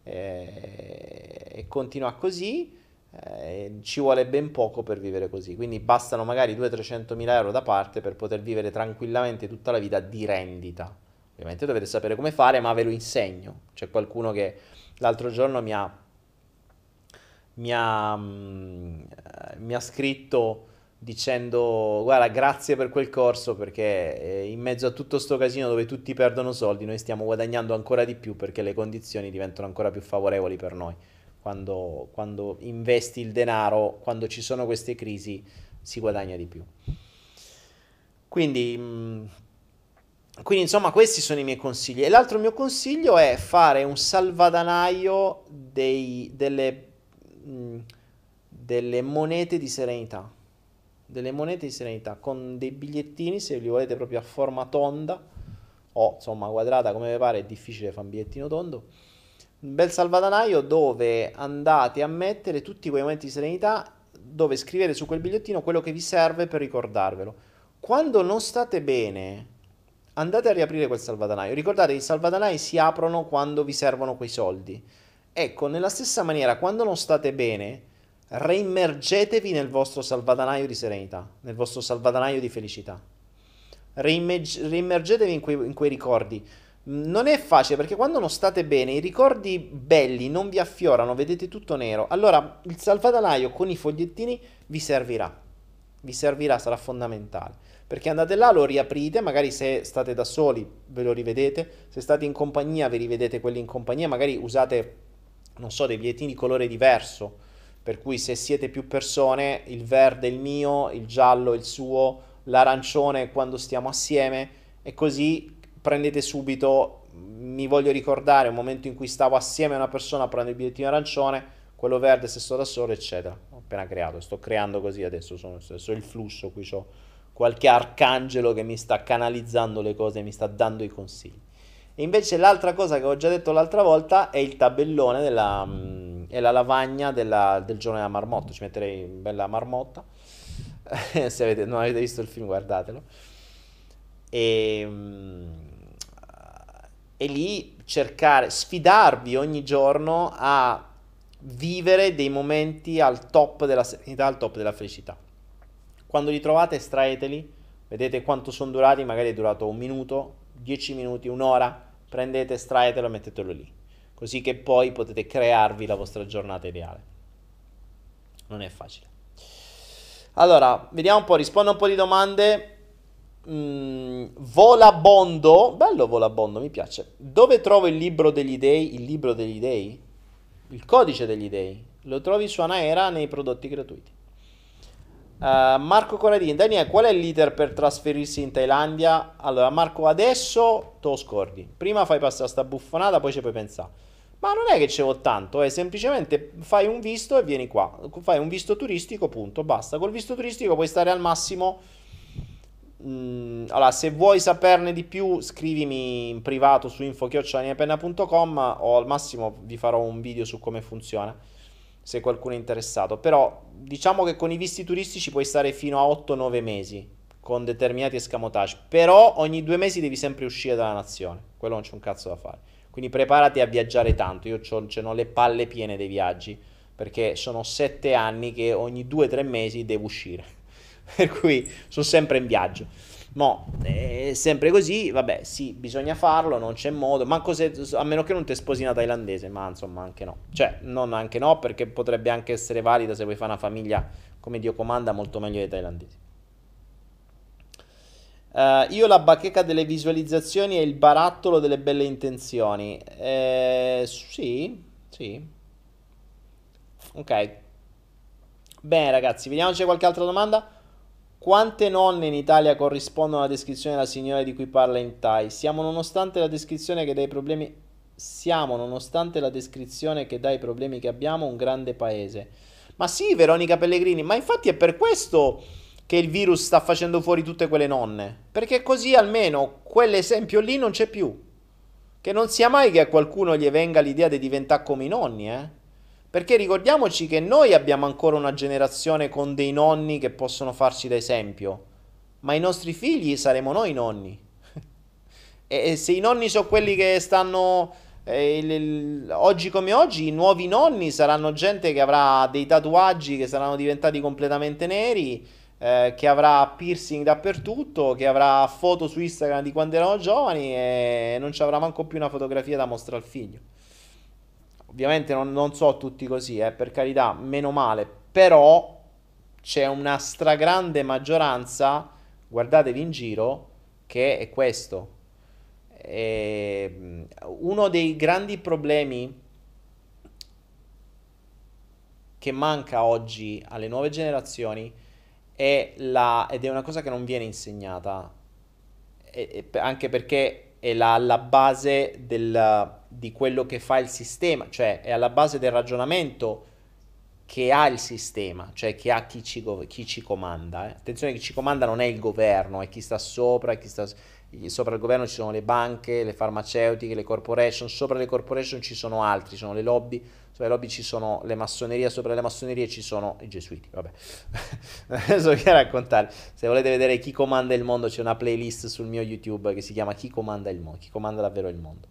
e continua così, ci vuole ben poco per vivere così. Quindi bastano magari 200-300 mila euro da parte per poter vivere tranquillamente tutta la vita di rendita. Ovviamente dovete sapere come fare, ma ve lo insegno. C'è qualcuno che l'altro giorno mi ha scritto dicendo guarda, grazie per quel corso perché in mezzo a tutto sto casino dove tutti perdono soldi, noi stiamo guadagnando ancora di più perché le condizioni diventano ancora più favorevoli per noi. Quando investi il denaro, quando ci sono queste crisi, si guadagna di più. Quindi, quindi, insomma, questi sono i miei consigli. E l'altro mio consiglio è fare un salvadanaio mh, delle monete di serenità. Delle monete di serenità con dei bigliettini, se li volete proprio a forma tonda o insomma quadrata come vi pare, è difficile fare un bigliettino tondo. Un bel salvadanaio dove andate a mettere tutti quei momenti di serenità, dove scrivere su quel bigliettino quello che vi serve per ricordarvelo. Quando non state bene, andate a riaprire quel salvadanaio. Ricordate, i salvadanai si aprono quando vi servono quei soldi. Ecco, nella stessa maniera, quando non state bene, reimmergetevi nel vostro salvadanaio di serenità, nel vostro salvadanaio di felicità. Reimmergetevi in quei ricordi. Non è facile perché quando non state bene, i ricordi belli non vi affiorano, vedete tutto nero. Allora, il salvadanaio con i fogliettini vi servirà. Vi servirà, sarà fondamentale. Perché andate là, lo riaprite, magari se state da soli ve lo rivedete, se state in compagnia vi rivedete quelli in compagnia, magari usate, non so, dei bigliettini di colore diverso, per cui se siete più persone, il verde è il mio, il giallo è il suo, l'arancione è quando stiamo assieme, e così prendete subito, mi voglio ricordare un momento in cui stavo assieme a una persona, prendo il bigliettino arancione, quello verde se sto da solo, eccetera. Ho appena creato, sto creando così adesso, adesso il flusso, qui ho qualche arcangelo che mi sta canalizzando le cose, mi sta dando i consigli. E invece l'altra cosa che ho già detto l'altra volta è il tabellone è la lavagna del giorno della marmotta. Ci metterei una bella marmotta. Se non avete visto il film, guardatelo. E, e lì cercare, sfidarvi ogni giorno a vivere dei momenti al top della serenità, al top della felicità. Quando li trovate, estraeteli, vedete quanto sono durati, magari è durato un minuto, 10 minuti, un'ora, prendete, estraetelo e mettetelo lì, così che poi potete crearvi la vostra giornata ideale. Non è facile. Allora, vediamo un po', rispondo a un po' di domande. Volabondo, bello Volabondo, mi piace. Dove trovo il libro degli dei? Il libro degli dei? Il codice degli dei. Lo trovi su Anaera nei prodotti gratuiti. Marco Corradini, Daniele, qual è l'iter per trasferirsi in Thailandia? Allora, Marco, adesso te lo scordi. Prima fai passare sta buffonata, poi ci puoi pensare. Ma non è che ci vuole tanto, semplicemente fai un visto e vieni qua. Fai un visto turistico, punto, basta. Col visto turistico puoi stare al massimo. Allora, se vuoi saperne di più, scrivimi in privato su info@niapenna.com o al massimo vi farò un video su come funziona, se qualcuno è interessato. Però diciamo che con i visti turistici puoi stare fino a 8-9 mesi con determinati escamotage, però ogni 2 mesi devi sempre uscire dalla nazione, quello non c'è un cazzo da fare, quindi preparati a viaggiare tanto. Io c'ho le palle piene dei viaggi, perché sono 7 anni che ogni 2-3 mesi devo uscire per cui sono sempre in viaggio. Mo, è sempre così, vabbè, sì, bisogna farlo, non c'è modo, manco se, a meno che non ti sposi una thailandese, ma insomma anche no. Cioè, non anche no, perché potrebbe anche essere valida se vuoi fare una famiglia come Dio comanda, molto meglio dei thailandesi. Io la bacheca delle visualizzazioni e il barattolo delle belle intenzioni. Sì, sì. Ok. Bene ragazzi, vediamo se c'è qualche altra domanda. Quante nonne in Italia corrispondono alla descrizione della signora di cui parla in Thai? Nonostante la descrizione che dà i problemi. Siamo, nonostante la descrizione che dà i problemi che abbiamo, un grande paese. Ma sì, Veronica Pellegrini, ma infatti è per questo che il virus sta facendo fuori tutte quelle nonne. Perché così almeno quell'esempio lì non c'è più. Che non sia mai che a qualcuno gli venga l'idea di diventare come i nonni, eh? Perché ricordiamoci che noi abbiamo ancora una generazione con dei nonni che possono farci da esempio, ma i nostri figli saremo noi nonni. E se i nonni sono quelli che stanno oggi come oggi, i nuovi nonni saranno gente che avrà dei tatuaggi che saranno diventati completamente neri, che avrà piercing dappertutto, che avrà foto su Instagram di quando erano giovani e non ci avrà manco più una fotografia da mostrare al figlio. Ovviamente non so tutti così, per carità, meno male, però c'è una stragrande maggioranza, guardatevi in giro, che è questo. Uno dei grandi problemi che manca oggi alle nuove generazioni ed è una cosa che non viene insegnata, anche perché è alla base di quello che fa il sistema, cioè è alla base del ragionamento che ha il sistema, cioè che ha chi ci comanda. Attenzione, chi ci comanda non è il governo, è chi sta sopra, sopra il governo ci sono le banche, le farmaceutiche, le corporation, sopra le corporation ci sono altri, ci sono le lobby, sopra le lobby ci sono le massonerie, sopra le massonerie ci sono i gesuiti, vabbè. Adesso vi raccontare, se volete vedere chi comanda il mondo c'è una playlist sul mio YouTube che si chiama Chi comanda il mondo, chi comanda davvero il mondo.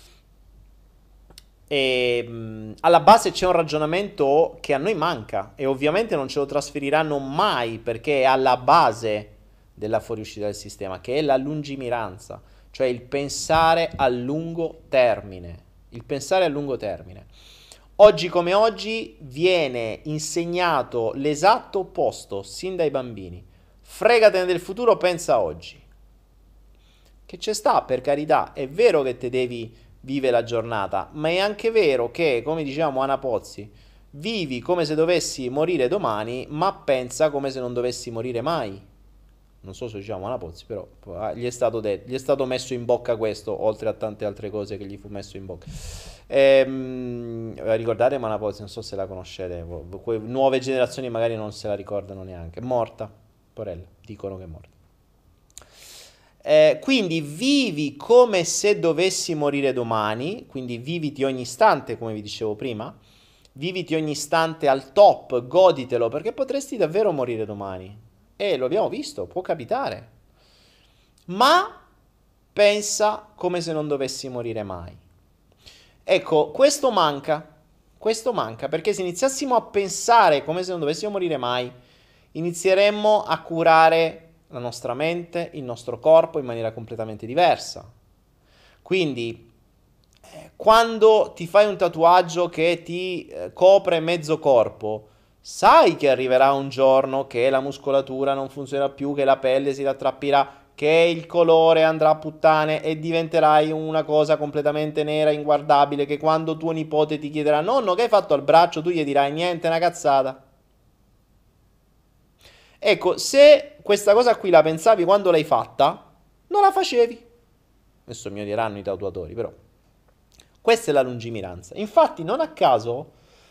E alla base c'è un ragionamento che a noi manca e ovviamente non ce lo trasferiranno mai perché è alla base della fuoriuscita del sistema, che è la lungimiranza, cioè il pensare a lungo termine. Il pensare a lungo termine. Oggi come oggi viene insegnato l'esatto opposto, sin dai bambini. Fregatene del futuro, pensa oggi. Che ci sta, per carità, è vero che te devi vivere la giornata, ma è anche vero che, come dicevamo Ana Pozzi, vivi come se dovessi morire domani, ma pensa come se non dovessi morire mai. Non so se diciamo Ana Pozzi, però gli è stato detto, gli è stato messo in bocca questo, oltre a tante altre cose che gli fu messo in bocca. Ricordate Ana Pozzi, non so se la conoscete, nuove generazioni magari non se la ricordano neanche. È morta, porella, dicono che è morta. Quindi vivi come se dovessi morire domani, quindi viviti ogni istante, come vi dicevo prima, viviti ogni istante al top, goditelo, perché potresti davvero morire domani. E lo abbiamo visto, può capitare. Ma pensa come se non dovessi morire mai. Ecco, questo manca, perché se iniziassimo a pensare come se non dovessimo morire mai, inizieremmo a curare la nostra mente, il nostro corpo in maniera completamente diversa. Quindi, quando ti fai un tatuaggio che ti copre mezzo corpo, sai che arriverà un giorno che la muscolatura non funzionerà più, che la pelle si rattrappirà, che il colore andrà a puttane e diventerai una cosa completamente nera, inguardabile, che quando tuo nipote ti chiederà nonno che hai fatto al braccio, tu gli dirai niente, una cazzata. Ecco, se questa cosa qui la pensavi quando l'hai fatta, non la facevi. Adesso mi odieranno i tatuatori, però questa è la lungimiranza. Infatti, non a caso,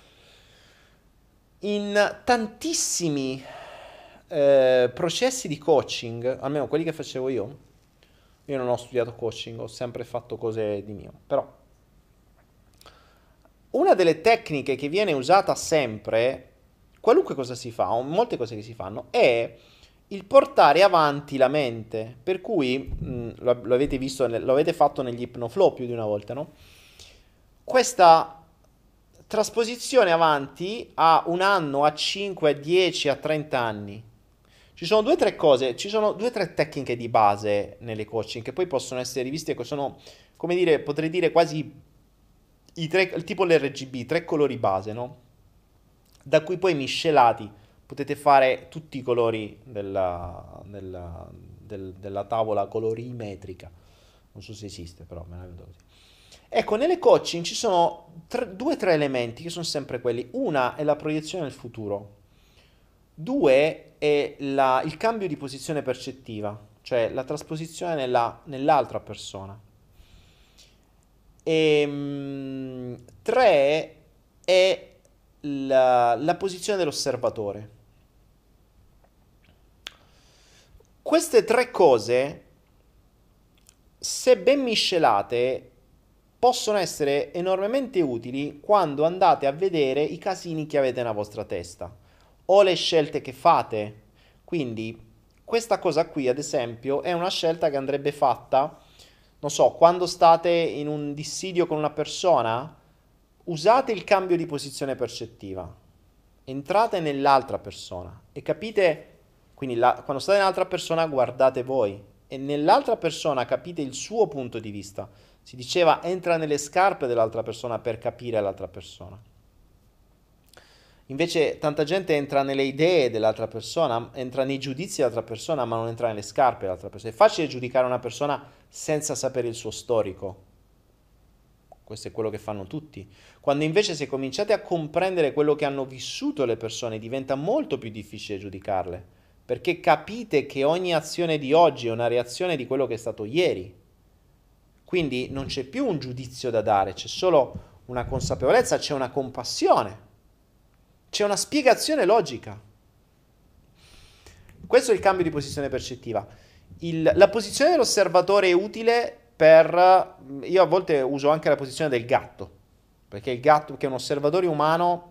in tantissimi processi di coaching, almeno quelli che facevo io non ho studiato coaching, ho sempre fatto cose di mio, però una delle tecniche che viene usata sempre, qualunque cosa si fa, o molte cose che si fanno, è il portare avanti la mente, per cui, lo avete visto, lo avete fatto negli Hypnoflow più di una volta, no? Questa trasposizione avanti a un anno, a 5, a 10, a 30 anni. Ci sono due o tre cose, ci sono due o tre tecniche di base nelle coaching che poi possono essere riviste, che sono, come dire, potrei dire quasi tipo l'RGB, tre colori base, no? Da cui poi miscelati potete fare tutti i colori della tavola colorimetrica. Non so se esiste, però me la vedo così. Ecco, nelle coaching ci sono due o tre elementi che sono sempre quelli. Una è la proiezione nel futuro. Due è il cambio di posizione percettiva, cioè la trasposizione nell'altra persona. E tre è la posizione dell'osservatore. Queste tre cose, se ben miscelate, possono essere enormemente utili quando andate a vedere i casini che avete nella vostra testa o le scelte che fate. Quindi questa cosa qui, ad esempio, è una scelta che andrebbe fatta, non so, quando state in un dissidio con una persona, usate il cambio di posizione percettiva, entrate nell'altra persona e capite, quindi quando state nell'altra persona guardate voi e nell'altra persona capite il suo punto di vista. Si diceva entra nelle scarpe dell'altra persona per capire l'altra persona. Invece tanta gente entra nelle idee dell'altra persona, entra nei giudizi dell'altra persona, ma non entra nelle scarpe dell'altra persona. È facile giudicare una persona senza sapere il suo storico. Questo è quello che fanno tutti. Quando invece se cominciate a comprendere quello che hanno vissuto le persone, diventa molto più difficile giudicarle, perché capite che ogni azione di oggi è una reazione di quello che è stato ieri. Quindi non c'è più un giudizio da dare, c'è solo una consapevolezza, c'è una compassione. C'è una spiegazione logica. Questo è il cambio di posizione percettiva. La posizione dell'osservatore è utile per... Io a volte uso anche la posizione del gatto, perché il gatto, che è un osservatore umano,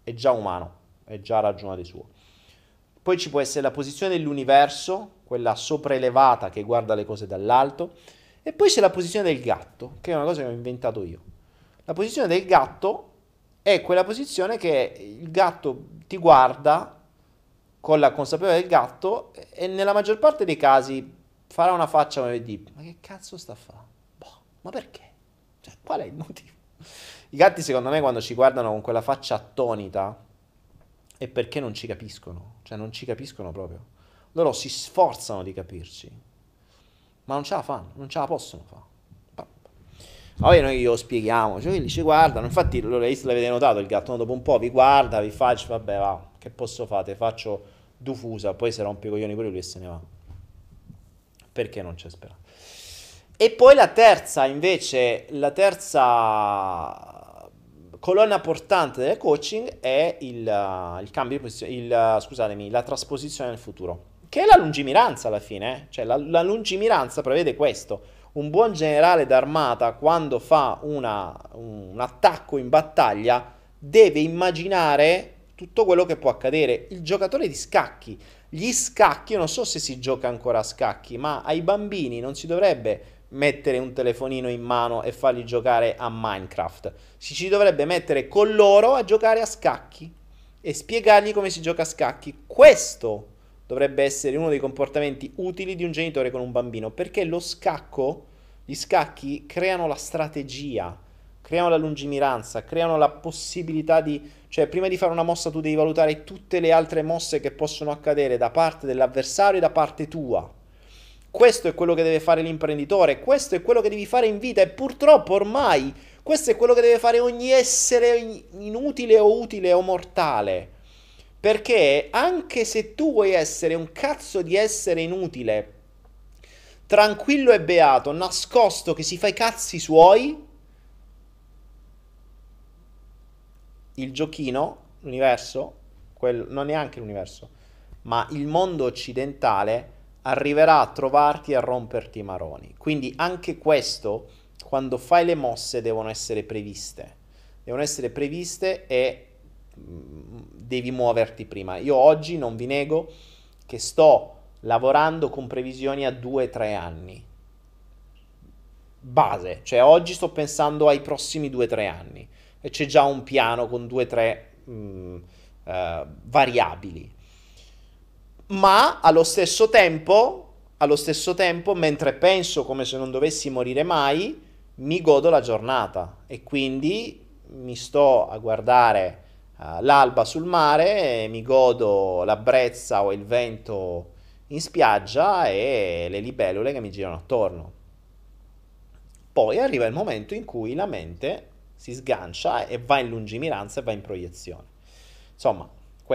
è già ragionato suo. Poi ci può essere la posizione dell'universo, quella sopraelevata che guarda le cose dall'alto, e poi c'è la posizione del gatto, che è una cosa che ho inventato io. La posizione del gatto è quella posizione che il gatto ti guarda con la consapevolezza del gatto e nella maggior parte dei casi farà una faccia come di ma che cazzo sta a fare? Boh, ma perché? Cioè, qual è il motivo? I gatti secondo me quando ci guardano con quella faccia attonita è perché non ci capiscono, cioè non ci capiscono proprio. Loro si sforzano di capirci, ma non ce la fanno, non ce la possono fare. Poi noi glielo spieghiamo, cioè quelli ci guardano, infatti l'avete notato, il gatto dopo un po' vi guarda, vi fa, dice, vabbè va, che posso fare, te faccio dufusa, poi se rompe i coglioni pure lui e se ne va. Perché non c'è speranza. E poi la terza, invece, la terza colonna portante del coaching è il cambio di posizione, scusatemi, la trasposizione nel futuro, che è la lungimiranza alla fine, cioè la lungimiranza prevede questo. Un buon generale d'armata, quando fa un attacco in battaglia, deve immaginare tutto quello che può accadere. Il giocatore di scacchi, gli scacchi, io non so se si gioca ancora a scacchi, ma ai bambini non si dovrebbe mettere un telefonino in mano e farli giocare a Minecraft. Si ci dovrebbe mettere con loro a giocare a scacchi e spiegargli come si gioca a scacchi. Questo dovrebbe essere uno dei comportamenti utili di un genitore con un bambino, perché lo scacco, gli scacchi creano la strategia, creano la lungimiranza, creano la possibilità di, cioè prima di fare una mossa tu devi valutare tutte le altre mosse che possono accadere da parte dell'avversario e da parte tua. Questo è quello che deve fare l'imprenditore, questo è quello che devi fare in vita e purtroppo ormai questo è quello che deve fare ogni essere inutile o utile o mortale. Perché anche se tu vuoi essere un cazzo di essere inutile, tranquillo e beato, nascosto che si fa i cazzi suoi, il giochino, l'universo, non neanche l'universo, ma il mondo occidentale arriverà a trovarti e a romperti i maroni. Quindi anche questo, quando fai le mosse, devono essere previste. Devono essere previste e devi muoverti prima. Io oggi non vi nego che sto lavorando con previsioni a 2-3 anni. Base, cioè oggi sto pensando ai prossimi 2-3 anni e c'è già un piano con 2-3 variabili. Ma allo stesso tempo, mentre penso come se non dovessi morire mai, mi godo la giornata e quindi mi sto a guardare l'alba sul mare, mi godo la brezza o il vento in spiaggia e le libellule che mi girano attorno. Poi arriva il momento in cui la mente si sgancia e va in lungimiranza e va in proiezione. Insomma,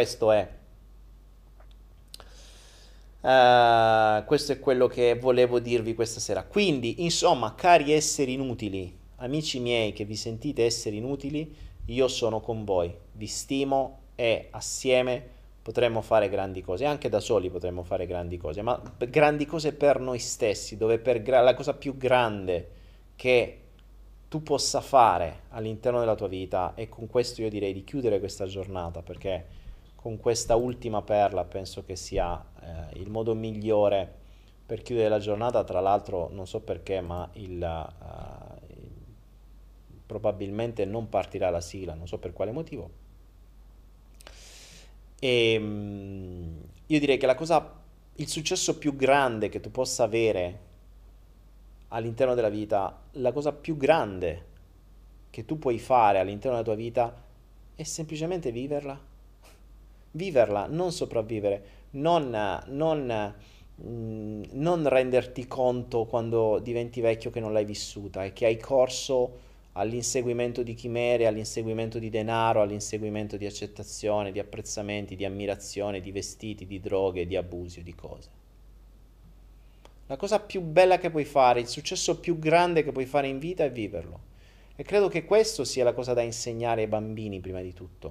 questo è quello che volevo dirvi questa sera. Quindi, insomma, cari esseri inutili, amici miei che vi sentite esseri inutili, io sono con voi, vi stimo e assieme potremmo fare grandi cose, anche da soli potremmo fare grandi cose, ma grandi cose per noi stessi, dove la cosa più grande che tu possa fare all'interno della tua vita, e con questo io direi di chiudere questa giornata, perché con questa ultima perla penso che sia il modo migliore per chiudere la giornata. Tra l'altro non so perché, ma probabilmente non partirà la sigla, non so per quale motivo. E io direi che il successo più grande che tu possa avere all'interno della vita, la cosa più grande che tu puoi fare all'interno della tua vita è semplicemente viverla. Viverla, non sopravvivere, non renderti conto quando diventi vecchio che non l'hai vissuta e che hai corso all'inseguimento di chimere, all'inseguimento di denaro, all'inseguimento di accettazione, di apprezzamenti, di ammirazione, di vestiti, di droghe, di abusi o di cose. La cosa più bella che puoi fare, il successo più grande che puoi fare in vita è viverlo. E credo che questo sia la cosa da insegnare ai bambini prima di tutto.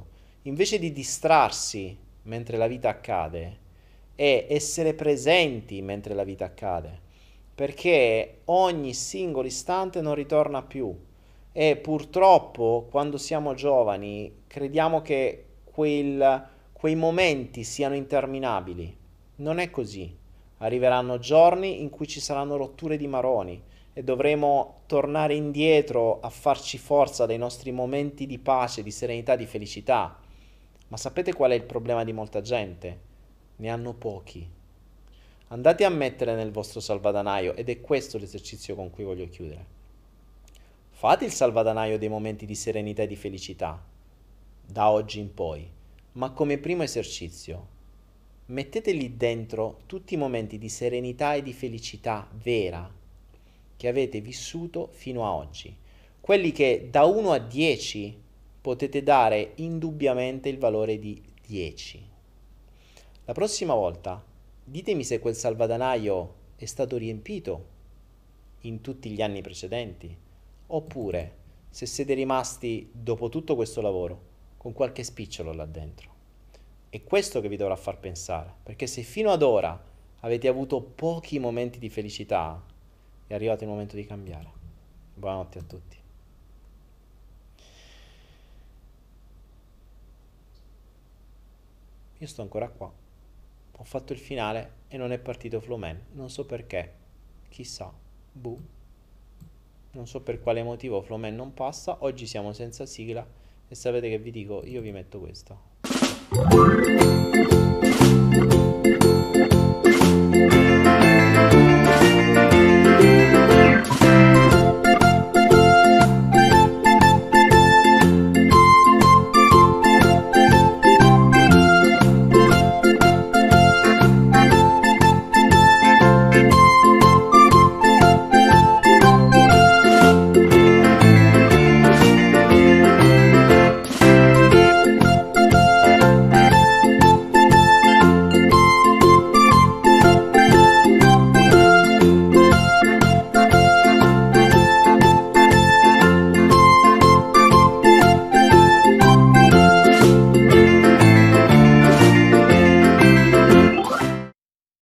invece di distrarsi mentre la vita accade, è essere presenti mentre la vita accade, perché ogni singolo istante non ritorna più e purtroppo quando siamo giovani crediamo che quei momenti siano interminabili. Non è così. Arriveranno giorni in cui ci saranno rotture di maroni e dovremo tornare indietro a farci forza dai nostri momenti di pace, di serenità, di felicità. Ma sapete qual è il problema di molta gente? Ne hanno pochi. Andate a mettere nel vostro salvadanaio, ed è questo l'esercizio con cui voglio chiudere. Fate il salvadanaio dei momenti di serenità e di felicità, da oggi in poi, ma come primo esercizio, mettete lì dentro tutti i momenti di serenità e di felicità vera che avete vissuto fino a oggi, quelli che da 1 a 10 potete dare indubbiamente il valore di 10. La prossima volta ditemi se quel salvadanaio è stato riempito in tutti gli anni precedenti, oppure se siete rimasti dopo tutto questo lavoro con qualche spicciolo là dentro. È questo che vi dovrà far pensare, perché se fino ad ora avete avuto pochi momenti di felicità, è arrivato il momento di cambiare. Buonanotte a tutti. Io sto ancora qua. Ho fatto il finale e non è partito Flowman. Non so perché. Chissà. Boh. Non so per quale motivo Flowman non passa. Oggi siamo senza sigla. E sapete che vi dico? Io vi metto questa.